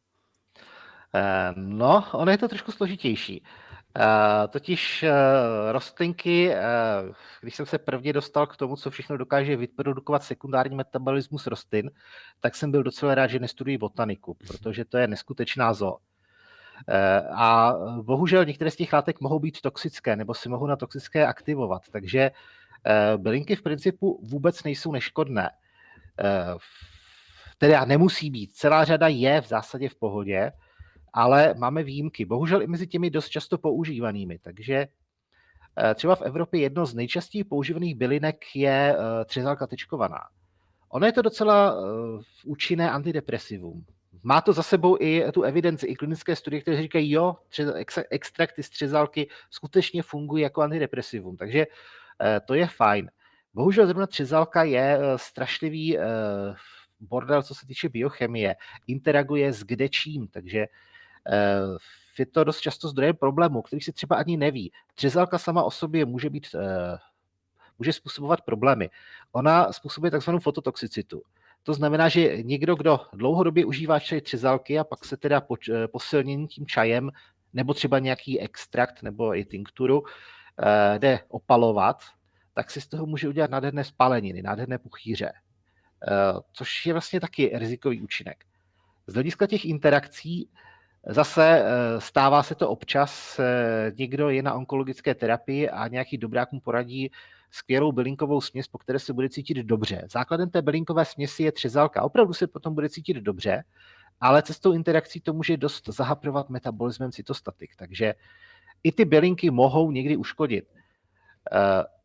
No, ono je to trošku složitější. Uh, totiž uh, rostlinky, uh, když jsem se prvně dostal k tomu, co všechno dokáže vyprodukovat sekundární metabolismus rostlin, tak jsem byl docela rád, že nestuduji botaniku, protože to je neskutečná zoo. Uh, a bohužel některé z těch látek mohou být toxické, nebo si mohou na toxické aktivovat, takže uh, bylinky v principu vůbec nejsou neškodné. Uh, teda nemusí být, celá řada je v zásadě v pohodě, ale máme výjimky, bohužel i mezi těmi dost často používanými, takže třeba v Evropě jedno z nejčastěji používaných bylinek je třezalka tečkovaná. Ono je to docela účinné antidepresivum. Má to za sebou i tu evidenci, i klinické studie, které říkají, jo, extrakty z třezalky skutečně fungují jako antidepresivum, takže to je fajn. Bohužel zrovna třezalka je strašlivý bordel, co se týče biochemie, interaguje s kdečím, takže je to dost často zdrojem problémů, který si třeba ani neví. Třezalka sama o sobě může být, může způsobovat problémy. Ona způsobuje takzvanou fototoxicitu. To znamená, že někdo, kdo dlouhodobě užívá čaj třezalky a pak se teda posilněním tím čajem, nebo třeba nějaký extrakt nebo i tinkturu jde opalovat, tak si z toho může udělat nádherné spaleniny, nádherné puchýře. Což je vlastně taky rizikový účinek. Z hlediska těch interakcí zase stává se to občas, někdo je na onkologické terapii a nějaký dobrák mu poradí skvělou bylinkovou směs, po které se bude cítit dobře. Základem té bylinkové směsi je třezalka. Opravdu se potom bude cítit dobře, ale cestou interakcí to může dost zahaprovat metabolismem cytostatik. Takže i ty bylinky mohou někdy uškodit.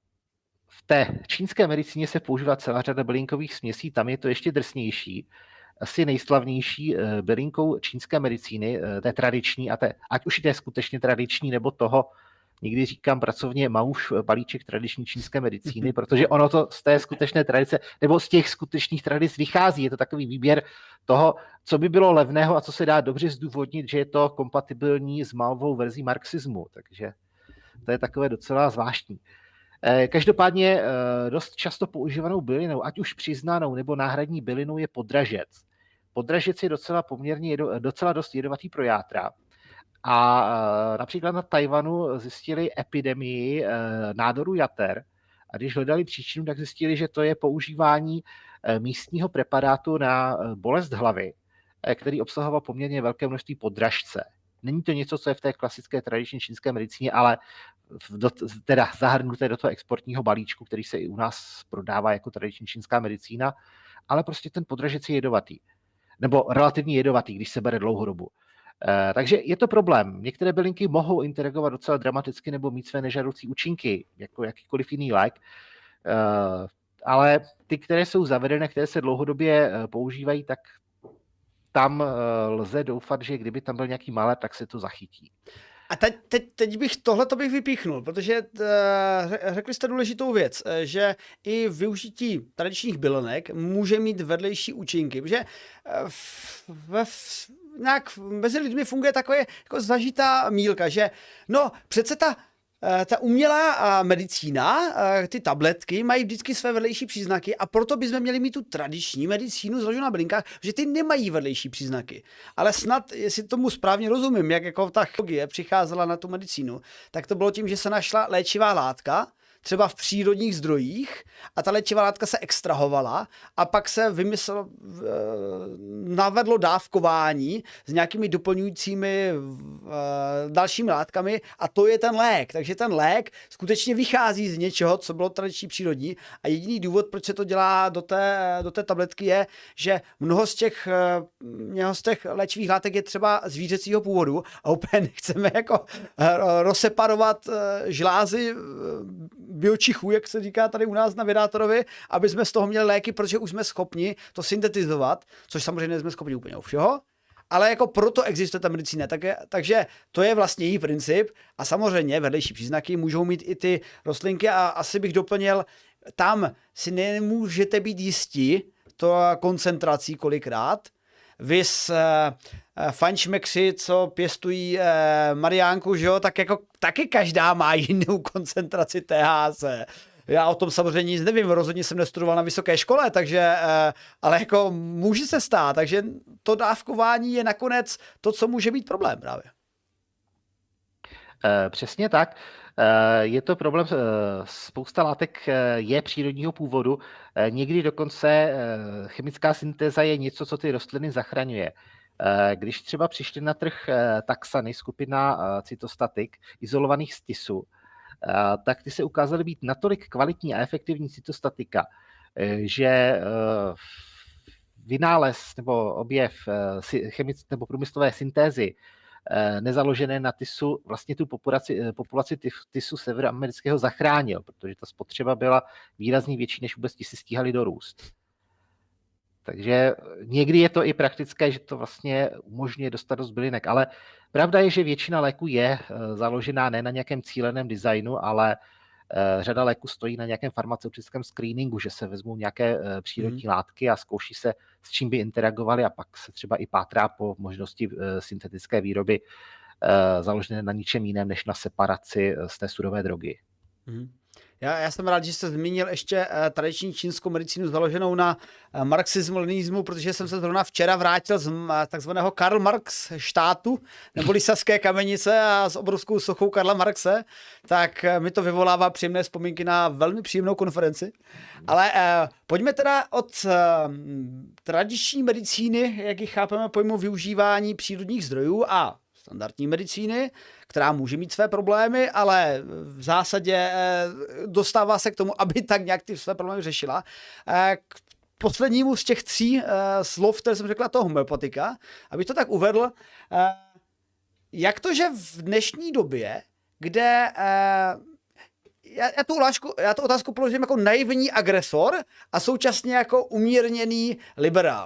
V té čínské medicíně se používá celá řada bylinkových směsí, tam je to ještě drsnější. asi nejslavnější bylinkou čínské medicíny, té tradiční, a té, ať už je té skutečně tradiční, nebo toho, někdy říkám pracovně Mauš balíček tradiční čínské medicíny, protože ono to z té skutečné tradice, nebo z těch skutečných tradic vychází. Je to takový výběr toho, co by bylo levného a co se dá dobře zdůvodnit, že je to kompatibilní s Maovou verzí marxismu. Takže to je takové docela zvláštní. Každopádně dost často používanou bylinou, ať už přiznanou nebo náhradní bylinou, je podražec. Podražec je docela poměrně jedo, docela dost jedovatý pro játra. A například na Tajvanu zjistili epidemii nádoru jater a když hledali příčinu, tak zjistili, že to je používání místního preparátu na bolest hlavy, který obsahoval poměrně velké množství podražce. Není to něco, co je v té klasické tradiční čínské medicíně, ale do, teda zahrnuté do toho exportního balíčku, který se i u nás prodává jako tradiční čínská medicína, ale prostě ten podražec je jedovatý. Nebo relativně jedovatý, když se bere dlouhodobu. E, takže je to problém. Některé bylinky mohou interagovat docela dramaticky nebo mít své nežádoucí účinky, jako jakýkoliv jiný lék, e, ale ty, které jsou zavedené, které se dlouhodobě používají, tak tam lze doufat, že kdyby tam byl nějaký malér, tak se to zachytí. A teď, teď, teď bych tohleto bych vypíchnul, protože řekli jste důležitou věc, že i využití tradičních bylinek může mít vedlejší účinky, protože v, v, nějak mezi lidmi funguje takové jako zažitá mýlka, že no přece ta ta umělá medicína, ty tabletky mají vždycky své vedlejší příznaky a proto bychom měli mít tu tradiční medicínu založenou na bylinkách, že ty nemají vedlejší příznaky. Ale snad, jestli tomu správně rozumím, jak jako ta chirurgie přicházela na tu medicínu, tak to bylo tím, že se našla léčivá látka, třeba v přírodních zdrojích a ta léčivá látka se extrahovala a pak se vymyslelo, navedlo dávkování s nějakými doplňujícími dalšími látkami a to je ten lék. Takže ten lék skutečně vychází z něčeho, co bylo tradiční přírodní a jediný důvod, proč se to dělá do té, do té tabletky je, že mnoho z těch, mnoho z těch léčivých látek je třeba zvířecího původu a úplně nechceme jako rozseparovat žlázy biočichů, jak se říká tady u nás na Vědátorovi, aby jsme z toho měli léky, protože už jsme schopni to syntetizovat, což samozřejmě nejsme schopni úplně u všeho, ale jako proto existuje ta medicína. Tak je, takže to je vlastně její princip a samozřejmě vedlejší příznaky můžou mít i ty rostlinky a asi bych doplnil, tam si nemůžete být jistí to koncentrací kolikrát. Vys uh, fančmexy, co pěstují uh, Mariánku, že jo, tak jako taky každá má jinou koncentraci T H C. Já o tom samozřejmě nic nevím, rozhodně jsem nestudoval na vysoké škole, takže, uh, ale jako může se stát, takže to dávkování je nakonec to, co může být problém právě. Uh, přesně tak. Je to problém, spousta látek je přírodního původu, někdy dokonce chemická syntéza je něco, co ty rostliny zachraňuje. Když třeba přišly na trh taxany, skupina cytostatik, izolovaných z tisu, tak ty se ukázaly být natolik kvalitní a efektivní cytostatika, že vynález nebo objev chemické nebo průmyslové syntézy nezaložené na tisu, vlastně tu populaci, populaci tisu severoamerického zachránil, protože ta spotřeba byla výrazně větší, než vůbec tisy stíhaly dorůst. Takže někdy je to i praktické, že to vlastně umožňuje dostat dost bylinek, ale pravda je, že většina léků je založená ne na nějakém cíleném designu, ale řada léků stojí na nějakém farmaceutickém screeningu, že se vezmou nějaké přírodní mm. látky a zkouší se, s čím by interagovaly a pak se třeba i pátrá po možnosti syntetické výroby založené na ničem jiném, než na separaci z té surové drogy. Mm. Já, já jsem rád, že jste zmínil ještě uh, tradiční čínskou medicínu založenou na uh, marxismu, leninismu, protože jsem se zrovna včera vrátil z uh, takzvaného Karl Marx štátu, neboli Saské Kamenice a s obrovskou sochou Karla Marxe, tak uh, mi to vyvolává příjemné vzpomínky na velmi příjemnou konferenci. Ale uh, pojďme teda od uh, tradiční medicíny, jak ji chápeme pojmu využívání přírodních zdrojů a standardní medicíny, která může mít své problémy, ale v zásadě dostává se k tomu, aby tak nějak ty své problémy řešila. K poslednímu z těch tří slov, které jsem řekla, toho homeopatika, abych to tak uvedl, jak to, že v dnešní době, kde já, já, tu ulážku, já tu otázku položím jako naivní agresor a současně jako umírněný liberál.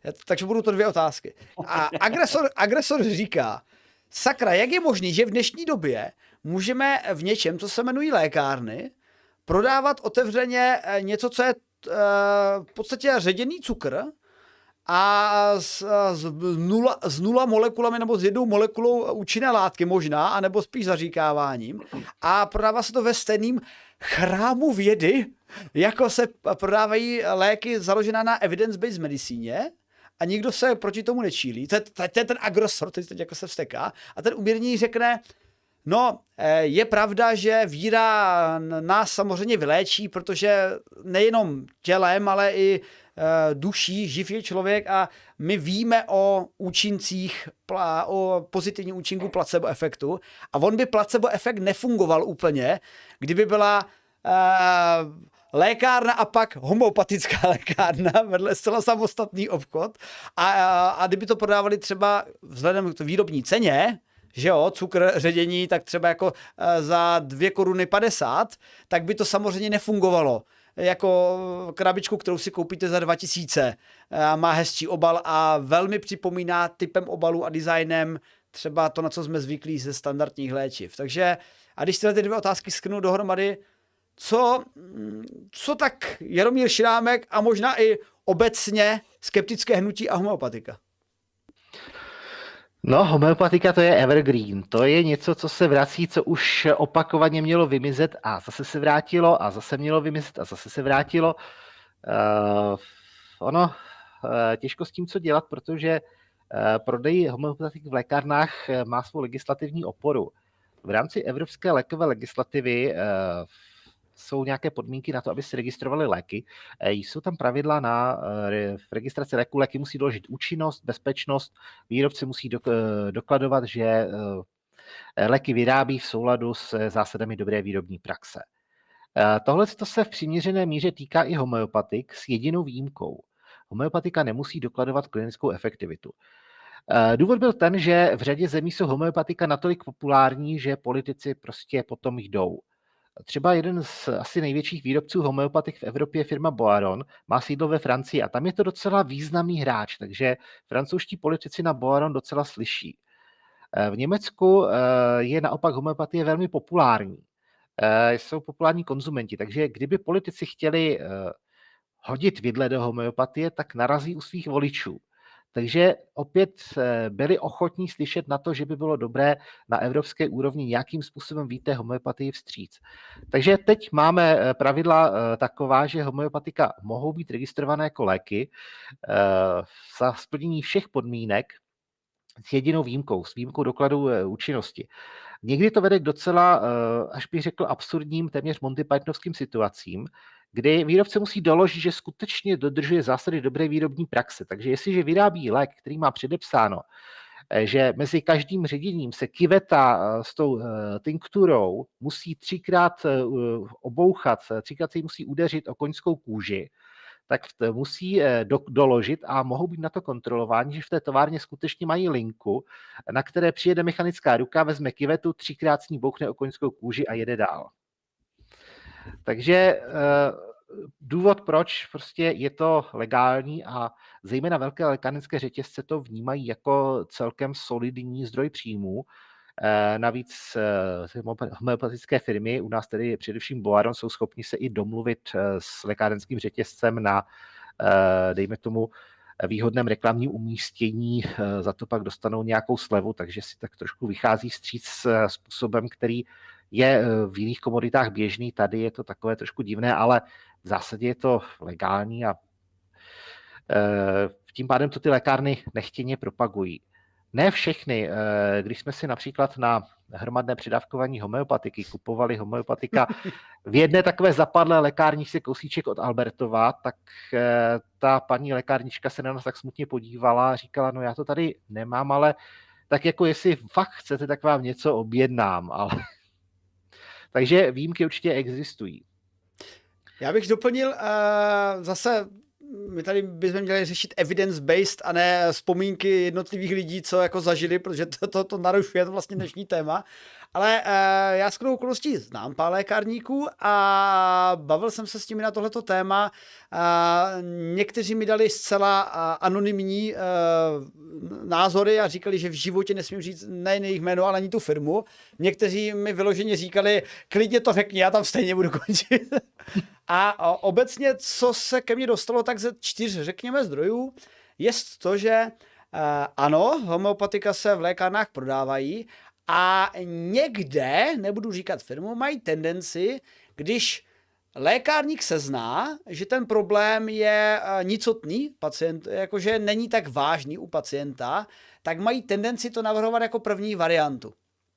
Takže budou to dvě otázky. A agresor, agresor říká, sakra, jak je možný, že v dnešní době můžeme v něčem, co se jmenují lékárny, prodávat otevřeně něco, co je v podstatě ředěný cukr a s, s, nula, s nula molekulami nebo s jednou molekulou účinné látky možná, anebo spíš zaříkáváním. A prodává se to ve stejném chrámu vědy, jako se prodávají léky založená na evidence-based medicíně a nikdo se proti tomu nečílí. To je, to je ten agresor, který teď jako se vsteká a ten umírněný řekne, no, je pravda, že víra nás samozřejmě vyléčí, protože nejenom tělem, ale i duší živ je člověk a my víme o účincích, o pozitivním účinku placebo efektu a on by placebo efekt nefungoval úplně, kdyby byla uh, lékárna a pak homeopatická lékárna vedle zcela samostatný obchod a, a, a kdyby to prodávali třeba vzhledem k výrobní ceně, že jo, cukr ředění, tak třeba jako za dvě koruny padesát, tak by to samozřejmě nefungovalo. Jako krabičku, kterou si koupíte za dva tisíce. Má hezčí obal a velmi připomíná typem obalu a designem třeba to, na co jsme zvyklí ze standardních léčiv. Takže, a když tyhle ty dvě otázky skrnu dohromady, co, co tak Jaromír Širámek a možná i obecně skeptické hnutí a homeopatika? No, homeopatika to je evergreen. To je něco, co se vrací, co už opakovaně mělo vymizet a zase se vrátilo a zase mělo vymizet a zase se vrátilo. Uh, ono, uh, těžko s tím, co dělat, protože uh, prodej homeopatiky v lékárnách má svou legislativní oporu. V rámci evropské lékové legislativy uh, jsou nějaké podmínky na to, aby se registrovaly léky. Jsou tam pravidla na registraci léku. Léky musí doložit účinnost, bezpečnost. Výrobce musí dokladovat, že léky vyrábí v souladu s zásadami dobré výrobní praxe. Tohle se v přiměřené míře týká i homeopatik s jedinou výjimkou. Homeopatika nemusí dokladovat klinickou efektivitu. Důvod byl ten, že v řadě zemí jsou homeopatika natolik populární, že politici prostě potom jdou. Třeba jeden z asi největších výrobců homeopatik v Evropě je firma Boiron, má sídlo ve Francii a tam je to docela významný hráč, takže francouzští politici na Boiron docela slyší. V Německu je naopak homeopatie velmi populární. Jsou populární konzumenti, takže kdyby politici chtěli hodit vidle do homeopatie, tak narazí u svých voličů. Takže opět byli ochotní slyšet na to, že by bylo dobré na evropské úrovni nějakým způsobem víte homeopatii vstříc. Takže teď máme pravidla taková, že homeopatika mohou být registrované jako léky za splnění všech podmínek s jedinou výjimkou, s výjimkou dokladu účinnosti. Někdy to vede k docela, až bych řekl, absurdním, téměř Monty Pythonovským situacím, kdy výrobce musí doložit, že skutečně dodržuje zásady dobré výrobní praxe. Takže jestliže vyrábí lék, který má předepsáno, že mezi každým ředěním se kyveta s tou tinkturou musí třikrát obouchat, třikrát se jí musí udeřit o koňskou kůži, tak musí do, doložit a mohou být na to kontrolováni, že v té továrně skutečně mají linku, na které přijede mechanická ruka, vezme kyvetu, třikrát s ní bouchne o koňskou kůži a jede dál. Takže důvod, proč prostě je to legální a zejména velké lékárnické řetězce to vnímají jako celkem solidní zdroj příjmů. Navíc homeopatické firmy, u nás tedy především Boiron, jsou schopni se i domluvit s lékárenským řetězcem na, dejme tomu, výhodném reklamním umístění, za to pak dostanou nějakou slevu, takže si tak trošku vychází vstříc způsobem, který je v jiných komoditách běžný, tady je to takové trošku divné, ale v zásadě je to legální a tím pádem to ty lékárny nechtěně propagují. Ne všechny, když jsme si například na hromadné předávkování homeopatiky kupovali homeopatika v jedné takové zapadlé lékárničce kousíček od Albertova, tak ta paní lékárnička se na nás tak smutně podívala a říkala, no já to tady nemám, ale tak jako jestli fakt chcete, tak vám něco objednám, ale... Takže výjimky určitě existují. Já bych doplnil uh, zase my tady bychom měli řešit evidence-based a ne vzpomínky jednotlivých lidí, co jako zažili, protože to, to, to narušuje to vlastně dnešní téma. Ale uh, já shodou okolností znám pár lékárníků a bavil jsem se s nimi na tohleto téma. Uh, někteří mi dali zcela uh, anonymní uh, názory a říkali, že v životě nesmím říct nejen jejich jméno, ale ani tu firmu. Někteří mi vyloženě říkali, klidně to řekni, já tam stejně budu končit. A uh, obecně, co se ke mně dostalo, tak ze čtyř, řekněme, zdrojů, je to, že uh, ano, homeopatika se v lékárnách prodávají, a někde, nebudu říkat firmu, mají tendenci, když lékárník sezná, že ten problém je nicotný, pacient, jakože není tak vážný u pacienta, tak mají tendenci to navrhovat jako první variantu.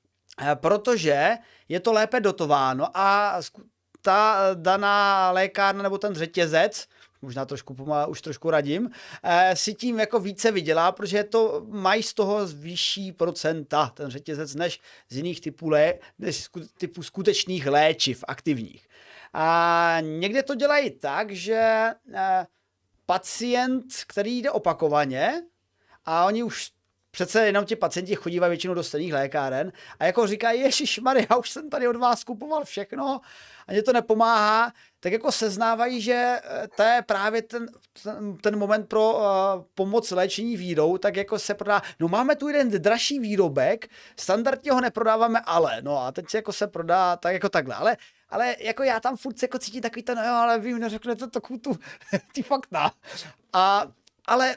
Protože je to lépe dotováno a ta daná lékárna nebo ten řetězec, možná trošku pomal, už trošku radím, eh, si tím jako více vydělá, protože to mají z toho vyšší procenta, ten řetězec, než z jiných typů, lé, než typů skutečných léčiv aktivních. A někde to dělají tak, že eh, pacient, který jde opakovaně, a oni už přece jenom ti pacienti chodívají většinou do stejných lékáren a jako říkají, ježišmarja, já už jsem tady od vás kupoval všechno a mě to nepomáhá, tak jako seznávají, že to je právě ten, ten, ten moment pro uh, pomoc léčení vírou, tak jako se prodá, no máme tu jeden dražší výrobek, standardně ho neprodáváme, ale, no a teď se jako se prodá tak jako takhle, ale ale jako já tam furt jako cítím takový ten, no jo, ale vy mi neřeknete takovou tu, ty fakta. A, ale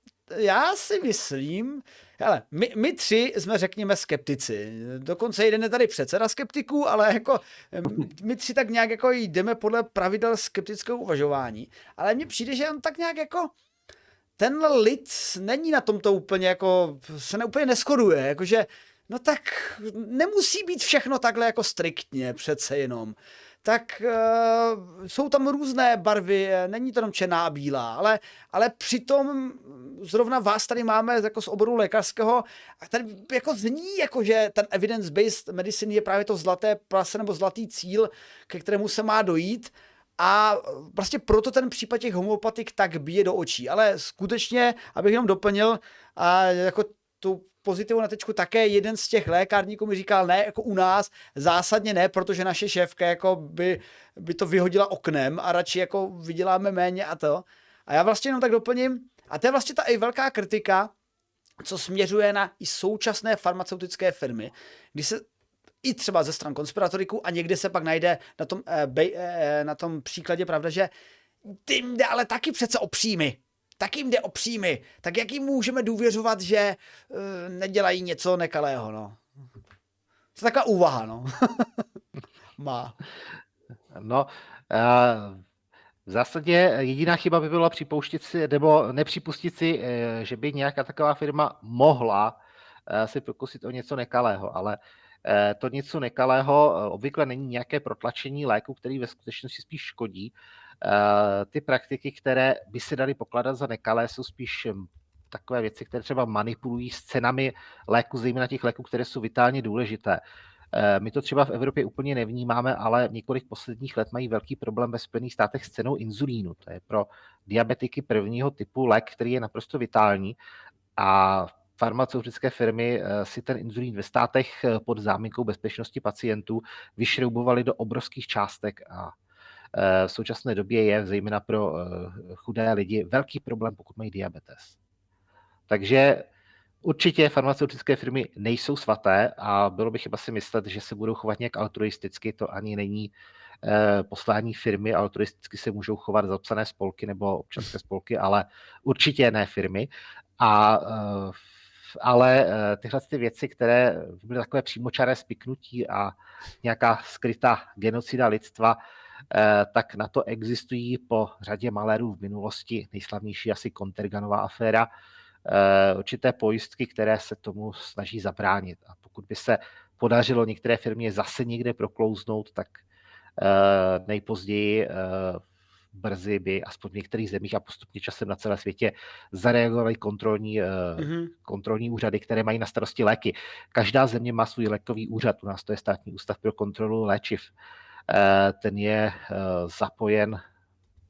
já si myslím, hele, my, my tři jsme, řekněme, skeptici. Dokonce jeden je tady předseda skeptiků, ale jako my tři tak nějak jako jdeme podle pravidel skeptického uvažování. Ale mně přijde, že on tak nějak jako ten lid není na tomto úplně jako, se ne, úplně neshoduje, jakože no tak nemusí být všechno takhle jako striktně přece jenom. Tak uh, jsou tam různé barvy, není to jenom černá a bílá, ale, ale přitom zrovna vás tady máme jako z oboru lékařského a tady jako zní, jako že ten evidence-based medicine je právě to zlaté prase nebo zlatý cíl, ke kterému se má dojít a prostě proto ten případ těch homeopatik tak bije do očí, ale skutečně, abych jenom doplnil, a jako tu pozitivou na tečku také jeden z těch lékárníků mi říkal, ne, jako u nás zásadně ne, protože naše šéfka jako by, by to vyhodila oknem a radši jako vyděláme méně a to. A já vlastně jenom tak doplním, a to je vlastně ta i velká kritika, co směřuje na i současné farmaceutické firmy, kdy se i třeba ze stran konspiratoriků a někde se pak najde na tom, eh, bej, eh, na tom příkladě, pravda, že tím jde ale taky přece o příjmy. Tak jim jde o příjmy. Tak jak jim můžeme důvěřovat, že uh, nedělají něco nekalého, no. To je taková úvaha, no. Má. No, uh, v zásadě jediná chyba by byla připouštět si, nebo nepřipustit si, uh, že by nějaká taková firma mohla uh, si pokusit o něco nekalého, ale uh, to něco nekalého uh, obvykle není nějaké protlačení léku, který ve skutečnosti spíš škodí. Uh, ty praktiky, které by se daly pokládat za nekalé, jsou spíš um, takové věci, které třeba manipulují s cenami léku, zejména těch léků, které jsou vitálně důležité. Uh, my to třeba v Evropě úplně nevnímáme, ale několik posledních let mají velký problém ve Spojených státech s cenou inzulínu. To je pro diabetiky prvního typu lék, který je naprosto vitální a farmaceutické firmy si ten inzulín ve státech pod záminkou bezpečnosti pacientů vyšroubovaly do obrovských částek a v současné době je zejména pro chudé lidi velký problém, pokud mají diabetes. Takže určitě farmaceutické firmy nejsou svaté a bylo by chyba si myslet, že se budou chovat nějak altruisticky, to ani není poslání firmy, altruisticky se můžou chovat zapsané spolky nebo občanské spolky, ale určitě ne firmy. A, ale tyhle ty věci, které byly takové přímočaré spiknutí a nějaká skrytá genocida lidstva, tak na to existují po řadě malérů v minulosti, nejslavnější asi Conterganova aféra, určité pojistky, které se tomu snaží zabránit. A pokud by se podařilo některé firmě zase někde proklouznout, tak nejpozději brzy by aspoň v některých zemích a postupně časem na celé světě zareagovaly kontrolní, mm-hmm. kontrolní úřady, které mají na starosti léky. Každá země má svůj lékový úřad, u nás to je Státní ústav pro kontrolu léčiv. Ten je zapojen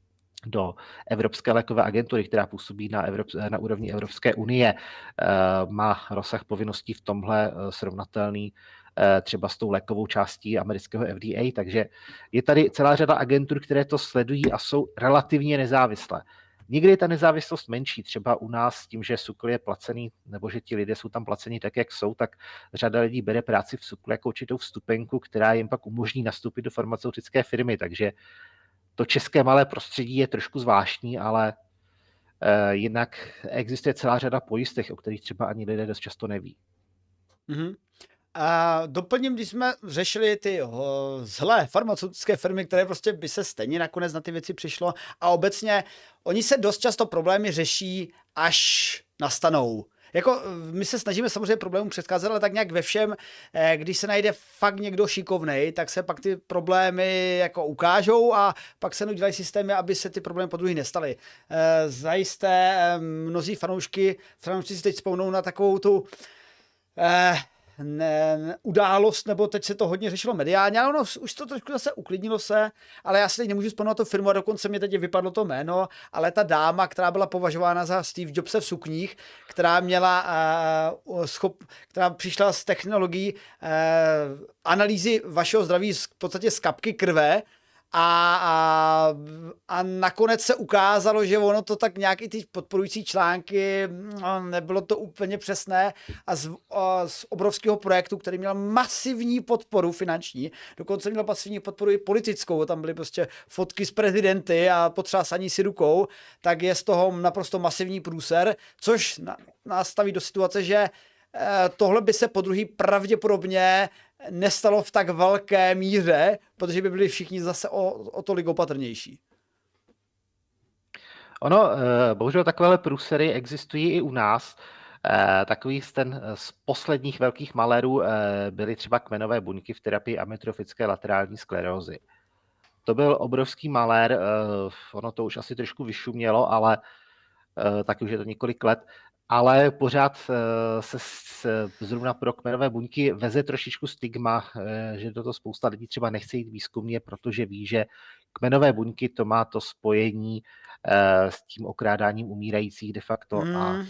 do Evropské lékové agentury, která působí na, Evrop- na úrovni Evropské unie, má rozsah povinností v tomhle srovnatelný třeba s tou lékovou částí amerického F D A, takže je tady celá řada agentur, které to sledují a jsou relativně nezávislé. Někdy je ta nezávislost menší, třeba u nás tím, že SÚKL je placený, nebo že ti lidé jsou tam placení tak, jak jsou, tak řada lidí bere práci v SÚKL jako určitou vstupenku, která jim pak umožní nastoupit do farmaceutické firmy, takže to české malé prostředí je trošku zvláštní, ale eh, jinak existuje celá řada pojistek, o kterých třeba ani lidé dost často neví. Mm-hmm. A doplním, když jsme řešili ty ho, zlé farmaceutické firmy, které prostě by se stejně nakonec na ty věci přišlo a obecně oni se dost často problémy řeší, až nastanou. Jako my se snažíme samozřejmě problémům předcházet, ale tak nějak ve všem, když se najde fakt někdo šikovnej, tak se pak ty problémy jako ukážou a pak se udělají systémy, aby se ty problémy po druhý nestaly. Zajisté mnozí fanoušky, fanoušci si teď vzpomnou na takovou tu eh, Ne, ne, událost, nebo teď se to hodně řešilo mediálně, ale ono už to trošku zase uklidnilo se, ale já si teď nemůžu vzpomenout tu firmu a dokonce mě teď vypadlo to jméno, ale ta dáma, která byla považována za Steve Jobse v sukních, která měla uh, schop, která přišla z technologií uh, analýzy vašeho zdraví v podstatě z kapky krve, A, a, a nakonec se ukázalo, že ono to tak nějak i ty podporující články, nebylo to úplně přesné a z, a z obrovského projektu, který měl masivní podporu finanční, dokonce měl masivní podporu i politickou, tam byly prostě fotky s prezidenty a potřásaní si rukou, tak je z toho naprosto masivní průser, což nás staví do situace, že tohle by se podruhý pravděpodobně nestalo v tak velké míře, protože by byli všichni zase o, o tolik opatrnější. Ono, bohužel takovéhle průsery existují i u nás. Takový ten z posledních velkých malérů byly třeba kmenové buňky v terapii amyotrofické laterální sklerózy. To byl obrovský malér, ono to už asi trošku vyšumělo, ale taky už je to několik let, ale pořád se zrovna pro kmenové buňky veze trošičku stigma, že toto spousta lidí třeba nechce jít výzkumně, protože ví, že kmenové buňky to má to spojení s tím okrádáním umírajících de facto mm. a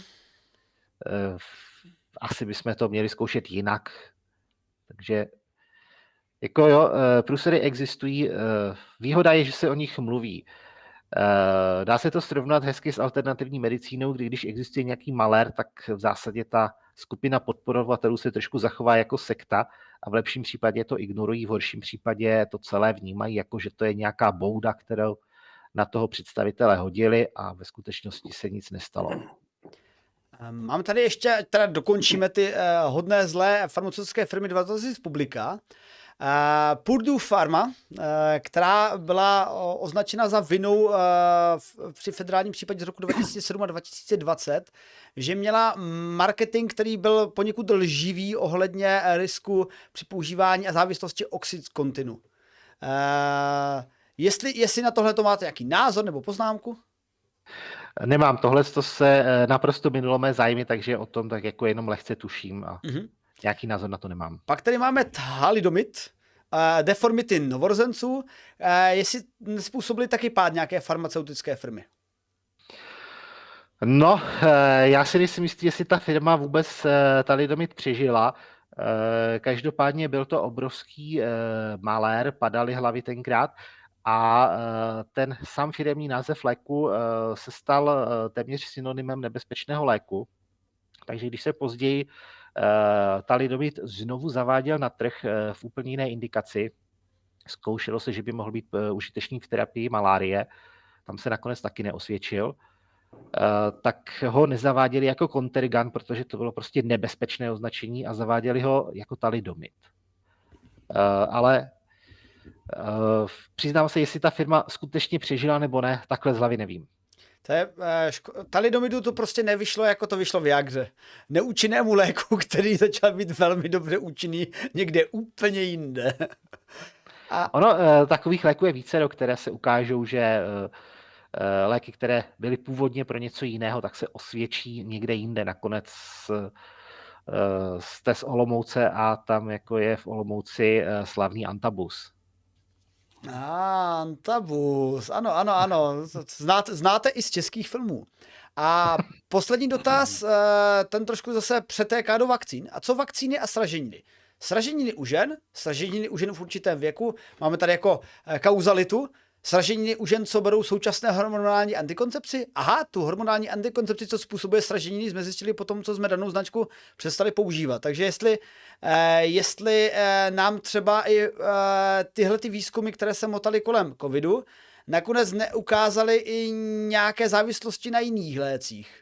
asi bychom to měli zkoušet jinak. Takže jako jo, průsery existují, výhoda je, že se o nich mluví. Dá se to srovnat hezky s alternativní medicínou, kdy když existuje nějaký malér, tak v zásadě ta skupina podporovatelů se trošku zachová jako sekta a v lepším případě to ignorují, v horším případě to celé vnímají jako, že to je nějaká bouda, kterou na toho představitele hodili a ve skutečnosti se nic nestalo. Mám tady ještě, teda dokončíme ty uh, hodné zlé farmaceutické firmy dvacet z publika. Uh, Purdue Pharma, uh, která byla uh, označena za vinu uh, v, při federálním případě z roku dva tisíce sedm a dva tisíce dvacet, že měla marketing, který byl poněkud lživý ohledně risku při používání a závislosti OxyContinu. Uh, jestli, jestli na tohle to máte nějaký názor nebo poznámku? Nemám, tohle to se naprosto minulo mé zájmy, takže o tom tak jako jenom lehce tuším a mm-hmm. nějaký názor na to nemám. Pak tady máme thalidomid, uh, deformity novorozenců, uh, jestli způsobili taky pád nějaké farmaceutické firmy. No, uh, já si nejsem jistý, jestli ta firma vůbec uh, thalidomid přežila. Uh, každopádně byl to obrovský uh, malér, padaly hlavy tenkrát. A ten sám firemní název léku se stal téměř synonymem nebezpečného léku. Takže když se později thalidomid znovu zaváděl na trh v úplně jiné indikaci, zkoušelo se, že by mohl být užitečný v terapii malárie, tam se nakonec taky neosvědčil, tak ho nezaváděli jako Contergan, protože to bylo prostě nebezpečné označení a zaváděli ho jako thalidomid. Ale Uh, přiznám se, jestli ta firma skutečně přežila nebo ne, takhle z hlavy nevím. To je, uh, ško- thalidomidu to prostě nevyšlo, jako to vyšlo v Jagře. Neúčinnému léku, který začal být velmi dobře účinný někde úplně jinde. A... Ono uh, takových léků je více, do které se ukážou, že uh, uh, léky, které byly původně pro něco jiného, tak se osvědčí někde jinde. Nakonec uh, jste z Olomouce a tam jako je v Olomouci uh, slavný Antabus. Ah, Antabus, ano, ano, ano, znáte, znáte i z českých filmů. A poslední dotaz, ten trošku zase přetéká do vakcín. A co vakcíny a sraženiny? Sraženiny u žen, sraženiny u žen v určitém věku, máme tady jako kauzalitu, sraženiny u žen, co berou současné hormonální antikoncepci. Aha, tu hormonální antikoncepci, co způsobuje sraženiny, jsme zjistili po tom, co jsme danou značku přestali používat. Takže jestli, eh, jestli eh, nám třeba i eh, tyhle ty výzkumy, které se motaly kolem covidu, nakonec neukázaly i nějaké závislosti na jiných lécích.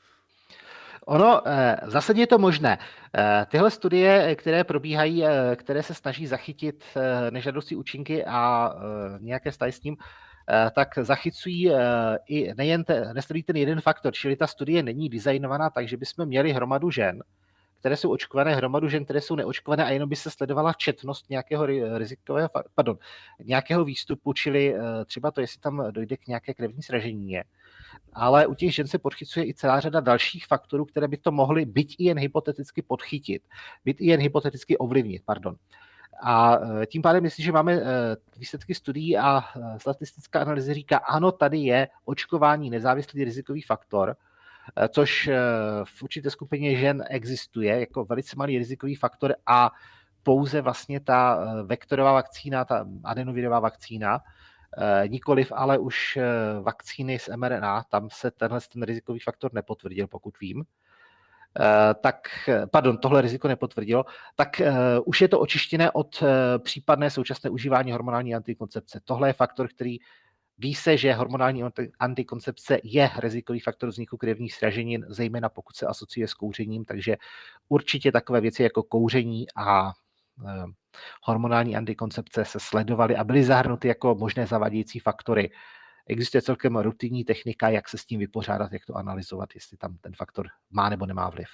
Ono, v zásadě je to možné. Tyhle studie, které probíhají, které se snaží zachytit nežádoucí účinky a nějaké vztahy s tím, tak zachycují i nejen ten, nesledují ten jeden faktor, čili ta studie není designovaná tak, že bychom měli hromadu žen, které jsou očkované, hromadu žen, které jsou neočkované a jenom by se sledovala četnost nějakého rizikového, pardon, nějakého výstupu, čili třeba to, jestli tam dojde k nějaké krevní sraženině. Ale u těch žen se podchycuje i celá řada dalších faktorů, které by to mohly byť i jen hypoteticky podchytit, byť i jen hypoteticky ovlivnit, pardon. A tím pádem, jestliže máme výsledky studií a statistická analýza říká, ano, tady je očkování nezávislý rizikový faktor, což v určité skupině žen existuje jako velice malý rizikový faktor a pouze vlastně ta vektorová vakcína, ta adenovirová vakcína, nikoliv ale už vakcíny s em er en á, tam se tenhle ten rizikový faktor nepotvrdil, pokud vím. Tak, pardon, tohle riziko nepotvrdilo, tak uh, už je to očištěné od uh, případné současné užívání hormonální antikoncepce. Tohle je faktor, který ví se, že hormonální antikoncepce je rizikový faktor vzniku krevních sraženin, zejména pokud se asociuje s kouřením, takže určitě takové věci jako kouření a uh, hormonální antikoncepce se sledovaly a byly zahrnuty jako možné zavádějící faktory. Existuje celkem rutinní technika, jak se s tím vypořádat, jak to analyzovat, jestli tam ten faktor má nebo nemá vliv.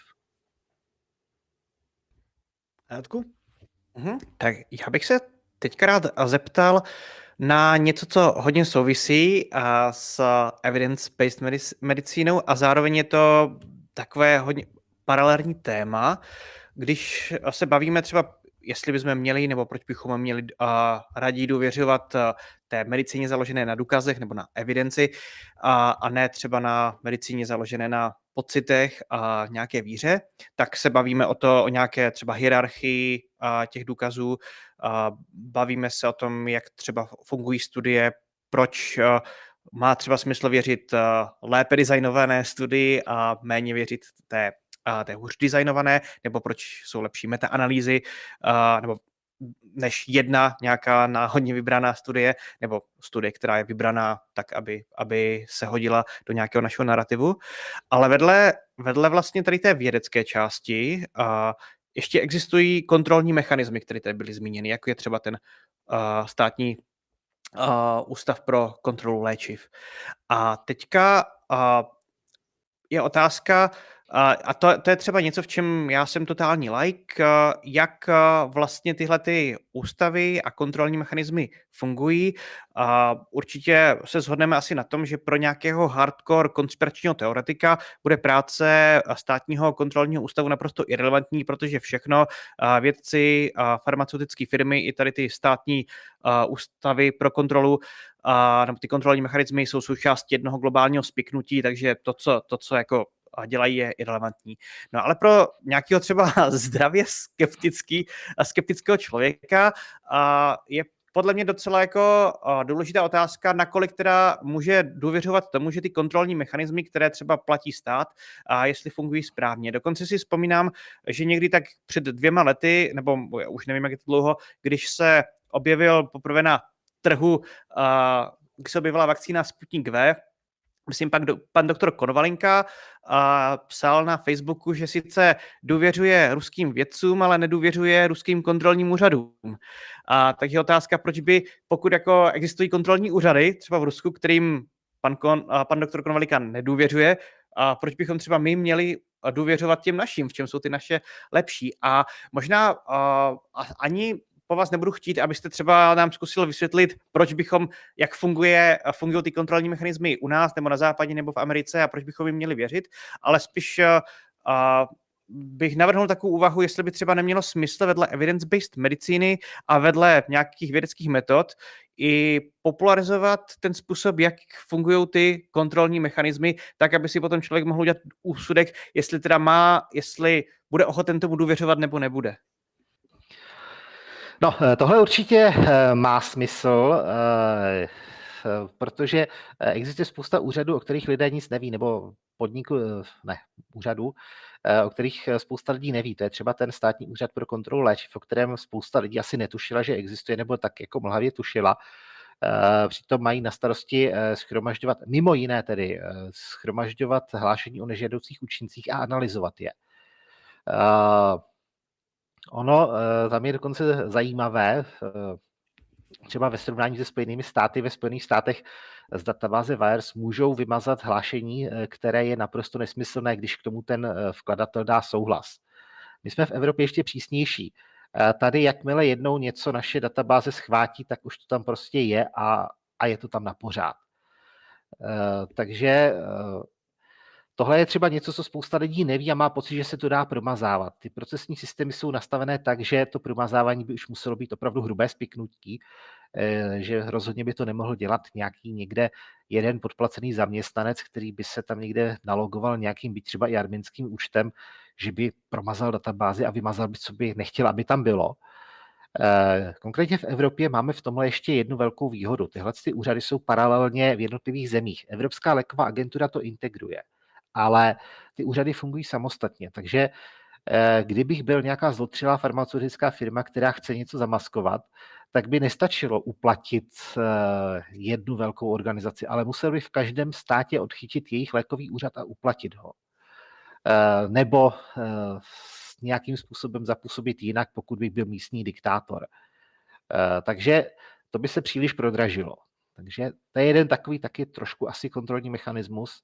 Játku? Mhm. Tak já bych se teďka rád zeptal na něco, co hodně souvisí s evidence-based medicínou a zároveň je to takové hodně paralelní téma, když se bavíme třeba, jestli bychom měli, nebo proč bychom měli uh, raději důvěřovat uh, té medicíně založené na důkazech nebo na evidenci uh, a ne třeba na medicíně založené na pocitech a nějaké víře, tak se bavíme o to, o nějaké třeba hierarchii uh, těch důkazů, uh, bavíme se o tom, jak třeba fungují studie, proč uh, má třeba smysl věřit uh, lépe designované studii a méně věřit té a té hůř designované, nebo proč jsou lepší metaanalýzy, uh, nebo než jedna nějaká náhodně vybraná studie, nebo studie, která je vybraná tak, aby, aby se hodila do nějakého našeho narrativu. Ale vedle, vedle vlastně tady té vědecké části uh, ještě existují kontrolní mechanismy, které tady byly zmíněny, jako je třeba ten uh, státní uh, ústav pro kontrolu léčiv. A teďka uh, je otázka, a to, to je třeba něco, v čem já jsem totální like, jak vlastně tyhle ty ústavy a kontrolní mechanismy fungují. Určitě se shodneme asi na tom, že pro nějakého hardcore konspiračního teoretika bude práce státního kontrolního ústavu naprosto irelevantní, protože všechno vědci, farmaceutické firmy i tady ty státní ústavy pro kontrolu nebo ty kontrolní mechanismy jsou součástí jednoho globálního spiknutí, takže to, co, to, co jako dělají, je irelevantní. No ale pro nějakého třeba zdravě skeptický, skeptického člověka je podle mě docela jako důležitá otázka, nakolik teda může důvěřovat tomu, že ty kontrolní mechanismy, které třeba platí stát, a jestli fungují správně. Dokonce si vzpomínám, že někdy tak před dvěma lety, nebo už nevím, jak je to dlouho, když se objevil poprvé na trhu, když se objevila vakcína Sputnik V, myslím, pak do, pan doktor Konvalinka a psal na Facebooku, že sice důvěřuje ruským vědcům, ale nedůvěřuje ruským kontrolním úřadům. A takže otázka, proč by, pokud jako existují kontrolní úřady, třeba v Rusku, kterým pan, Kon, a pan doktor Konvalinka nedůvěřuje, a proč bychom třeba my měli důvěřovat těm našim, v čem jsou ty naše lepší. A možná a, a, ani po vás nebudu chtít, abyste třeba nám zkusil vysvětlit, proč bychom, jak funguje, fungují ty kontrolní mechanismy u nás, nebo na západě, nebo v Americe a proč bychom jim měli věřit, ale spíš uh, bych navrhnul takovou úvahu, jestli by třeba nemělo smysl vedle evidence-based medicíny a vedle nějakých vědeckých metod i popularizovat ten způsob, jak fungují ty kontrolní mechanismy, tak, aby si potom člověk mohl udělat úsudek, jestli teda má, jestli bude ochoten tomu důvěřovat nebo nebude. No, tohle určitě má smysl, protože existuje spousta úřadů, o kterých lidé nic neví, nebo podniků, ne, úřadů, o kterých spousta lidí neví. To je třeba ten státní úřad pro kontrolu léčiv, o kterém spousta lidí asi netušila, že existuje, nebo tak jako mlhavě tušila. Přitom mají na starosti shromažďovat, mimo jiné tedy, shromažďovat hlášení o nežádoucích účincích a analyzovat je. Ono tam je dokonce zajímavé, třeba ve srovnání se Spojenými státy, ve Spojených státech z databáze VIRES můžou vymazat hlášení, které je naprosto nesmyslné, když k tomu ten vkladatel dá souhlas. My jsme v Evropě ještě přísnější. Tady, jakmile jednou něco naše databáze schvátí, tak už to tam prostě je a, a je to tam na pořád. Takže tohle je třeba něco, co spousta lidí neví a má pocit, že se to dá promazávat. Ty procesní systémy jsou nastavené tak, že to promazávání by už muselo být opravdu hrubé spiknutí, že rozhodně by to nemohl dělat nějaký někde jeden podplacený zaměstnanec, který by se tam někde nalogoval nějakým byť třeba i adminským účtem, že by promazal databázi a vymazal by, co by nechtěl, aby tam bylo. Konkrétně v Evropě máme v tomhle ještě jednu velkou výhodu. Tyhle ty úřady jsou paralelně v jednotlivých zemích. Evropská léková agentura to integruje, ale ty úřady fungují samostatně, takže kdybych byl nějaká zlotřilá farmaceutická firma, která chce něco zamaskovat, tak by nestačilo uplatit jednu velkou organizaci, ale musel by v každém státě odchytit jejich lékový úřad a uplatit ho. Nebo nějakým způsobem zapůsobit jinak, pokud bych byl místní diktátor. Takže to by se příliš prodražilo. Takže to je jeden takový taky trošku asi kontrolní mechanismus.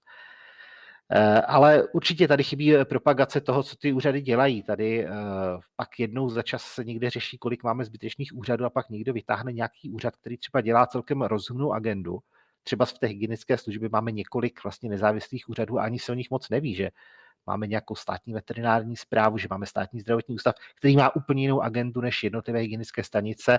Ale určitě tady chybí propagace toho, co ty úřady dělají. Tady pak jednou za čas se někde řeší, kolik máme zbytečných úřadů a pak někdo vytáhne nějaký úřad, který třeba dělá celkem rozumnou agendu. Třeba v té hygienické službě máme několik vlastně nezávislých úřadů a ani se o nich moc neví, že máme nějakou státní veterinární správu, že máme státní zdravotní ústav, který má úplně jinou agendu než jednotlivé hygienické stanice,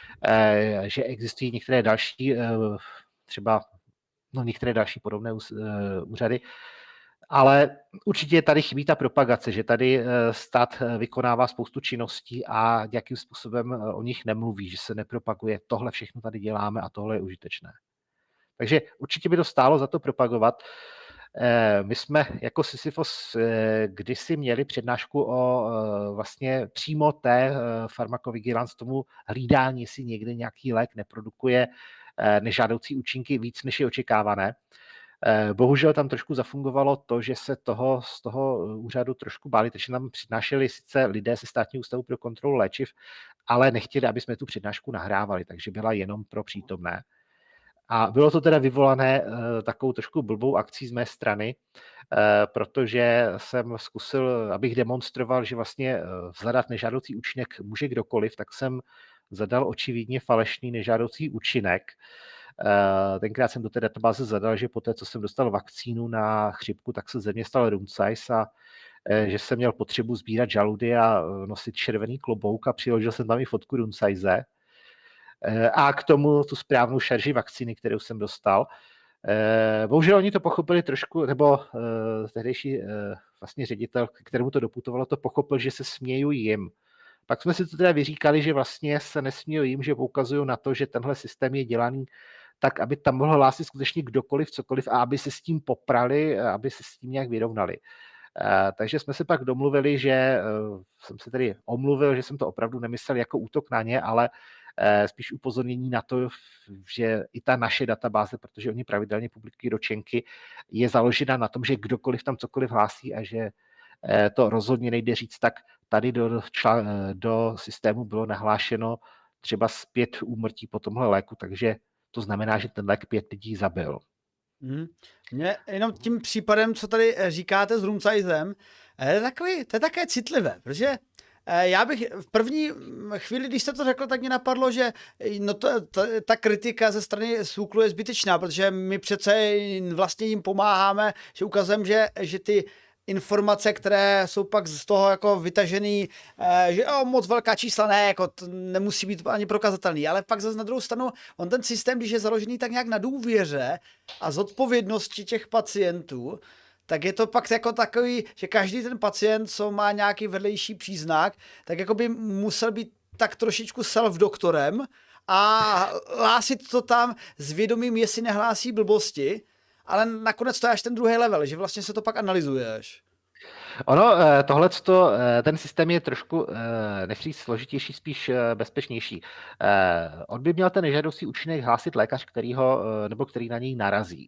že existují některé další, třeba no, některé další podobné úřady. Ale určitě tady chybí ta propagace, že tady stát vykonává spoustu činností a nějakým způsobem o nich nemluví, že se nepropaguje, tohle všechno tady děláme a tohle je užitečné. Takže určitě by to stálo za to propagovat. My jsme jako Sisyphos kdysi měli přednášku o vlastně přímo té farmakovigilance, tomu hlídání, jestli někde nějaký lék neprodukuje nežádoucí účinky víc, než je očekávané. Bohužel tam trošku zafungovalo to, že se toho, z toho úřadu trošku báli, takže nám přednášeli sice lidé ze Státního ústavu pro kontrolu léčiv, ale nechtěli, aby jsme tu přednášku nahrávali, takže byla jenom pro přítomné. A bylo to teda vyvolané takovou trošku blbou akcí z mé strany, protože jsem zkusil, abych demonstroval, že vlastně zadat nežádoucí účinek může kdokoliv, tak jsem zadal očividně falešný nežádoucí účinek. Tenkrát jsem do té databáze zadal, že poté, co jsem dostal vakcínu na chřipku, tak se ze mě stal room size a že jsem měl potřebu sbírat žaludy a nosit červený klobouk a přiložil jsem tam i fotku room size a k tomu tu správnou šarži vakcíny, kterou jsem dostal. Bohužel oni to pochopili trošku, nebo tehdejší vlastně ředitel, kterému to doputovalo, to pochopil, že se směju jim. Pak jsme si to teda vyříkali, že vlastně se nesmějí jim, že poukazují na to, že tenhle systém je dělaný tak, aby tam mohl hlásit skutečně kdokoliv, cokoliv a aby se s tím poprali, aby se s tím nějak vyrovnali. Takže jsme se pak domluvili, že jsem se tedy omluvil, že jsem to opravdu nemyslel jako útok na ně, ale spíš upozornění na to, že i ta naše databáze, protože oni pravidelně publikují ročenky, je založena na tom, že kdokoliv tam cokoliv hlásí a že to rozhodně nejde říct tak, tady do, čla, do systému bylo nahlášeno třeba z pět úmrtí po tomhle léku, takže to znamená, že ten lék pět lidí zabil. Hmm. Mě jenom tím případem, co tady říkáte s room sizem, je takový, to je také citlivé, protože já bych v první chvíli, když jste to řekl, tak mě napadlo, že no to, to, ta kritika ze strany SÚKLu je zbytečná, protože my přece vlastně jim pomáháme, že ukazujeme, že, že ty informace, které jsou pak z toho jako vytažený, že jo, moc velká čísla, ne, jako to nemusí být ani prokazatelný, ale pak zase na druhou stranu, on ten systém, když je založený tak nějak na důvěře a zodpovědnosti těch pacientů, tak je to pak jako takový, že každý ten pacient, co má nějaký vedlejší příznak, tak jako by musel být tak trošičku self-doktorem a hlásit to tam s vědomím, jestli nehlásí blbosti, ale nakonec to je až ten druhý level, že vlastně se to pak analyzuješ. Ono, tohleto, ten systém je trošku, nechci složitější, spíš bezpečnější. On by měl ten nežádoucí účinek hlásit lékař, který ho, nebo který na něj narazí.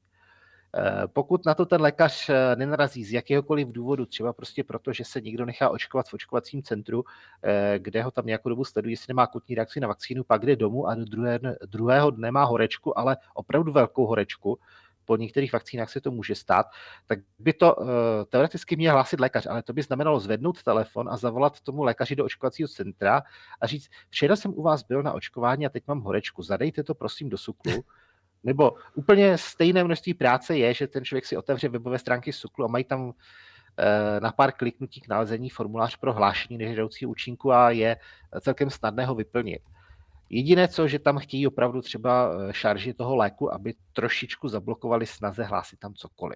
Pokud na to ten lékař nenarazí z jakéhokoliv důvodu, třeba prostě proto, že se někdo nechá očkovat v očkovacím centru, kde ho tam nějakou dobu sledují, jestli nemá akutní reakci na vakcínu, pak jde domů a do druhé, druhého dne má horečku, ale opravdu velkou horečku, po některých vakcínách se to může stát, tak by to uh, teoreticky měl hlásit lékař, ale to by znamenalo zvednout telefon a zavolat tomu lékaři do očkovacího centra a říct, včera jsem u vás byl na očkování a teď mám horečku, zadejte to prosím do SÚKLu. Nebo úplně stejné množství práce je, že ten člověk si otevře webové stránky SÚKLu a mají tam uh, na pár kliknutí k nalezení formulář pro hlášení nežádoucího účinku a je celkem snadné ho vyplnit. Jediné co, že tam chtějí opravdu třeba šarži toho léku, aby trošičku zablokovali snaze hlásit tam cokoliv.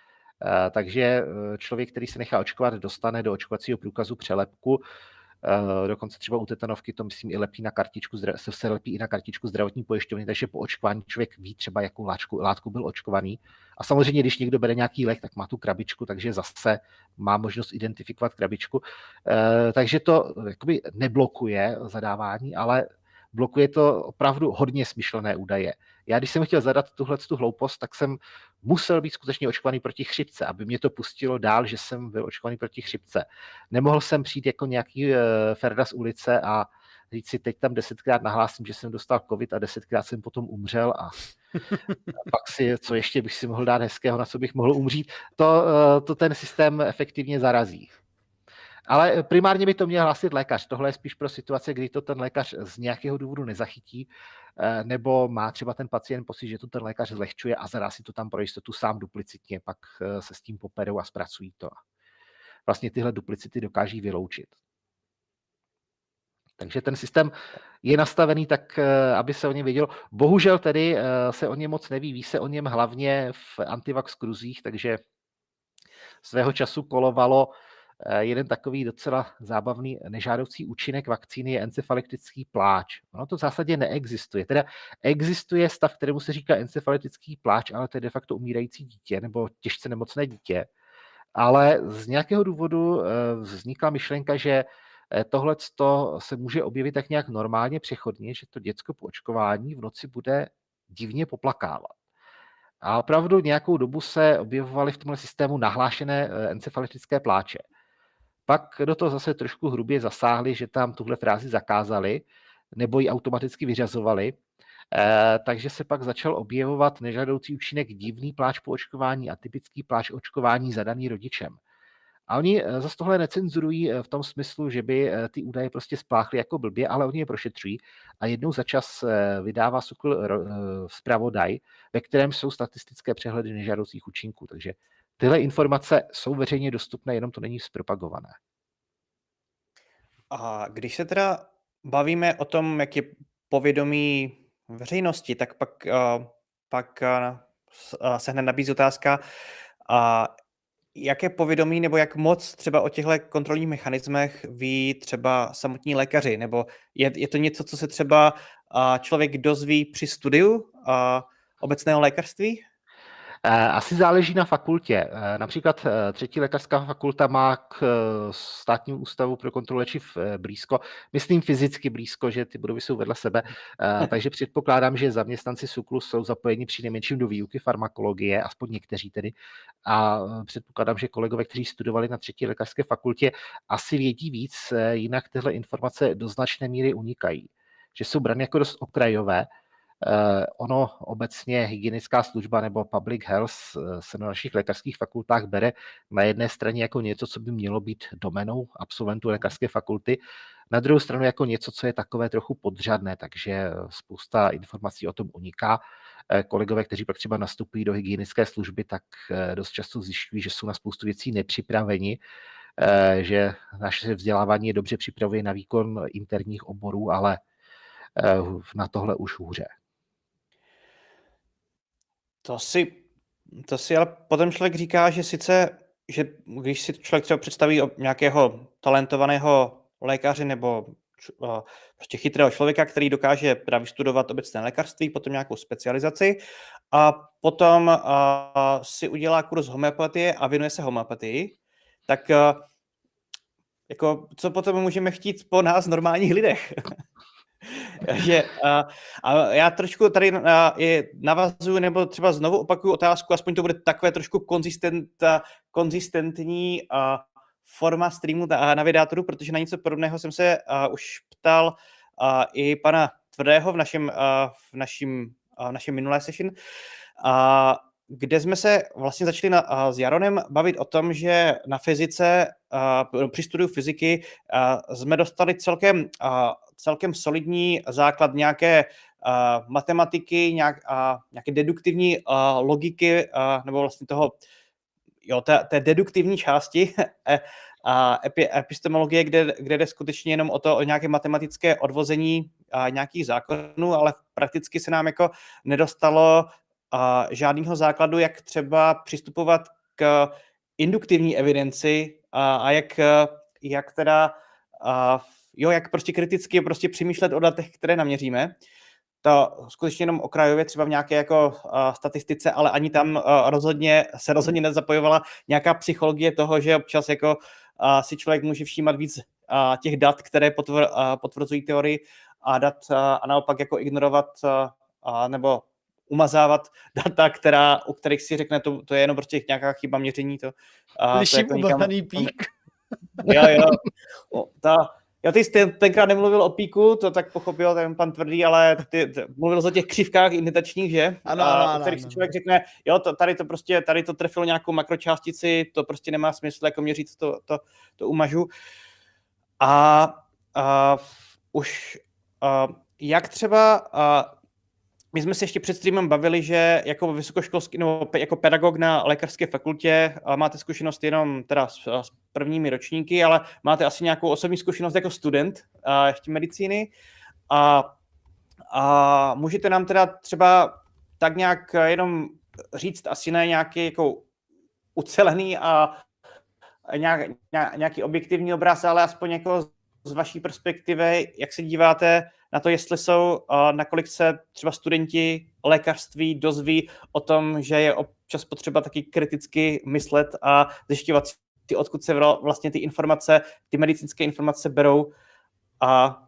Takže člověk, který se nechá očkovat, dostane do očkovacího průkazu přelepku, dokonce třeba u tetanovky to myslím i lepí na kartičku, se lepí i na kartičku zdravotní pojišťovny, takže po očkování člověk ví třeba, jakou látku, látku byl očkovaný. A samozřejmě, když někdo bere nějaký lék, tak má tu krabičku, takže zase má možnost identifikovat krabičku. Takže to jakoby neblokuje zadávání, ale blokuje to opravdu hodně smyšlené údaje. Já, když jsem chtěl zadat tuhle tu hloupost, tak jsem musel být skutečně očkovaný proti chřipce, aby mě to pustilo dál, že jsem byl očkovaný proti chřipce. Nemohl jsem přijít jako nějaký uh, Ferda z ulice a říct si, teď tam desetkrát nahlásím, že jsem dostal covid a desetkrát jsem potom umřel a, a pak si, co ještě bych si mohl dát hezkého, na co bych mohl umřít. To, uh, to ten systém efektivně zarazí. Ale primárně by to měl hlásit lékař. Tohle je spíš pro situace, kdy to ten lékař z nějakého důvodu nezachytí, nebo má třeba ten pacient pocit, že to ten lékař zlehčuje a zadá si to tam pro jistotu sám duplicitně, pak se s tím poperou a zpracují to. Vlastně tyhle duplicity dokáží vyloučit. Takže ten systém je nastavený tak, aby se o něm vědělo. Bohužel tedy se o něm moc neví, ví se o něm hlavně v antivax kruzích, takže svého času kolovalo jeden takový docela zábavný nežádoucí účinek vakcíny je encefalitický pláč. Ono to v zásadě neexistuje. Teda existuje stav, kterému se říká encefalitický pláč, ale to je de facto umírající dítě nebo těžce nemocné dítě. Ale z nějakého důvodu vznikla myšlenka, že tohle se může objevit tak nějak normálně přechodně, že to děcko po očkování v noci bude divně poplakávat. A opravdu nějakou dobu se objevovaly v tomhle systému nahlášené encefalitické pláče. Pak do toho zase trošku hrubě zasáhli, že tam tuhle frázi zakázali nebo ji automaticky vyřazovali. E, takže se pak začal objevovat nežádoucí účinek divný pláč po očkování a typický pláč očkování zadaný rodičem. A oni zase tohle necenzurují v tom smyslu, že by ty údaje prostě spláchli jako blbě, ale oni je prošetřují a jednou za čas vydává SÚKL zpravodaj, ve kterém jsou statistické přehledy nežádoucích účinků. Takže tyhle informace jsou veřejně dostupné, jenom to není zpropagované. A když se teda bavíme o tom, jak je povědomí veřejnosti, tak pak, uh, pak uh, se hned nabízí otázka, uh, jaké povědomí nebo jak moc třeba o těchto kontrolních mechanismech ví třeba samotní lékaři, nebo je, je to něco, co se třeba uh, člověk dozví při studiu uh, obecného lékařství? Asi záleží na fakultě. Například třetí lékařská fakulta má k Státnímu ústavu pro kontrolu léčiv blízko, myslím fyzicky blízko, že ty budovy jsou vedle sebe, takže předpokládám, že zaměstnanci SÚKLu jsou zapojeni přinejmenším do výuky farmakologie, aspoň někteří tedy, a předpokládám, že kolegové, kteří studovali na třetí lékařské fakultě, asi vědí víc, jinak tyhle informace do značné míry unikají, že jsou brany jako dost okrajové. Uh, ono obecně hygienická služba nebo public health se na našich lékařských fakultách bere na jedné straně jako něco, co by mělo být domenou absolventů lékařské fakulty, na druhou stranu jako něco, co je takové trochu podřadné, takže spousta informací o tom uniká. kolegové, kteří pak třeba nastupují do hygienické služby, tak dost často zjišťují, že jsou na spoustu věcí nepřipraveni, že naše vzdělávání je dobře připravuje na výkon interních oborů, ale na tohle už hůře. To si, to si ale potom člověk říká, že sice, že když si člověk třeba představí nějakého talentovaného lékaře nebo prostě chytrého člověka, který dokáže právě vystudovat obecné lékařství, potom nějakou specializaci a potom a, si udělá kurz homeopatie a věnuje se homeopatii, tak a, jako, co potom můžeme chtít po nás normálních lidech? že, a, a já trošku tady a, je, navazuju nebo třeba znovu opakuju otázku, aspoň to bude takové trošku konzistent, konzistentní a, forma streamu na Navigátoru, protože na něco podobného jsem se uh, už ptal uh, i pana Tvrdého v našem, uh, v našem, uh, v našem minulé session, uh, kde jsme se vlastně začali na, uh, s Jaronem bavit o tom, že na fyzice, uh, při studiu fyziky uh, jsme dostali celkem, uh, celkem solidní základ nějaké uh, matematiky, nějak, uh, nějaké deduktivní uh, logiky, uh, nebo vlastně toho Jo, té, té deduktivní části a epi, epistemologie, kde, kde jde skutečně jenom o to, o nějaké matematické odvození a nějakých zákonů, ale prakticky se nám jako nedostalo a, žádného základu, jak třeba přistupovat k induktivní evidenci a, a jak, jak teda a, jo, jak prostě kriticky prostě přemýšlet o datech, které naměříme. To skutečně jenom okrajově třeba v nějaké jako uh, statistice, ale ani tam uh, rozhodně se rozhodně nezapojovala nějaká psychologie toho, že občas jako uh, si člověk může všímat víc uh, těch dat, které potvr, uh, potvrzují teorii a dat uh, a naopak jako ignorovat uh, uh, nebo umazávat data, která, u kterých si řekne, to, to je jenom prostě nějaká chyba měření. To, uh, Liším to jako umazaný pík. Jo, jo. O, ta, Já ty jsi ten, tenkrát nemluvil o píku, to tak pochopil ten pan Tvrdý, ale ty, ty mluvil jsi o těch křivkách indentačních, že? Ano, a, ano, o kterých ano. si člověk řekne, jo, to, tady to prostě, tady to trefilo nějakou makročástici, to prostě nemá smysl jako měřit, to, to, to umažu. A, a už a, jak třeba, a, my jsme se ještě před streamem bavili, že jako vysokoškolský, nebo jako pedagog na lékařské fakultě máte zkušenost jenom teda s, s prvními ročníky, ale máte asi nějakou osobní zkušenost jako student a ještě medicíny. A, a můžete nám teda třeba tak nějak jenom říct, asi ne nějaký jako ucelený a nějak, nějaký objektivní obraz, ale aspoň jako z vaší perspektivy, jak se díváte na to, jestli jsou, nakolik se třeba studenti lékařství dozví o tom, že je občas potřeba taky kriticky myslet a zjišťovat si, odkud se vlastně ty informace, ty medicínské informace berou a,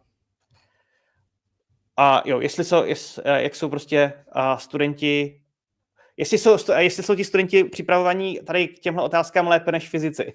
a jo, jestli jsou, jest, jak jsou prostě studenti, jestli jsou, jestli jsou ti studenti připravovaní tady k těmhle otázkám lépe než fyzici.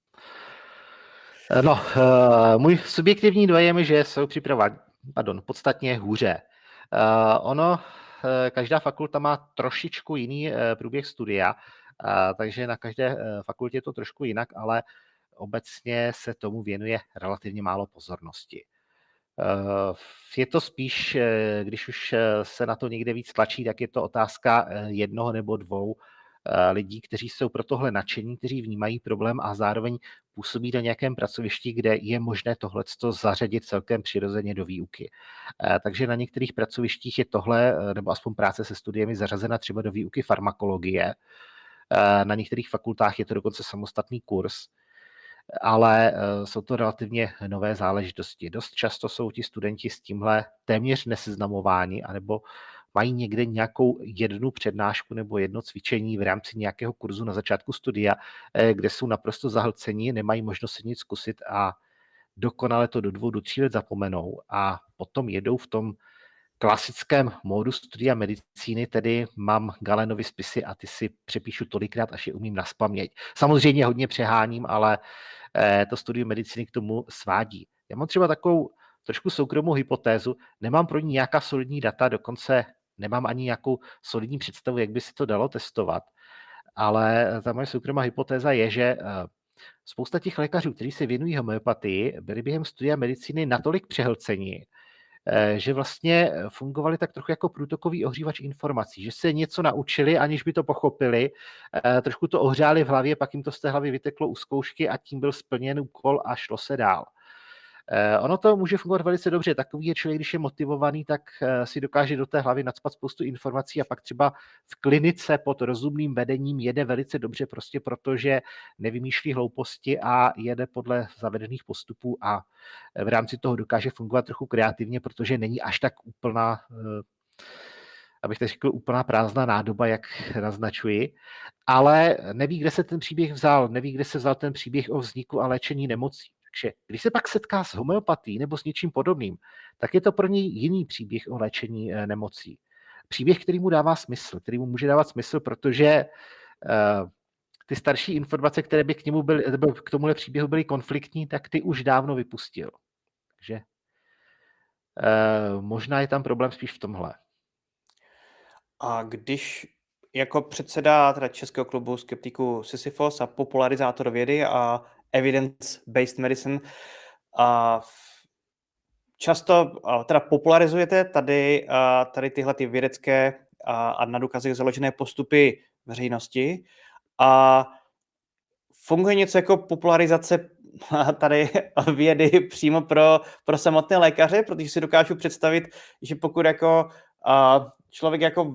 No, můj subjektivní dojem je, že jsou připravovaní Pardon, podstatně hůře. Uh, ono, uh, každá fakulta má trošičku jiný uh, průběh studia, uh, takže na každé uh, fakultě je to trošku jinak, ale obecně se tomu věnuje relativně málo pozornosti. Uh, je to spíš, uh, když už uh, se na to někde víc tlačí, tak je to otázka uh, jednoho nebo dvou lidí, kteří jsou pro tohle nadšení, kteří vnímají problém a zároveň působí na nějakém pracovišti, kde je možné tohleto zařadit celkem přirozeně do výuky. Takže na některých pracovištích je tohle, nebo aspoň práce se studiemi, zařazena třeba do výuky farmakologie. Na některých fakultách je to dokonce samostatný kurz, ale jsou to relativně nové záležitosti. Dost často jsou ti studenti s tímhle téměř neseznamováni, anebo mají někde nějakou jednu přednášku nebo jedno cvičení v rámci nějakého kurzu na začátku studia, kde jsou naprosto zahlceni, nemají možnost si nic zkusit a dokonale to do dvou, do tří let zapomenou a potom jedou v tom klasickém módu studia medicíny, tedy mám Galenovy spisy a ty si přepíšu tolikrát, až je umím nazpaměť. Samozřejmě hodně přeháním, ale to studium medicíny k tomu svádí. Já mám třeba takovou trošku soukromou hypotézu, nemám pro ní nějaká solidní data, dokonce nemám ani nějakou solidní představu, jak by se to dalo testovat, ale ta moje soukromá hypotéza je, že spousta těch lékařů, kteří se věnují homeopatii, byli během studia medicíny natolik přehlceni, že vlastně fungovali tak trochu jako průtokový ohřívač informací, že se něco naučili, aniž by to pochopili, trošku to ohřáli v hlavě, pak jim to z té hlavy vyteklo u zkoušky a tím byl splněn úkol a šlo se dál. Ono to může fungovat velice dobře. Takový je člověk, když je motivovaný, tak si dokáže do té hlavy nacpat spoustu informací a pak třeba v klinice pod rozumným vedením jede velice dobře, prostě protože nevymýšlí hlouposti a jede podle zavedených postupů a v rámci toho dokáže fungovat trochu kreativně, protože není až tak úplná, abych tak řekl, úplná prázdná nádoba, jak naznačuji, ale neví, kde se ten příběh vzal, neví, kde se vzal ten příběh o vzniku a léčení nemocí. Takže když se pak setká s homeopatií nebo s něčím podobným, tak je to pro něj jiný příběh o léčení nemocí. Příběh, který mu dává smysl, který mu může dávat smysl, protože uh, ty starší informace, které by k němu byly, nebo k tomuhle příběhu byly konfliktní, tak ty už dávno vypustil. Takže uh, možná je tam problém spíš v tomhle. A když jako předseda teda Českého klubu skeptiků Sisyphos a popularizátor vědy a evidence-based medicine, a často teda popularizujete tady, tady tyhle ty vědecké a na důkazech založené postupy veřejnosti. A funguje něco jako popularizace tady vědy přímo pro, pro samotné lékaře, protože si dokážu představit, že pokud jako člověk jako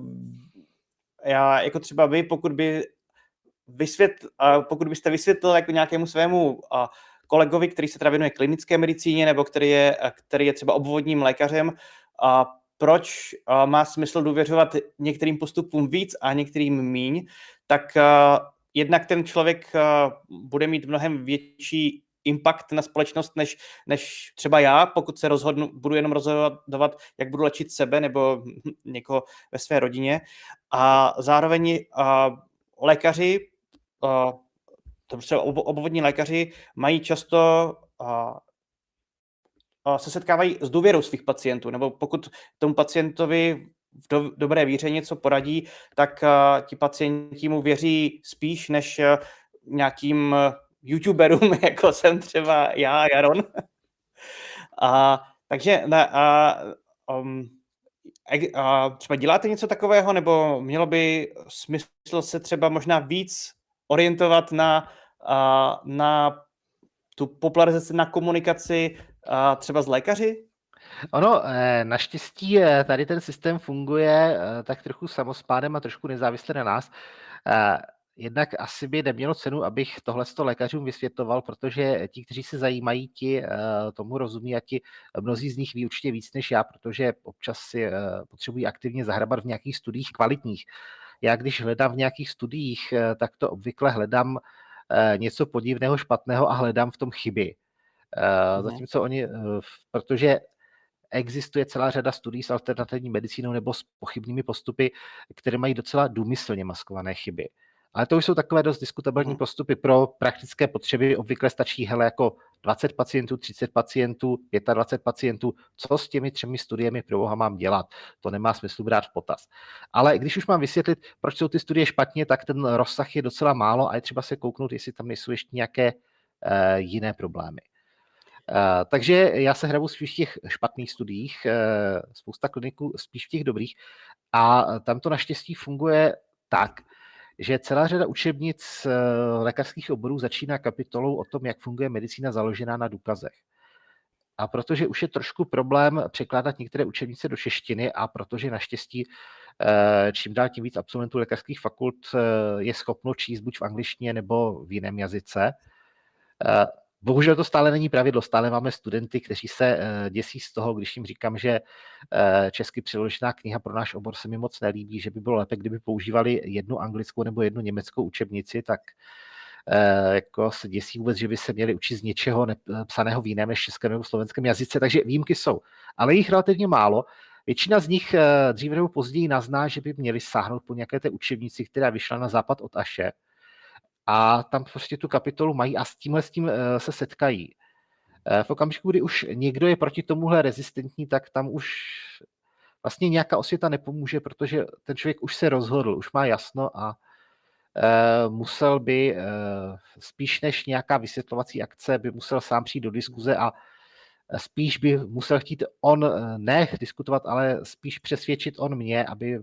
já, jako třeba vy, pokud by vysvětl, pokud byste vysvětlil jako nějakému svému kolegovi, který se teda věnuje klinické medicíně nebo který je, který je třeba obvodním lékařem, a proč má smysl důvěřovat některým postupům víc a některým míň, tak jednak ten člověk bude mít mnohem větší impact na společnost, než, než třeba já, pokud se rozhodnu, budu jenom rozhodovat, jak budu léčit sebe nebo někoho ve své rodině. A zároveň uh, lékaři, uh, třeba obvodní lékaři mají často, uh, uh, se setkávají s důvěrou svých pacientů, nebo pokud tomu pacientovi v do, dobré víře něco poradí, tak uh, ti pacienti mu věří spíš než uh, nějakým uh, youtuberům, jako jsem třeba já, Jaron. A, takže na, a, um, a třeba děláte něco takového, nebo mělo by smysl se třeba možná víc orientovat na, a, na tu popularizaci, na komunikaci a třeba s lékaři? Ono, naštěstí tady ten systém funguje tak trochu samospádem a trošku nezávisle na nás. Jednak asi by nemělo cenu, abych tohleto lékařům vysvětloval, protože ti, kteří se zajímají, ti tomu rozumí a ti mnozí z nich ví určitě víc než já, protože občas si potřebují aktivně zahrabat v nějakých studiích kvalitních. Já když hledám v nějakých studiích, tak to obvykle hledám něco podivného, špatného a hledám v tom chyby. Zatímco oni, protože existuje celá řada studií s alternativní medicínou nebo s pochybnými postupy, které mají docela důmyslně maskované chyby. Ale to už jsou takové dost diskutabilní postupy pro praktické potřeby. Obvykle stačí hele jako dvacet pacientů, třicet pacientů, dvacet pět pacientů. Co s těmi třemi studiemi pro boha mám dělat? To nemá smysl brát v potaz. Ale když už mám vysvětlit, proč jsou ty studie špatně, tak ten rozsah je docela málo a je třeba se kouknout, jestli tam nejsou ještě nějaké uh, jiné problémy. Uh, takže já se hrabu spíš v těch špatných studiích, uh, spousta kliniků spíš v těch dobrých a tam to naštěstí funguje tak, že celá řada učebnic lékařských oborů začíná kapitolou o tom, jak funguje medicína založená na důkazech. A protože už je trošku problém překládat některé učebnice do češtiny a protože naštěstí čím dál tím víc absolventů lékařských fakult je schopno číst buď v angličtině nebo v jiném jazyce. Bohužel to stále není pravidlo, stále máme studenty, kteří se děsí z toho, když jim říkám, že česky přeložená kniha pro náš obor se mi moc nelíbí, že by bylo lépe, kdyby používali jednu anglickou nebo jednu německou učebnici, tak jako se děsí vůbec, že by se měli učit z něčeho psaného v jiném než českém nebo slovenském jazyce, takže výjimky jsou, ale jich relativně málo. Většina z nich dříve nebo později nazná, že by měli sáhnout po nějaké té učebnici, která vyšla na západ od Aše. A tam prostě tu kapitolu mají a s tímhle s tím se setkají. V okamžiku, kdy už někdo je proti tomuhle rezistentní, tak tam už vlastně nějaká osvěta nepomůže, protože ten člověk už se rozhodl, už má jasno a musel by spíš než nějaká vysvětlovací akce, by musel sám přijít do diskuze a spíš by musel chtít on ne diskutovat, ale spíš přesvědčit on mě, aby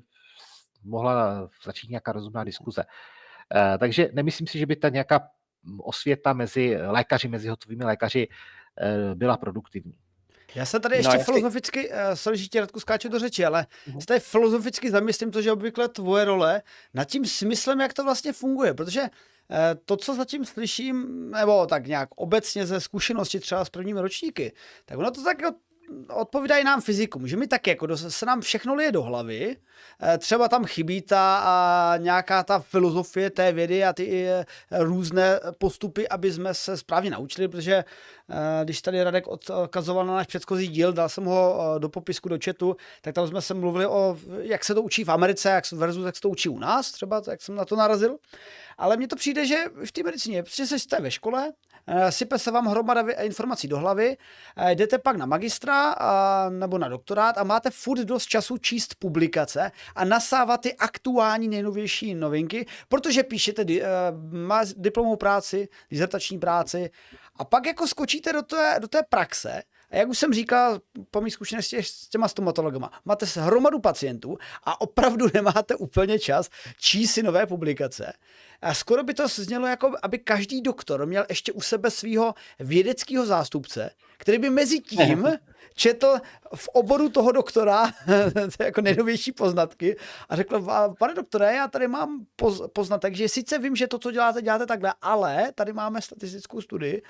mohla začít nějaká rozumná diskuze. Takže nemyslím si, že by ta nějaká osvěta mezi lékaři, mezi hotovými lékaři byla produktivní. Já se tady ještě no, filozoficky, uh, sorry, že ti Radku skáču do řeči, ale uh-huh. se tady filozoficky zamyslím, to, že obvykle tvoje role, nad tím smyslem, jak to vlastně funguje, protože uh, to, co zatím slyším, nebo tak nějak obecně ze zkušenosti třeba s prvními ročníky, tak ono to tak odpovídají nám fyzikům, že my taky jako se nám všechno lije do hlavy, třeba tam chybí ta a nějaká ta filozofie té vědy a ty různé postupy, aby jsme se správně naučili, protože když tady Radek odkazoval na náš předchozí díl, dal jsem ho do popisku, do chatu, tak tam jsme se mluvili o, jak se to učí v Americe, jak versus jak se to učí u nás, třeba, jak jsem na to narazil. Ale mně to přijde, že v té medicíně, protože jste ve škole, sype se vám hromada informací do hlavy, jdete pak na magistra a, nebo na doktorát a máte furt dost času číst publikace a nasávat ty aktuální nejnovější novinky, protože píšete di, má diplomovou práci, dizertační práci a pak jako skočíte do té, do té praxe. A jak už jsem říkal, po mých zkušenosti s těma stomatologama, máte hromadu pacientů a opravdu nemáte úplně čas číst si nové publikace. A skoro by to znělo, jako aby každý doktor měl ještě u sebe svého vědeckého zástupce, který by mezi tím četl v oboru toho doktora jako nejnovější poznatky a řekl, pane doktore, já tady mám poznatek, že sice vím, že to, co děláte, děláte takhle, ale tady máme statistickou studii.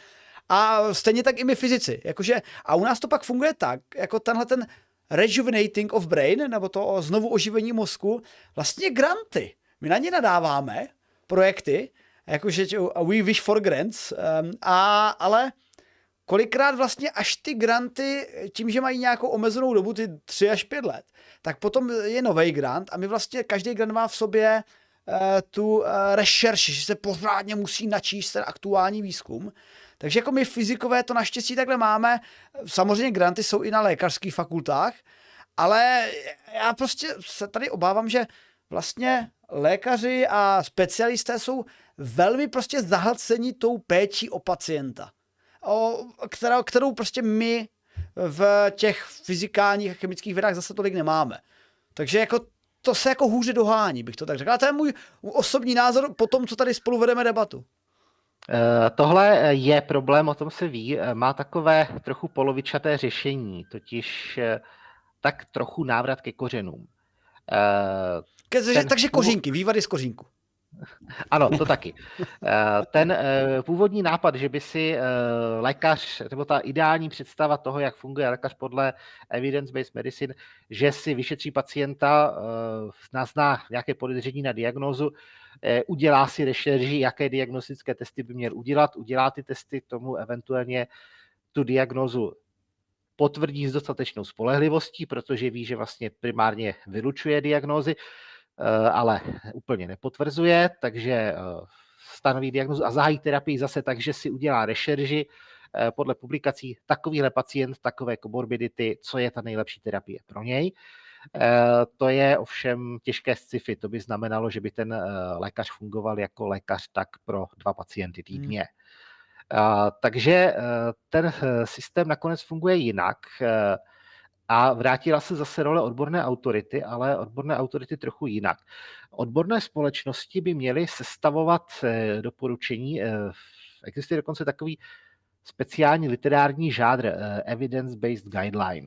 A stejně tak i my fyzici. Jakože, a u nás to pak funguje tak, jako tenhle ten rejuvenating of brain, nebo to znovu oživení mozku, vlastně granty. My na ně nadáváme, projekty, jakože we wish for grants, um, a, ale kolikrát vlastně až ty granty, tím, že mají nějakou omezenou dobu, ty tři až pět let, tak potom je nový grant a my vlastně, každý grant má v sobě uh, tu uh, rešerši, že se pořádně musí načíst ten aktuální výzkum. Takže jako my fyzikové to naštěstí takhle máme. Samozřejmě granty jsou i na lékařských fakultách, ale já prostě se tady obávám, že vlastně lékaři a specialisté jsou velmi prostě zahlceni tou péčí o pacienta, o, kterou, kterou prostě my v těch fyzikálních a chemických vědách zase tolik nemáme. Takže jako to se jako hůře dohání, bych to tak řekl. A to je můj osobní názor po tom, co tady spolu vedeme debatu. Tohle je problém, o tom se ví, má takové trochu polovičaté řešení, totiž tak trochu návrat ke kořenům. Ten... Takže kořínky, vývady z kořínku. Ano, to taky. Ten původní nápad, že by si lékař, nebo ta ideální představa toho, jak funguje lékař podle evidence-based medicine, že si vyšetří pacienta, nazná nějaké podezření na diagnózu, udělá si rešerži, jaké diagnostické testy by měl udělat, udělá ty testy, tomu eventuálně tu diagnózu potvrdí s dostatečnou spolehlivostí, protože ví, že vlastně primárně vylučuje diagnózy, ale úplně nepotvrzuje, takže stanoví diagnózu a zahájí terapii zase tak, že si udělá rešerži podle publikací takovýhle pacient, takové komorbidity, co je ta nejlepší terapie pro něj. To je ovšem těžké sci-fi, to by znamenalo, že by ten lékař fungoval jako lékař tak pro dva pacienty týdně. Hmm. Takže ten systém nakonec funguje jinak. A vrátila se zase role odborné autority, ale odborné autority trochu jinak. Odborné společnosti by měly sestavovat doporučení. Existuje dokonce takový speciální literární žánr evidence-based guideline,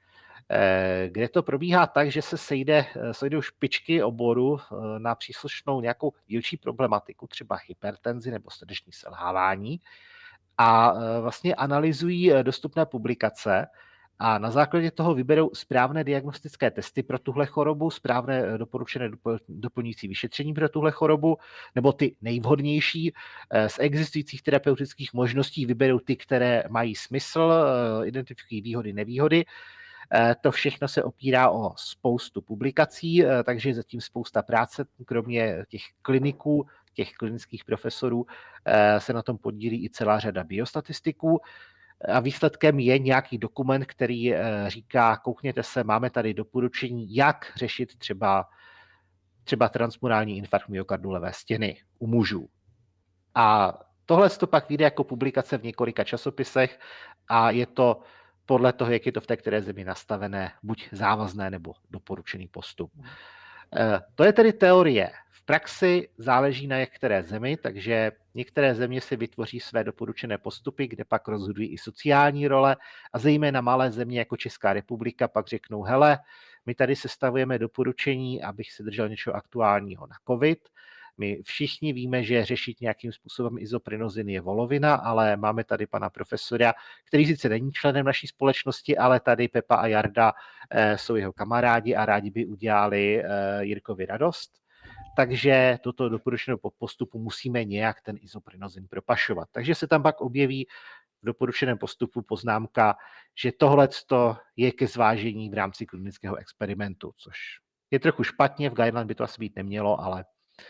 kde to probíhá tak, že se sejde, sejdou špičky oboru na příslušnou nějakou dílčí problematiku, třeba hypertenzi nebo srdeční selhávání, a vlastně analyzují dostupné publikace, a na základě toho vyberou správné diagnostické testy pro tuhle chorobu, správné doporučené doplňující vyšetření pro tuhle chorobu, nebo ty nejvhodnější z existujících terapeutických možností vyberou ty, které mají smysl, identifikují výhody, nevýhody. To všechno se opírá o spoustu publikací, takže je zatím spousta práce, kromě těch kliniků, těch klinických profesorů, se na tom podílí i celá řada biostatistiků. A výsledkem je nějaký dokument, který říká, koukněte se, máme tady doporučení, jak řešit třeba, třeba transmurální infarkt myokardu levé stěny u mužů. A tohle to pak vyjde jako publikace v několika časopisech a je to podle toho, jak je to v té které zemi nastavené, buď závazné nebo doporučený postup. To je tedy teorie. V praxi záleží na které zemi, takže některé země si vytvoří své doporučené postupy, kde pak rozhodují i sociální role a zejména malé země jako Česká republika pak řeknou, hele, my tady sestavujeme doporučení, abych se držel něčeho aktuálního na COVID. My všichni víme, že řešit nějakým způsobem izoprinozin je volovina, ale máme tady pana profesora, který sice není členem naší společnosti, ale tady Pepa a Jarda eh, jsou jeho kamarádi a rádi by udělali eh, Jirkovi radost. Takže toto doporučeného postupu musíme nějak ten izoprinozin propašovat. Takže se tam pak objeví v doporučeném postupu poznámka, že tohle je ke zvážení v rámci klinického experimentu, což je trochu špatně, v guideline by to asi být nemělo, ale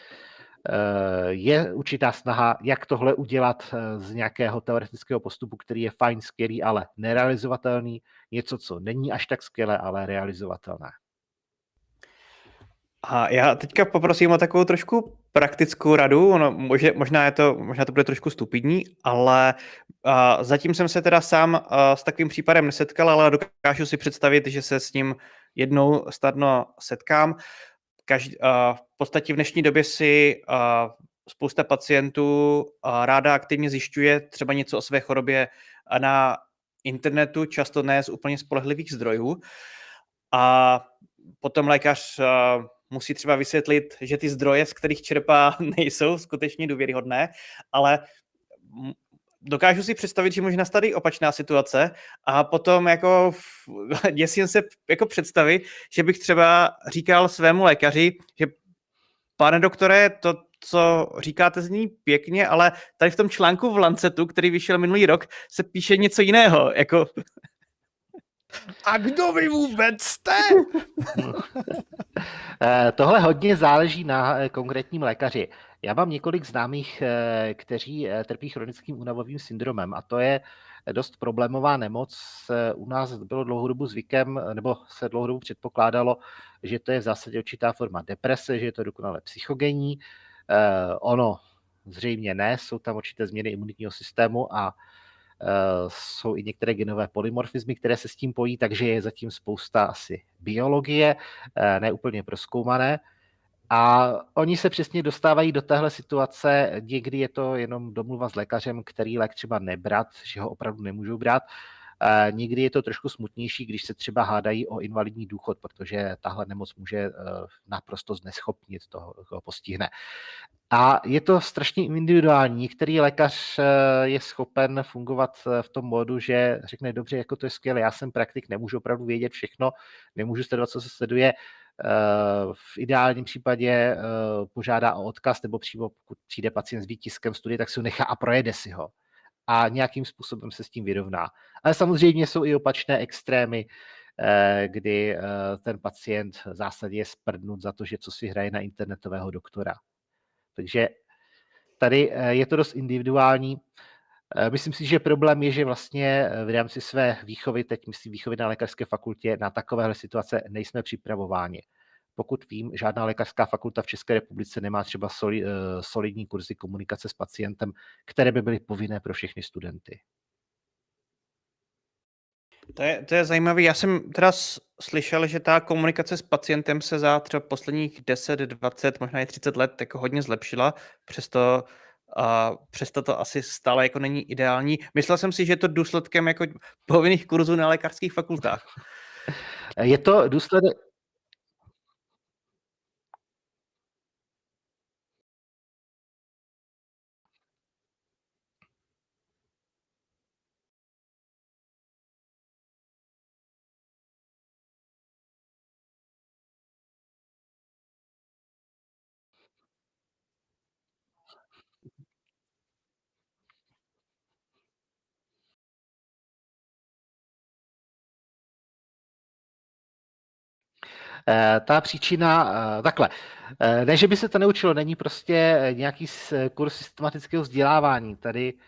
je určitá snaha, jak tohle udělat z nějakého teoretického postupu, který je fajn, skvělý, ale nerealizovatelný, něco, co není až tak skvělé, ale realizovatelné. A já teďka poprosím o takovou trošku praktickou radu, no, možná, je to, možná to bude trošku stupidní, ale uh, zatím jsem se teda sám uh, s takovým případem nesetkal, ale dokážu si představit, že se s ním jednou snadno setkám. Každý, uh, v podstatě v dnešní době si uh, spousta pacientů uh, ráda aktivně zjišťuje třeba něco o své chorobě na internetu, často ne z úplně spolehlivých zdrojů. A potom lékař uh, musí třeba vysvětlit, že ty zdroje, z kterých čerpá, nejsou skutečně důvěryhodné, ale dokážu si představit, že může nastat i opačná situace a potom jako děsím se jako představit, že bych třeba říkal svému lékaři, že pane doktore, to, co říkáte, zní pěkně, ale tady v tom článku v Lancetu, který vyšel minulý rok, se píše něco jiného, jako... A kdo vy vůbec jste? Tohle hodně záleží na konkrétním lékaři. Já mám několik známých, kteří trpí chronickým únavovým syndromem a to je dost problémová nemoc. U nás bylo dlouhou dobu zvykem, nebo se dlouhou dobu předpokládalo, že to je v zásadě určitá forma deprese, že je to dokonale psychogenní. Ono zřejmě ne, jsou tam určité změny imunitního systému a jsou i některé genové polymorfismy, které se s tím pojí, takže je zatím spousta asi biologie, neúplně prozkoumané. A oni se přesně dostávají do téhle situace, někdy je to jenom domluva s lékařem, který lék třeba nebrat, že ho opravdu nemůžou brát. Někdy je to trošku smutnější, když se třeba hádají o invalidní důchod, protože tahle nemoc může naprosto zneschopnit toho, koho postihne. A je to strašně individuální. Některý lékař je schopen fungovat v tom módu, že řekne, dobře, jako to je skvělé, já jsem praktik, nemůžu opravdu vědět všechno, nemůžu sledovat, co se sleduje. V ideálním případě požádá o odkaz, nebo přímo pokud přijde pacient s výtiskem studie, tak si ho nechá a projede si ho. A nějakým způsobem se s tím vyrovná. Ale samozřejmě jsou i opačné extrémy, kdy ten pacient v zásadě je sprdnut za to, že co si hraje na internetového doktora. Takže tady je to dost individuální. Myslím si, že problém je, že vlastně v rámci své výchovy, teď myslím výchovy na lékařské fakultě, na takovéhle situace nejsme připravováni. Pokud vím, žádná lékařská fakulta v České republice nemá třeba solidní kurzy komunikace s pacientem, které by byly povinné pro všechny studenty. To je, to je zajímavé. Já jsem teda slyšel, že ta komunikace s pacientem se za třeba posledních deset, dvacet, možná i třicet let jako hodně zlepšila, přesto, uh, přesto to asi stále jako není ideální. Myslel jsem si, že je to důsledkem jako povinných kurzů na lékařských fakultách. Je to důsledek... Ta příčina, takhle, ne, že by se to neučilo, není prostě nějaký kurz systematického vzdělávání. Tady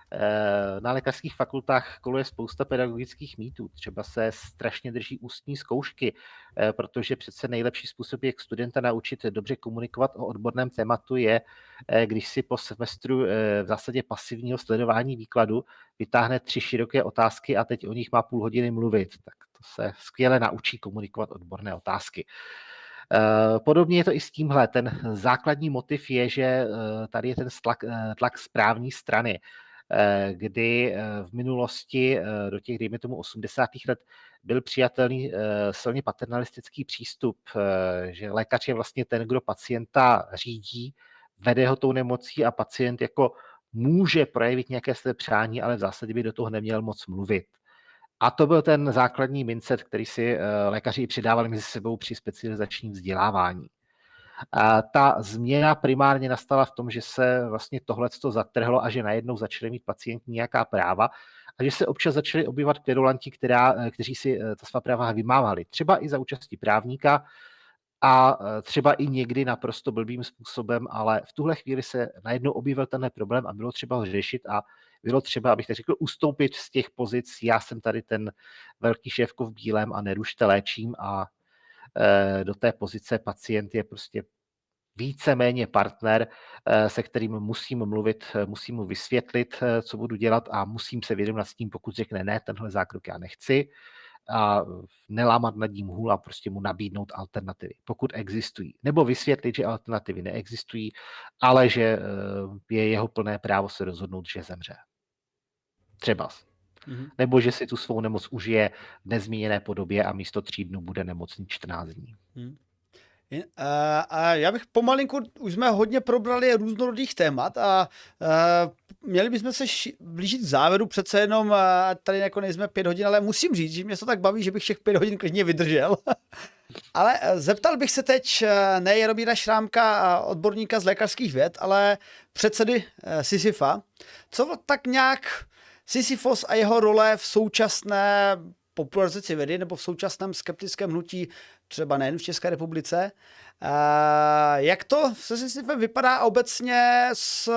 Na lékařských fakultách koluje spousta pedagogických mýtů. Třeba se strašně drží ústní zkoušky, protože přece nejlepší způsob, jak studenta naučit dobře komunikovat o odborném tématu, je, když si po semestru v zásadě pasivního sledování výkladu vytáhne tři široké otázky a teď o nich má půl hodiny mluvit. Tak to se skvěle naučí komunikovat odborné otázky. Podobně je to i s tímhle. Ten základní motiv je, že tady je ten tlak, tlak z právní strany, kdy v minulosti do těch, dejme tomu, osmdesátých let byl přijatelný silně paternalistický přístup, že lékař je vlastně ten, kdo pacienta řídí, vede ho tou nemocí a pacient jako může projevit nějaké své přání, ale v zásadě by do toho neměl moc mluvit. A to byl ten základní mindset, který si lékaři přidávali mezi sebou při specializačním vzdělávání. A ta změna primárně nastala v tom, že se vlastně tohleto zatrhlo a že najednou začaly mít pacienti nějaká práva a že se občas začali objevat kverulanti, která, kteří si ta svá práva vymávali. Třeba i za účastí právníka a třeba i někdy naprosto blbým způsobem, ale v tuhle chvíli se najednou objevil tenhle problém a bylo třeba ho řešit a bylo třeba, abych tak řekl, ustoupit z těch pozic. Já jsem tady ten velký šéfko v bílém a nerušte léčím a do té pozice pacient je prostě víceméně partner, se kterým musím mluvit, musím mu vysvětlit, co budu dělat a musím se vědomit s tím, pokud řekne ne, tenhle zákrok já nechci, a nelámat nad ním hůl a prostě mu nabídnout alternativy, pokud existují. Nebo vysvětlit, že alternativy neexistují, ale že je jeho plné právo se rozhodnout, že zemře. Třeba. Mm-hmm. Nebo že si tu svou nemoc užije v nezmíněné podobě a místo tří dnů bude nemocný čtrnáct dní. Mm. A, a já bych pomalinku, už jsme hodně probrali různorodých témat a, a měli bychom se ši, blížit k závěru, přece jenom a tady jako nejsme pět hodin, ale musím říct, že mě to tak baví, že bych všech pět hodin klidně vydržel. Ale zeptal bych se teď ne Jaromíra Šrámka, odborníka z lékařských věd, ale předsedy Sisyfa, co tak nějak Sisyfos a jeho role v současné popularizaci vědy nebo v současném skeptickém hnutí, třeba nejen v České republice. Jak to se Sisyfem vypadá obecně s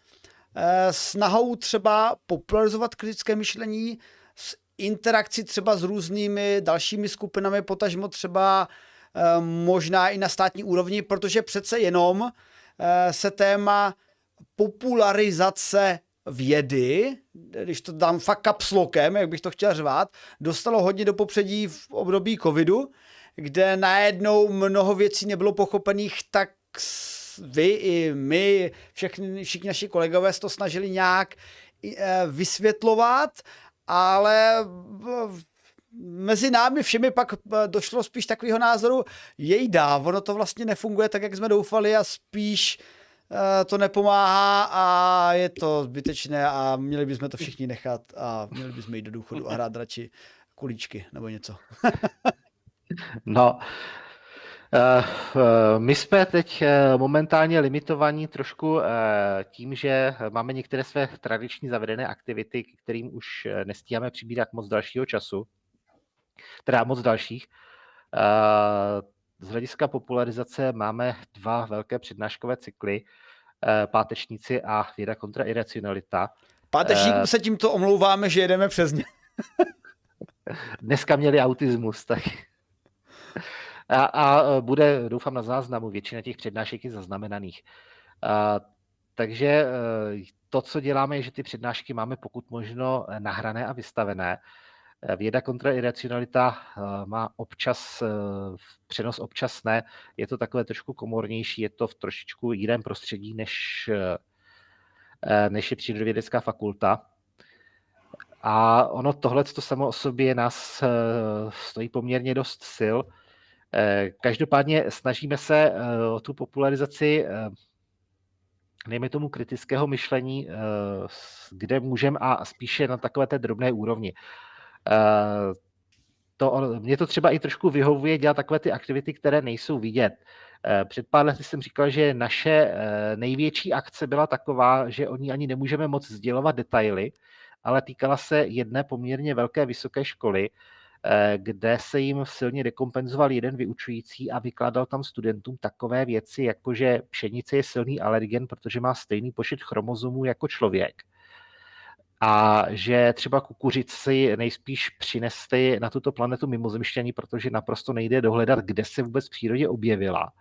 snahou třeba popularizovat kritické myšlení, s interakcí třeba s různými dalšími skupinami, potažmo třeba možná i na státní úrovni, protože přece jenom se téma popularizace vědy, když to dám fakt kapslokem, jak bych to chtěl řvát, dostalo hodně do popředí v období covidu, kde najednou mnoho věcí nebylo pochopených, tak vy i my, všechny, všichni naši kolegové se to snažili nějak vysvětlovat, ale mezi námi všemi pak došlo spíš takového názoru, jejda, ono to vlastně nefunguje tak, jak jsme doufali a spíš to nepomáhá a je to zbytečné a měli bychom to všichni nechat a měli bychom jít do důchodu a hrát radši kulíčky nebo něco. No, my jsme teď momentálně limitovaní trošku tím, že máme některé své tradiční zavedené aktivity, kterým už nestíháme přibírat moc dalšího času, teda moc dalších. Z hlediska popularizace máme dva velké přednáškové cykly, Pátečníci a Věda kontra iracionalita. Pátečníkům se tímto omlouváme, že jedeme přes ně. Dneska měli autismus, tak... A, a bude, doufám, na záznamu, většina těch přednášek je zaznamenaných. A, takže to, co děláme, je, že ty přednášky máme pokud možno nahrané a vystavené. Věda kontra iracionalita má občas přenos, občas ne. Je to takové trošku komornější, je to v trošičku jiném prostředí, než, než je přírodovědecká fakulta. A ono tohle to samo o sobě nás stojí poměrně dost sil. Každopádně snažíme se o tu popularizaci, dejme tomu, kritického myšlení, kde můžeme, a spíše na takové té drobné úrovni. To, mě to třeba i trošku vyhovuje dělat takové ty aktivity, které nejsou vidět. Před pár lety jsem říkal, že naše největší akce byla taková, že o ní ani nemůžeme moc sdělovat detaily, ale týkala se jedné poměrně velké vysoké školy, kde se jim silně dekompenzoval jeden vyučující a vykládal tam studentům takové věci, jako že pšenice je silný alergen, protože má stejný počet chromozomů jako člověk. a že třeba kukuřici nejspíš přinesli na tuto planetu mimozemšťaní, protože naprosto nejde dohledat, kde se vůbec v přírodě objevila.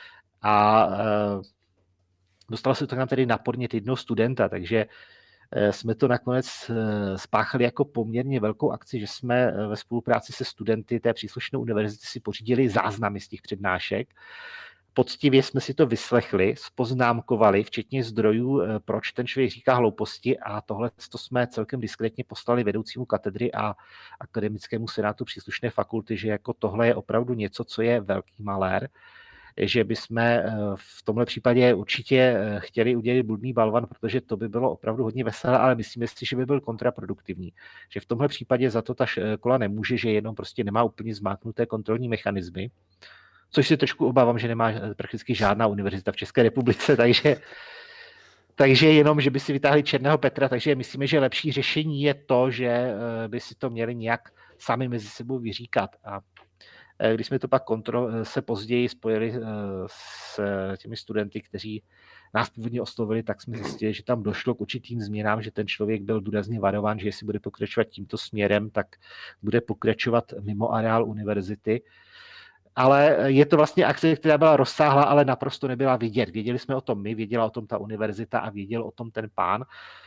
A dostalo se to k nám tedy na podnět jednoho studenta, takže jsme to nakonec spáchali jako poměrně velkou akci, že jsme ve spolupráci se studenty té příslušné univerzity si pořídili záznamy z těch přednášek. Poctivě jsme si to vyslechli, spoznámkovali, včetně zdrojů, proč ten člověk říká hlouposti, a tohle to jsme celkem diskrétně poslali vedoucímu katedry a akademickému senátu příslušné fakulty, že jako tohle je opravdu něco, co je velký malér, že bychom v tomhle případě určitě chtěli udělat bludný balvan, protože to by bylo opravdu hodně veselé, ale myslíme si, že by byl kontraproduktivní. Že v tomhle případě za to ta škola nemůže, že jenom prostě nemá úplně zmáknuté kontrolní mechanismy, což si trošku obávám, že nemá prakticky žádná univerzita v České republice, takže, takže jenom, že by si vytáhli černého Petra, takže myslíme, že lepší řešení je to, že by si to měli nějak sami mezi sebou vyříkat. A když jsme to pak kontro, se později spojili s těmi studenty, kteří nás původně oslovili, tak jsme zjistili, že tam došlo k určitým změnám, že ten člověk byl důrazně varován, že jestli bude pokračovat tímto směrem, tak bude pokračovat mimo areál univerzity. Ale je to vlastně akce, která byla rozsáhlá, ale naprosto nebyla vidět. Věděli jsme o tom my, věděla o tom ta univerzita a věděl o tom ten pán.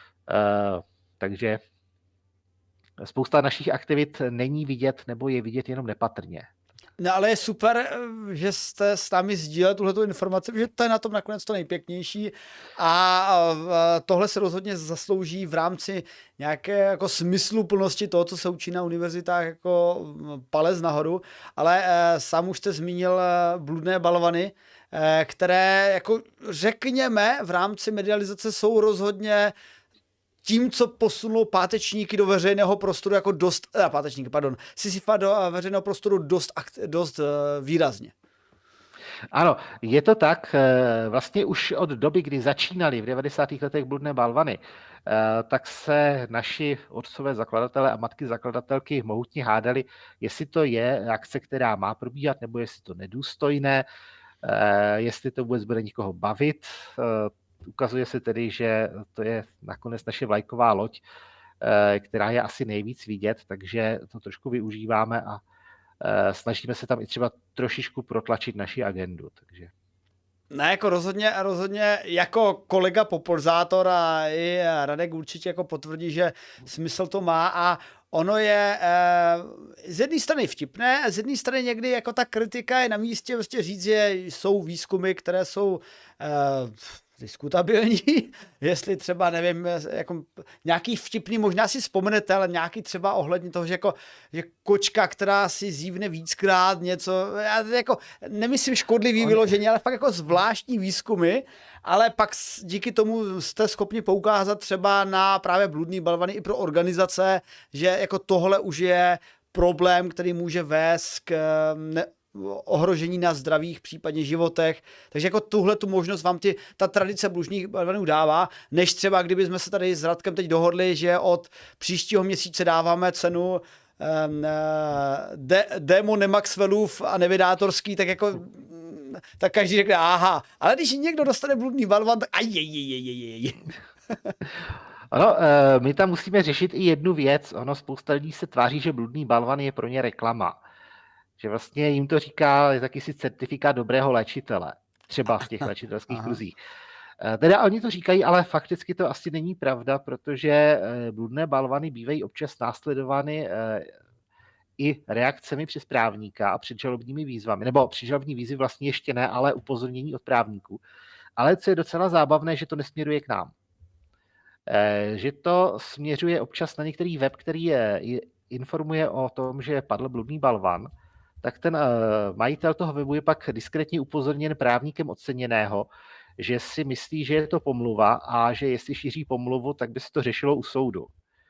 Takže spousta našich aktivit není vidět nebo je vidět jenom nepatrně. No ale je super, že jste s námi sdíleli tuhletu informaci, že to je na tom nakonec to nejpěknější a tohle se rozhodně zaslouží v rámci nějaké jako smysluplnosti toho, co se učí na univerzitách, jako palec nahoru, ale sám už jste zmínil bludné balvany, které jako řekněme v rámci medializace jsou rozhodně tím, co posunou pátečníky do veřejného prostoru jako dost, eh, pátečníky, pardon, Sisyfa do veřejného prostoru dost, dost uh, výrazně. Ano, je to tak. Vlastně už od doby, kdy začínali v devadesátých letech bludné balvany, tak se naši otcové zakladatelé a matky zakladatelky mohutně hádali, jestli to je akce, která má probíhat, nebo jestli to nedůstojné, jestli to vůbec bude někoho bavit. Ukazuje se tedy, že to je nakonec naše vlajková loď, která je asi nejvíc vidět, takže to trošku využíváme a snažíme se tam i třeba trošičku protlačit naši agendu. Takže. Ne, jako rozhodně, rozhodně jako kolega popularizátor a i Radek určitě jako potvrdí, že smysl to má a ono je eh, z jedné strany vtipné a z jedné strany někdy jako ta kritika je na místě vlastně říct, že jsou výzkumy, které jsou eh, diskutabilní, jestli třeba, nevím, jako nějaký vtipný, možná si vzpomenete, ale nějaký třeba ohledně toho, že jako že kočka, která si zívne víckrát něco, já jako nemyslím škodlivý vyložení, ale fakt jako zvláštní výzkumy, ale pak díky tomu jste schopni poukázat třeba na právě bludný balvany i pro organizace, že jako tohle už je problém, který může vést k ne, ohrožení na zdravých, případně životech. Takže jako tuhle tu možnost vám ty, ta tradice blužných balvanů dává, než třeba kdyby jsme se tady s Radkem teď dohodli, že od příštího měsíce dáváme cenu um, de, démon Maxwellův a nevydátorský, tak jako tak každý řekne, aha, ale když někdo dostane bludný balvan, tak ajejejejejej. Ono, my tam musíme řešit i jednu věc. Ono spousta lidí se tváří, že bludný balvan je pro ně reklama. Že vlastně jim to říká, je taky si certifikát dobrého léčitele, třeba v těch léčitelských kruzích. Teda oni to říkají, ale fakticky to asi není pravda, protože bludné balvany bývají občas následovány i reakcemi přes právníka a předžalobními výzvami, nebo předžalobní výzvy vlastně ještě ne, ale upozornění od právníků. Ale co je docela zábavné, že to nesměruje k nám. Že to směřuje občas na některý web, který je, informuje o tom, že padl bludný balvan, tak ten majitel toho webu je pak diskrétně upozorněn právníkem oceněného, že si myslí, že je to pomluva a že jestli šíří pomluvu, tak by se to řešilo u soudu.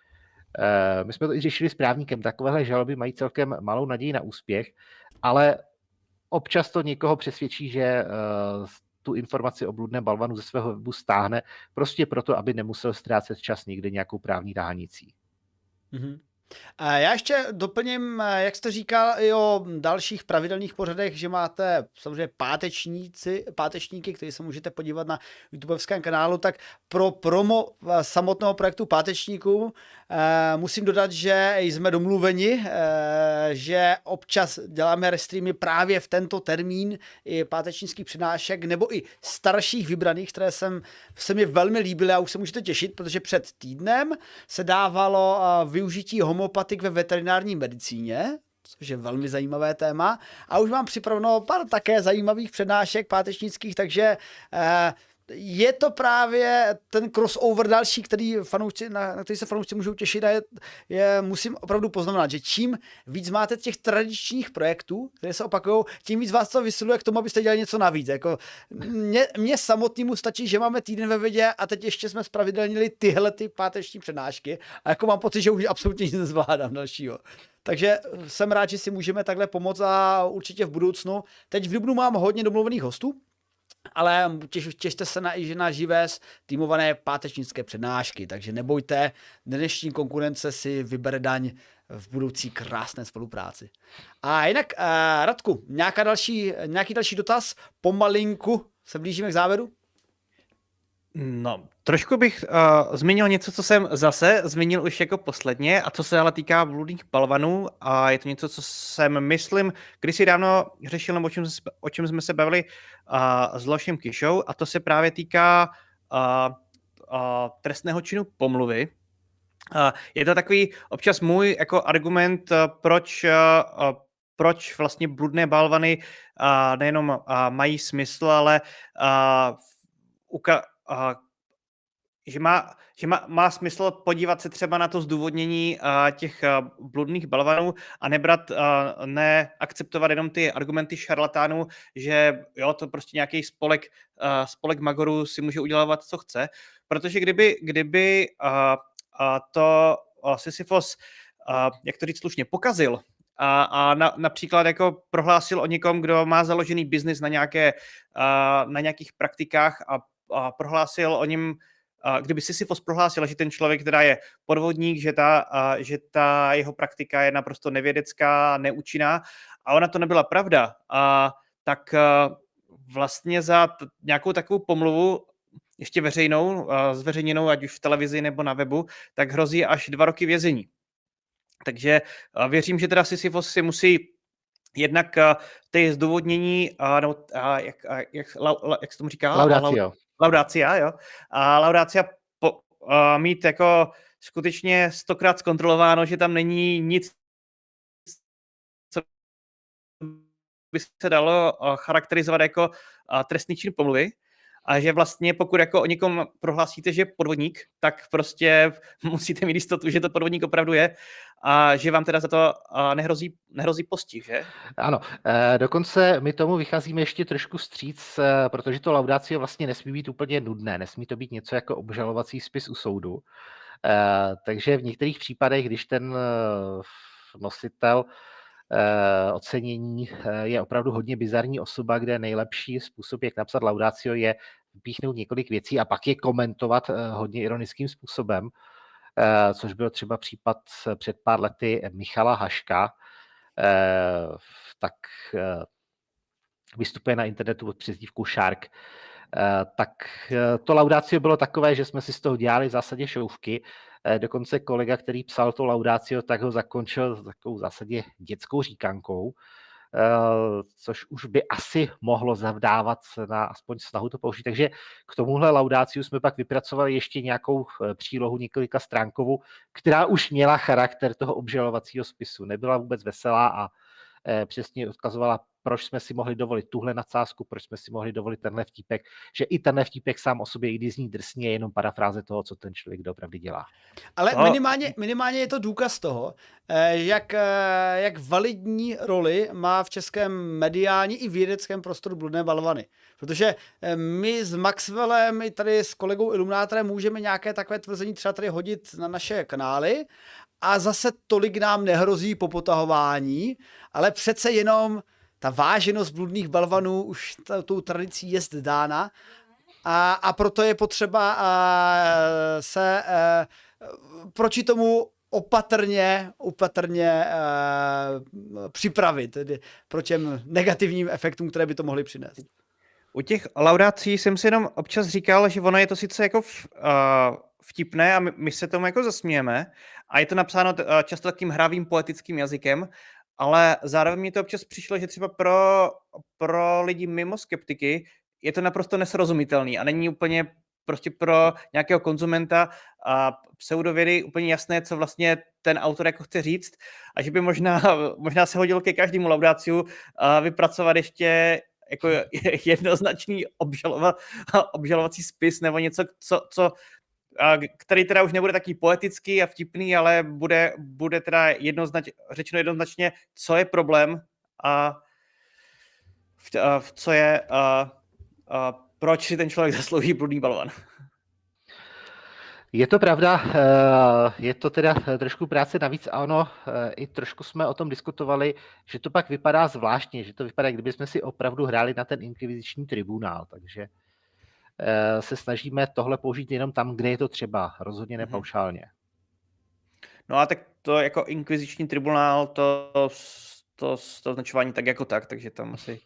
My jsme to i řešili s právníkem. Takovéhle žaloby mají celkem malou naději na úspěch, ale občas to někoho přesvědčí, že tu informaci o bludném balvanu ze svého webu stáhne, prostě proto, aby nemusel ztrácet čas někde nějakou právní dálnicí. Mm-hmm. Já ještě doplním, jak jste říkal, i o dalších pravidelných pořadech, že máte samozřejmě pátečníci, pátečníky, kteří se můžete podívat na YouTubeovském kanálu, tak pro promo samotného projektu Pátečníků musím dodat, že jsme domluveni, že občas děláme restreamy právě v tento termín i pátečnických přednášek, nebo i starších vybraných, které jsem, se mi velmi líbily a už se můžete těšit, protože před týdnem se dávalo využití homeopatik ve veterinární medicíně, což je velmi zajímavé téma. A už mám připraveno pár také zajímavých přednášek pátečnických, takže eh, je to právě ten crossover další, který fanoušci, na, na který se fanoušci můžou těšit a je, je, musím opravdu poznamenat, že čím víc máte těch tradičních projektů, které se opakují, tím víc vás to vysiluje k tomu, abyste dělali něco navíc. Jako, mě, mě samotnému stačí, že máme týden ve vědě a teď ještě jsme zpravidelnili tyhle ty páteční přednášky a jako mám pocit, že už absolutně nic nezvládám dalšího. Takže jsem rád, že si můžeme takhle pomoct a určitě v budoucnu. Teď v dubnu mám hodně domluvených hostů, ale těž, těšte se na, i na živé týmované pátečnické přednášky, takže nebojte, dnešní konkurence si vybere daň v budoucí krásné spolupráci. A jinak, uh, Radku, nějaká další, nějaký další dotaz? Pomalinku se blížíme k závěru? No, trošku bych uh, zmínil něco, co jsem zase zmínil už jako posledně, a co se ale týká bludných balvanů, a je to něco, co jsem, myslím, kdysi dávno řešil, nebo o čem, o čem jsme se bavili uh, s Lošem Kyšou, a to se právě týká uh, uh, trestného činu pomluvy. Uh, je to takový občas můj jako argument, uh, proč, uh, uh, proč vlastně bludné balvany uh, nejenom uh, mají smysl, ale uh, uka- Uh, že, má, že má, má smysl podívat se třeba na to zdůvodnění uh, těch uh, bludných balvanů a nebrat, uh, neakceptovat jenom ty argumenty šarlatánů, že jo, to prostě nějaký spolek, uh, spolek magorů si může udělat, co chce, protože kdyby, kdyby uh, uh, to uh, Sisyfos, uh, jak to říct slušně, pokazil a, a na, například jako prohlásil o někom, kdo má založený biznis na, nějaké, uh, na nějakých praktikách a a prohlásil o něm, kdyby Sisyfos prohlásil, že ten člověk teda je podvodník, že ta, že ta jeho praktika je naprosto nevědecká, neúčinná, a ona to nebyla pravda, a tak vlastně za t- nějakou takovou pomluvu, ještě veřejnou, zveřejněnou, ať už v televizi nebo na webu, tak hrozí až dva roky vězení. Takže věřím, že teda Sisyfos si musí jednak ty zdůvodnění, nebo jak, jak, jak se tomu říká? Laudatio. Laudácia, jo. A laudácia po, uh, mít jako skutečně stokrát zkontrolováno, že tam není nic, co by se dalo uh, charakterizovat jako uh, trestný čin pomluvy. A že vlastně pokud jako o někom prohlásíte, že je podvodník, tak prostě musíte mít jistotu, že to podvodník opravdu je a že vám teda za to nehrozí, nehrozí postih, že? Ano, dokonce my tomu vycházíme ještě trošku vstříc, protože to laudatio vlastně nesmí být úplně nudné, nesmí to být něco jako obžalovací spis u soudu. Takže v některých případech, když ten nositel ocenění je opravdu hodně bizarní osoba, kde nejlepší způsob, jak napsat laudatio, je vypíchnout několik věcí a pak je komentovat hodně ironickým způsobem, což byl třeba případ před pár lety Michala Haška, tak vystupuje na internetu pod přezdívkou Shark. Tak to laudatio bylo takové, že jsme si z toho dělali v zásadě šouvky. Dokonce kolega, který psal to laudatio, tak ho zakončil takovou v zásadě dětskou říkankou, což už by asi mohlo zavdávat na aspoň snahu to použít. Takže k tomuhle laudáciu jsme pak vypracovali ještě nějakou přílohu několika stránkovou, která už měla charakter toho obžalovacího spisu. Nebyla vůbec veselá a přesně odkazovala, proč jsme si mohli dovolit tuhle nadsázku, proč jsme si mohli dovolit tenhle vtípek, že i tenhle vtípek sám o sobě, i když zní drsně, je jenom parafráze toho, co ten člověk doopravdy dělá. Ale minimálně, minimálně je to důkaz toho, jak, jak validní roli má v českém mediální i vědeckém prostoru bludné balvany. Protože my s Maxwellem i tady s kolegou Iluminátorem můžeme nějaké takové tvrzení třeba tady hodit na naše kanály a zase tolik nám nehrozí po potahování, ale přece jenom ta váženost bludných balvanů už tou tradicí jest dána a, a proto je potřeba a, se a, proti tomu opatrně, opatrně uh, připravit tedy pro těm negativním efektům, které by to mohly přinést. U těch laudací jsem si jenom občas říkal, že ono je to sice jako v, uh, vtipné a my, my se tomu jako zasmějeme a je to napsáno t- uh, často takým hravým poetickým jazykem, ale zároveň mi to občas přišlo, že třeba pro, pro lidi mimo skeptiky je to naprosto nesrozumitelný a není úplně prostě pro nějakého konzumenta a pseudovědy úplně jasné, co vlastně ten autor jako chce říct a že by možná, možná se hodilo ke každému laudáciu a vypracovat ještě jako jednoznačný obžalova, obžalovací spis nebo něco, co, co, který teda už nebude taký poetický a vtipný, ale bude, bude teda jednoznač, řečeno jednoznačně, co je problém a v, v co je a, a proč si ten člověk zaslouží bludný balvan. Je to pravda, je to teda trošku práce navíc a ono, i trošku jsme o tom diskutovali, že to pak vypadá zvláštně, že to vypadá, kdyby jsme si opravdu hráli na ten inkviziční tribunál, takže se snažíme tohle použít jenom tam, kde je to třeba, rozhodně nepaušálně. No a tak to jako inkviziční tribunál, to, to, to, to označování tak jako tak, takže tam asi...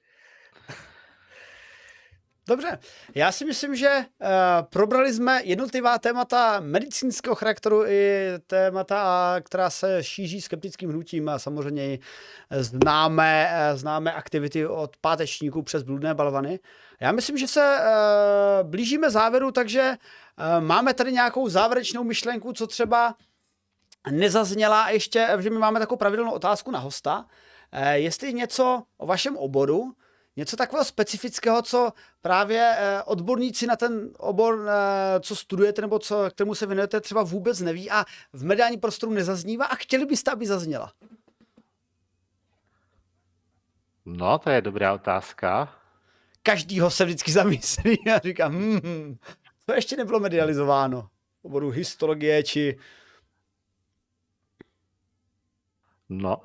Dobře, já si myslím, že uh, probrali jsme jednotlivá témata medicínského charakteru i témata, která se šíří skeptickým hnutím a samozřejmě známe, známe aktivity od pátečníků přes bludné balvany. Já myslím, že se uh, blížíme závěru, takže uh, máme tady nějakou závěrečnou myšlenku, co třeba nezazněla ještě, že my máme takovou pravidelnou otázku na hosta. Uh, jestli něco o vašem oboru, něco takového specifického, co právě odborníci na ten obor, co studujete nebo co, k tomu se věnujete, třeba vůbec neví a v mediálním prostoru nezaznívá a chtěli byste, aby zazněla? No, to je dobrá otázka. Každýho se vždycky zamyslí a říká, hmm, to ještě nebylo medializováno. V oboru histologie či... No,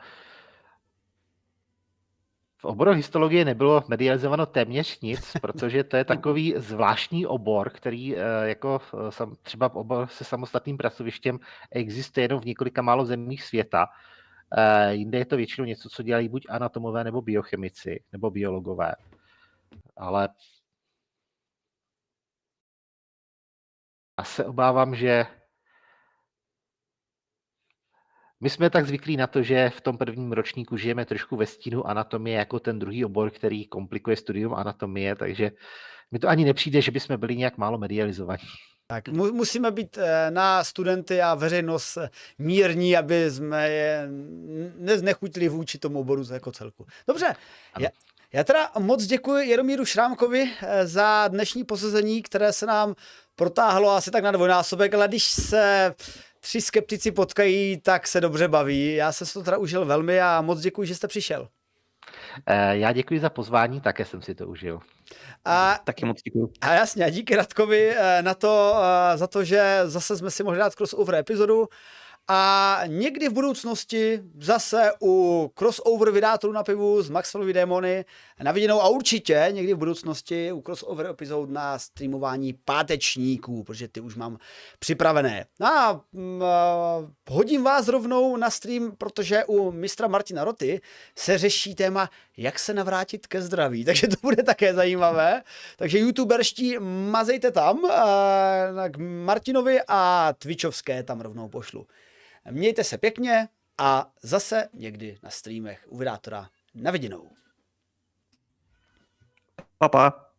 v oboru histologie nebylo medializováno téměř nic, protože to je takový zvláštní obor, který jako třeba obor se samostatným pracovištěm existuje jenom v několika málo zemích světa. Jinde je to většinou něco, co dělají buď anatomové nebo biochemici nebo biologové. Ale já se obávám, že my jsme tak zvyklí na to, že v tom prvním ročníku žijeme trošku ve stínu anatomie jako ten druhý obor, který komplikuje studium anatomie, takže mi to ani nepřijde, že bychom byli nějak málo medializovaní. Tak mu, musíme být na studenty a veřejnost mírní, aby jsme je neznechutili vůči tomu oboru jako celku. Dobře, já, já teda moc děkuji Jaromíru Šrámkovi za dnešní posezení, které se nám protáhlo asi tak na dvojnásobek, ale když se tři skeptici potkají, tak se dobře baví. Já se to teda užil velmi a moc děkuji, že jste přišel. Já děkuji za pozvání, také jsem si to užil. A, taky moc děkuji. A jasně, a díky Radkovi na to, za to, že zase jsme si mohli dát crossover epizodu. A někdy v budoucnosti zase u crossover vydátorů na pivu z Maxwellovy démony na viděnou a určitě někdy v budoucnosti u crossover epizod na streamování pátečníků, protože ty už mám připravené. A uh, hodím vás rovnou na stream, protože u mistra Martina Roty se řeší téma, jak se navrátit ke zdraví, takže to bude také zajímavé. Takže youtuberští mazejte tam uh, k Martinovi a twitchovské tam rovnou pošlu. Mějte se pěkně a zase někdy na streamech u vydátora na viděnou. Pa, pa.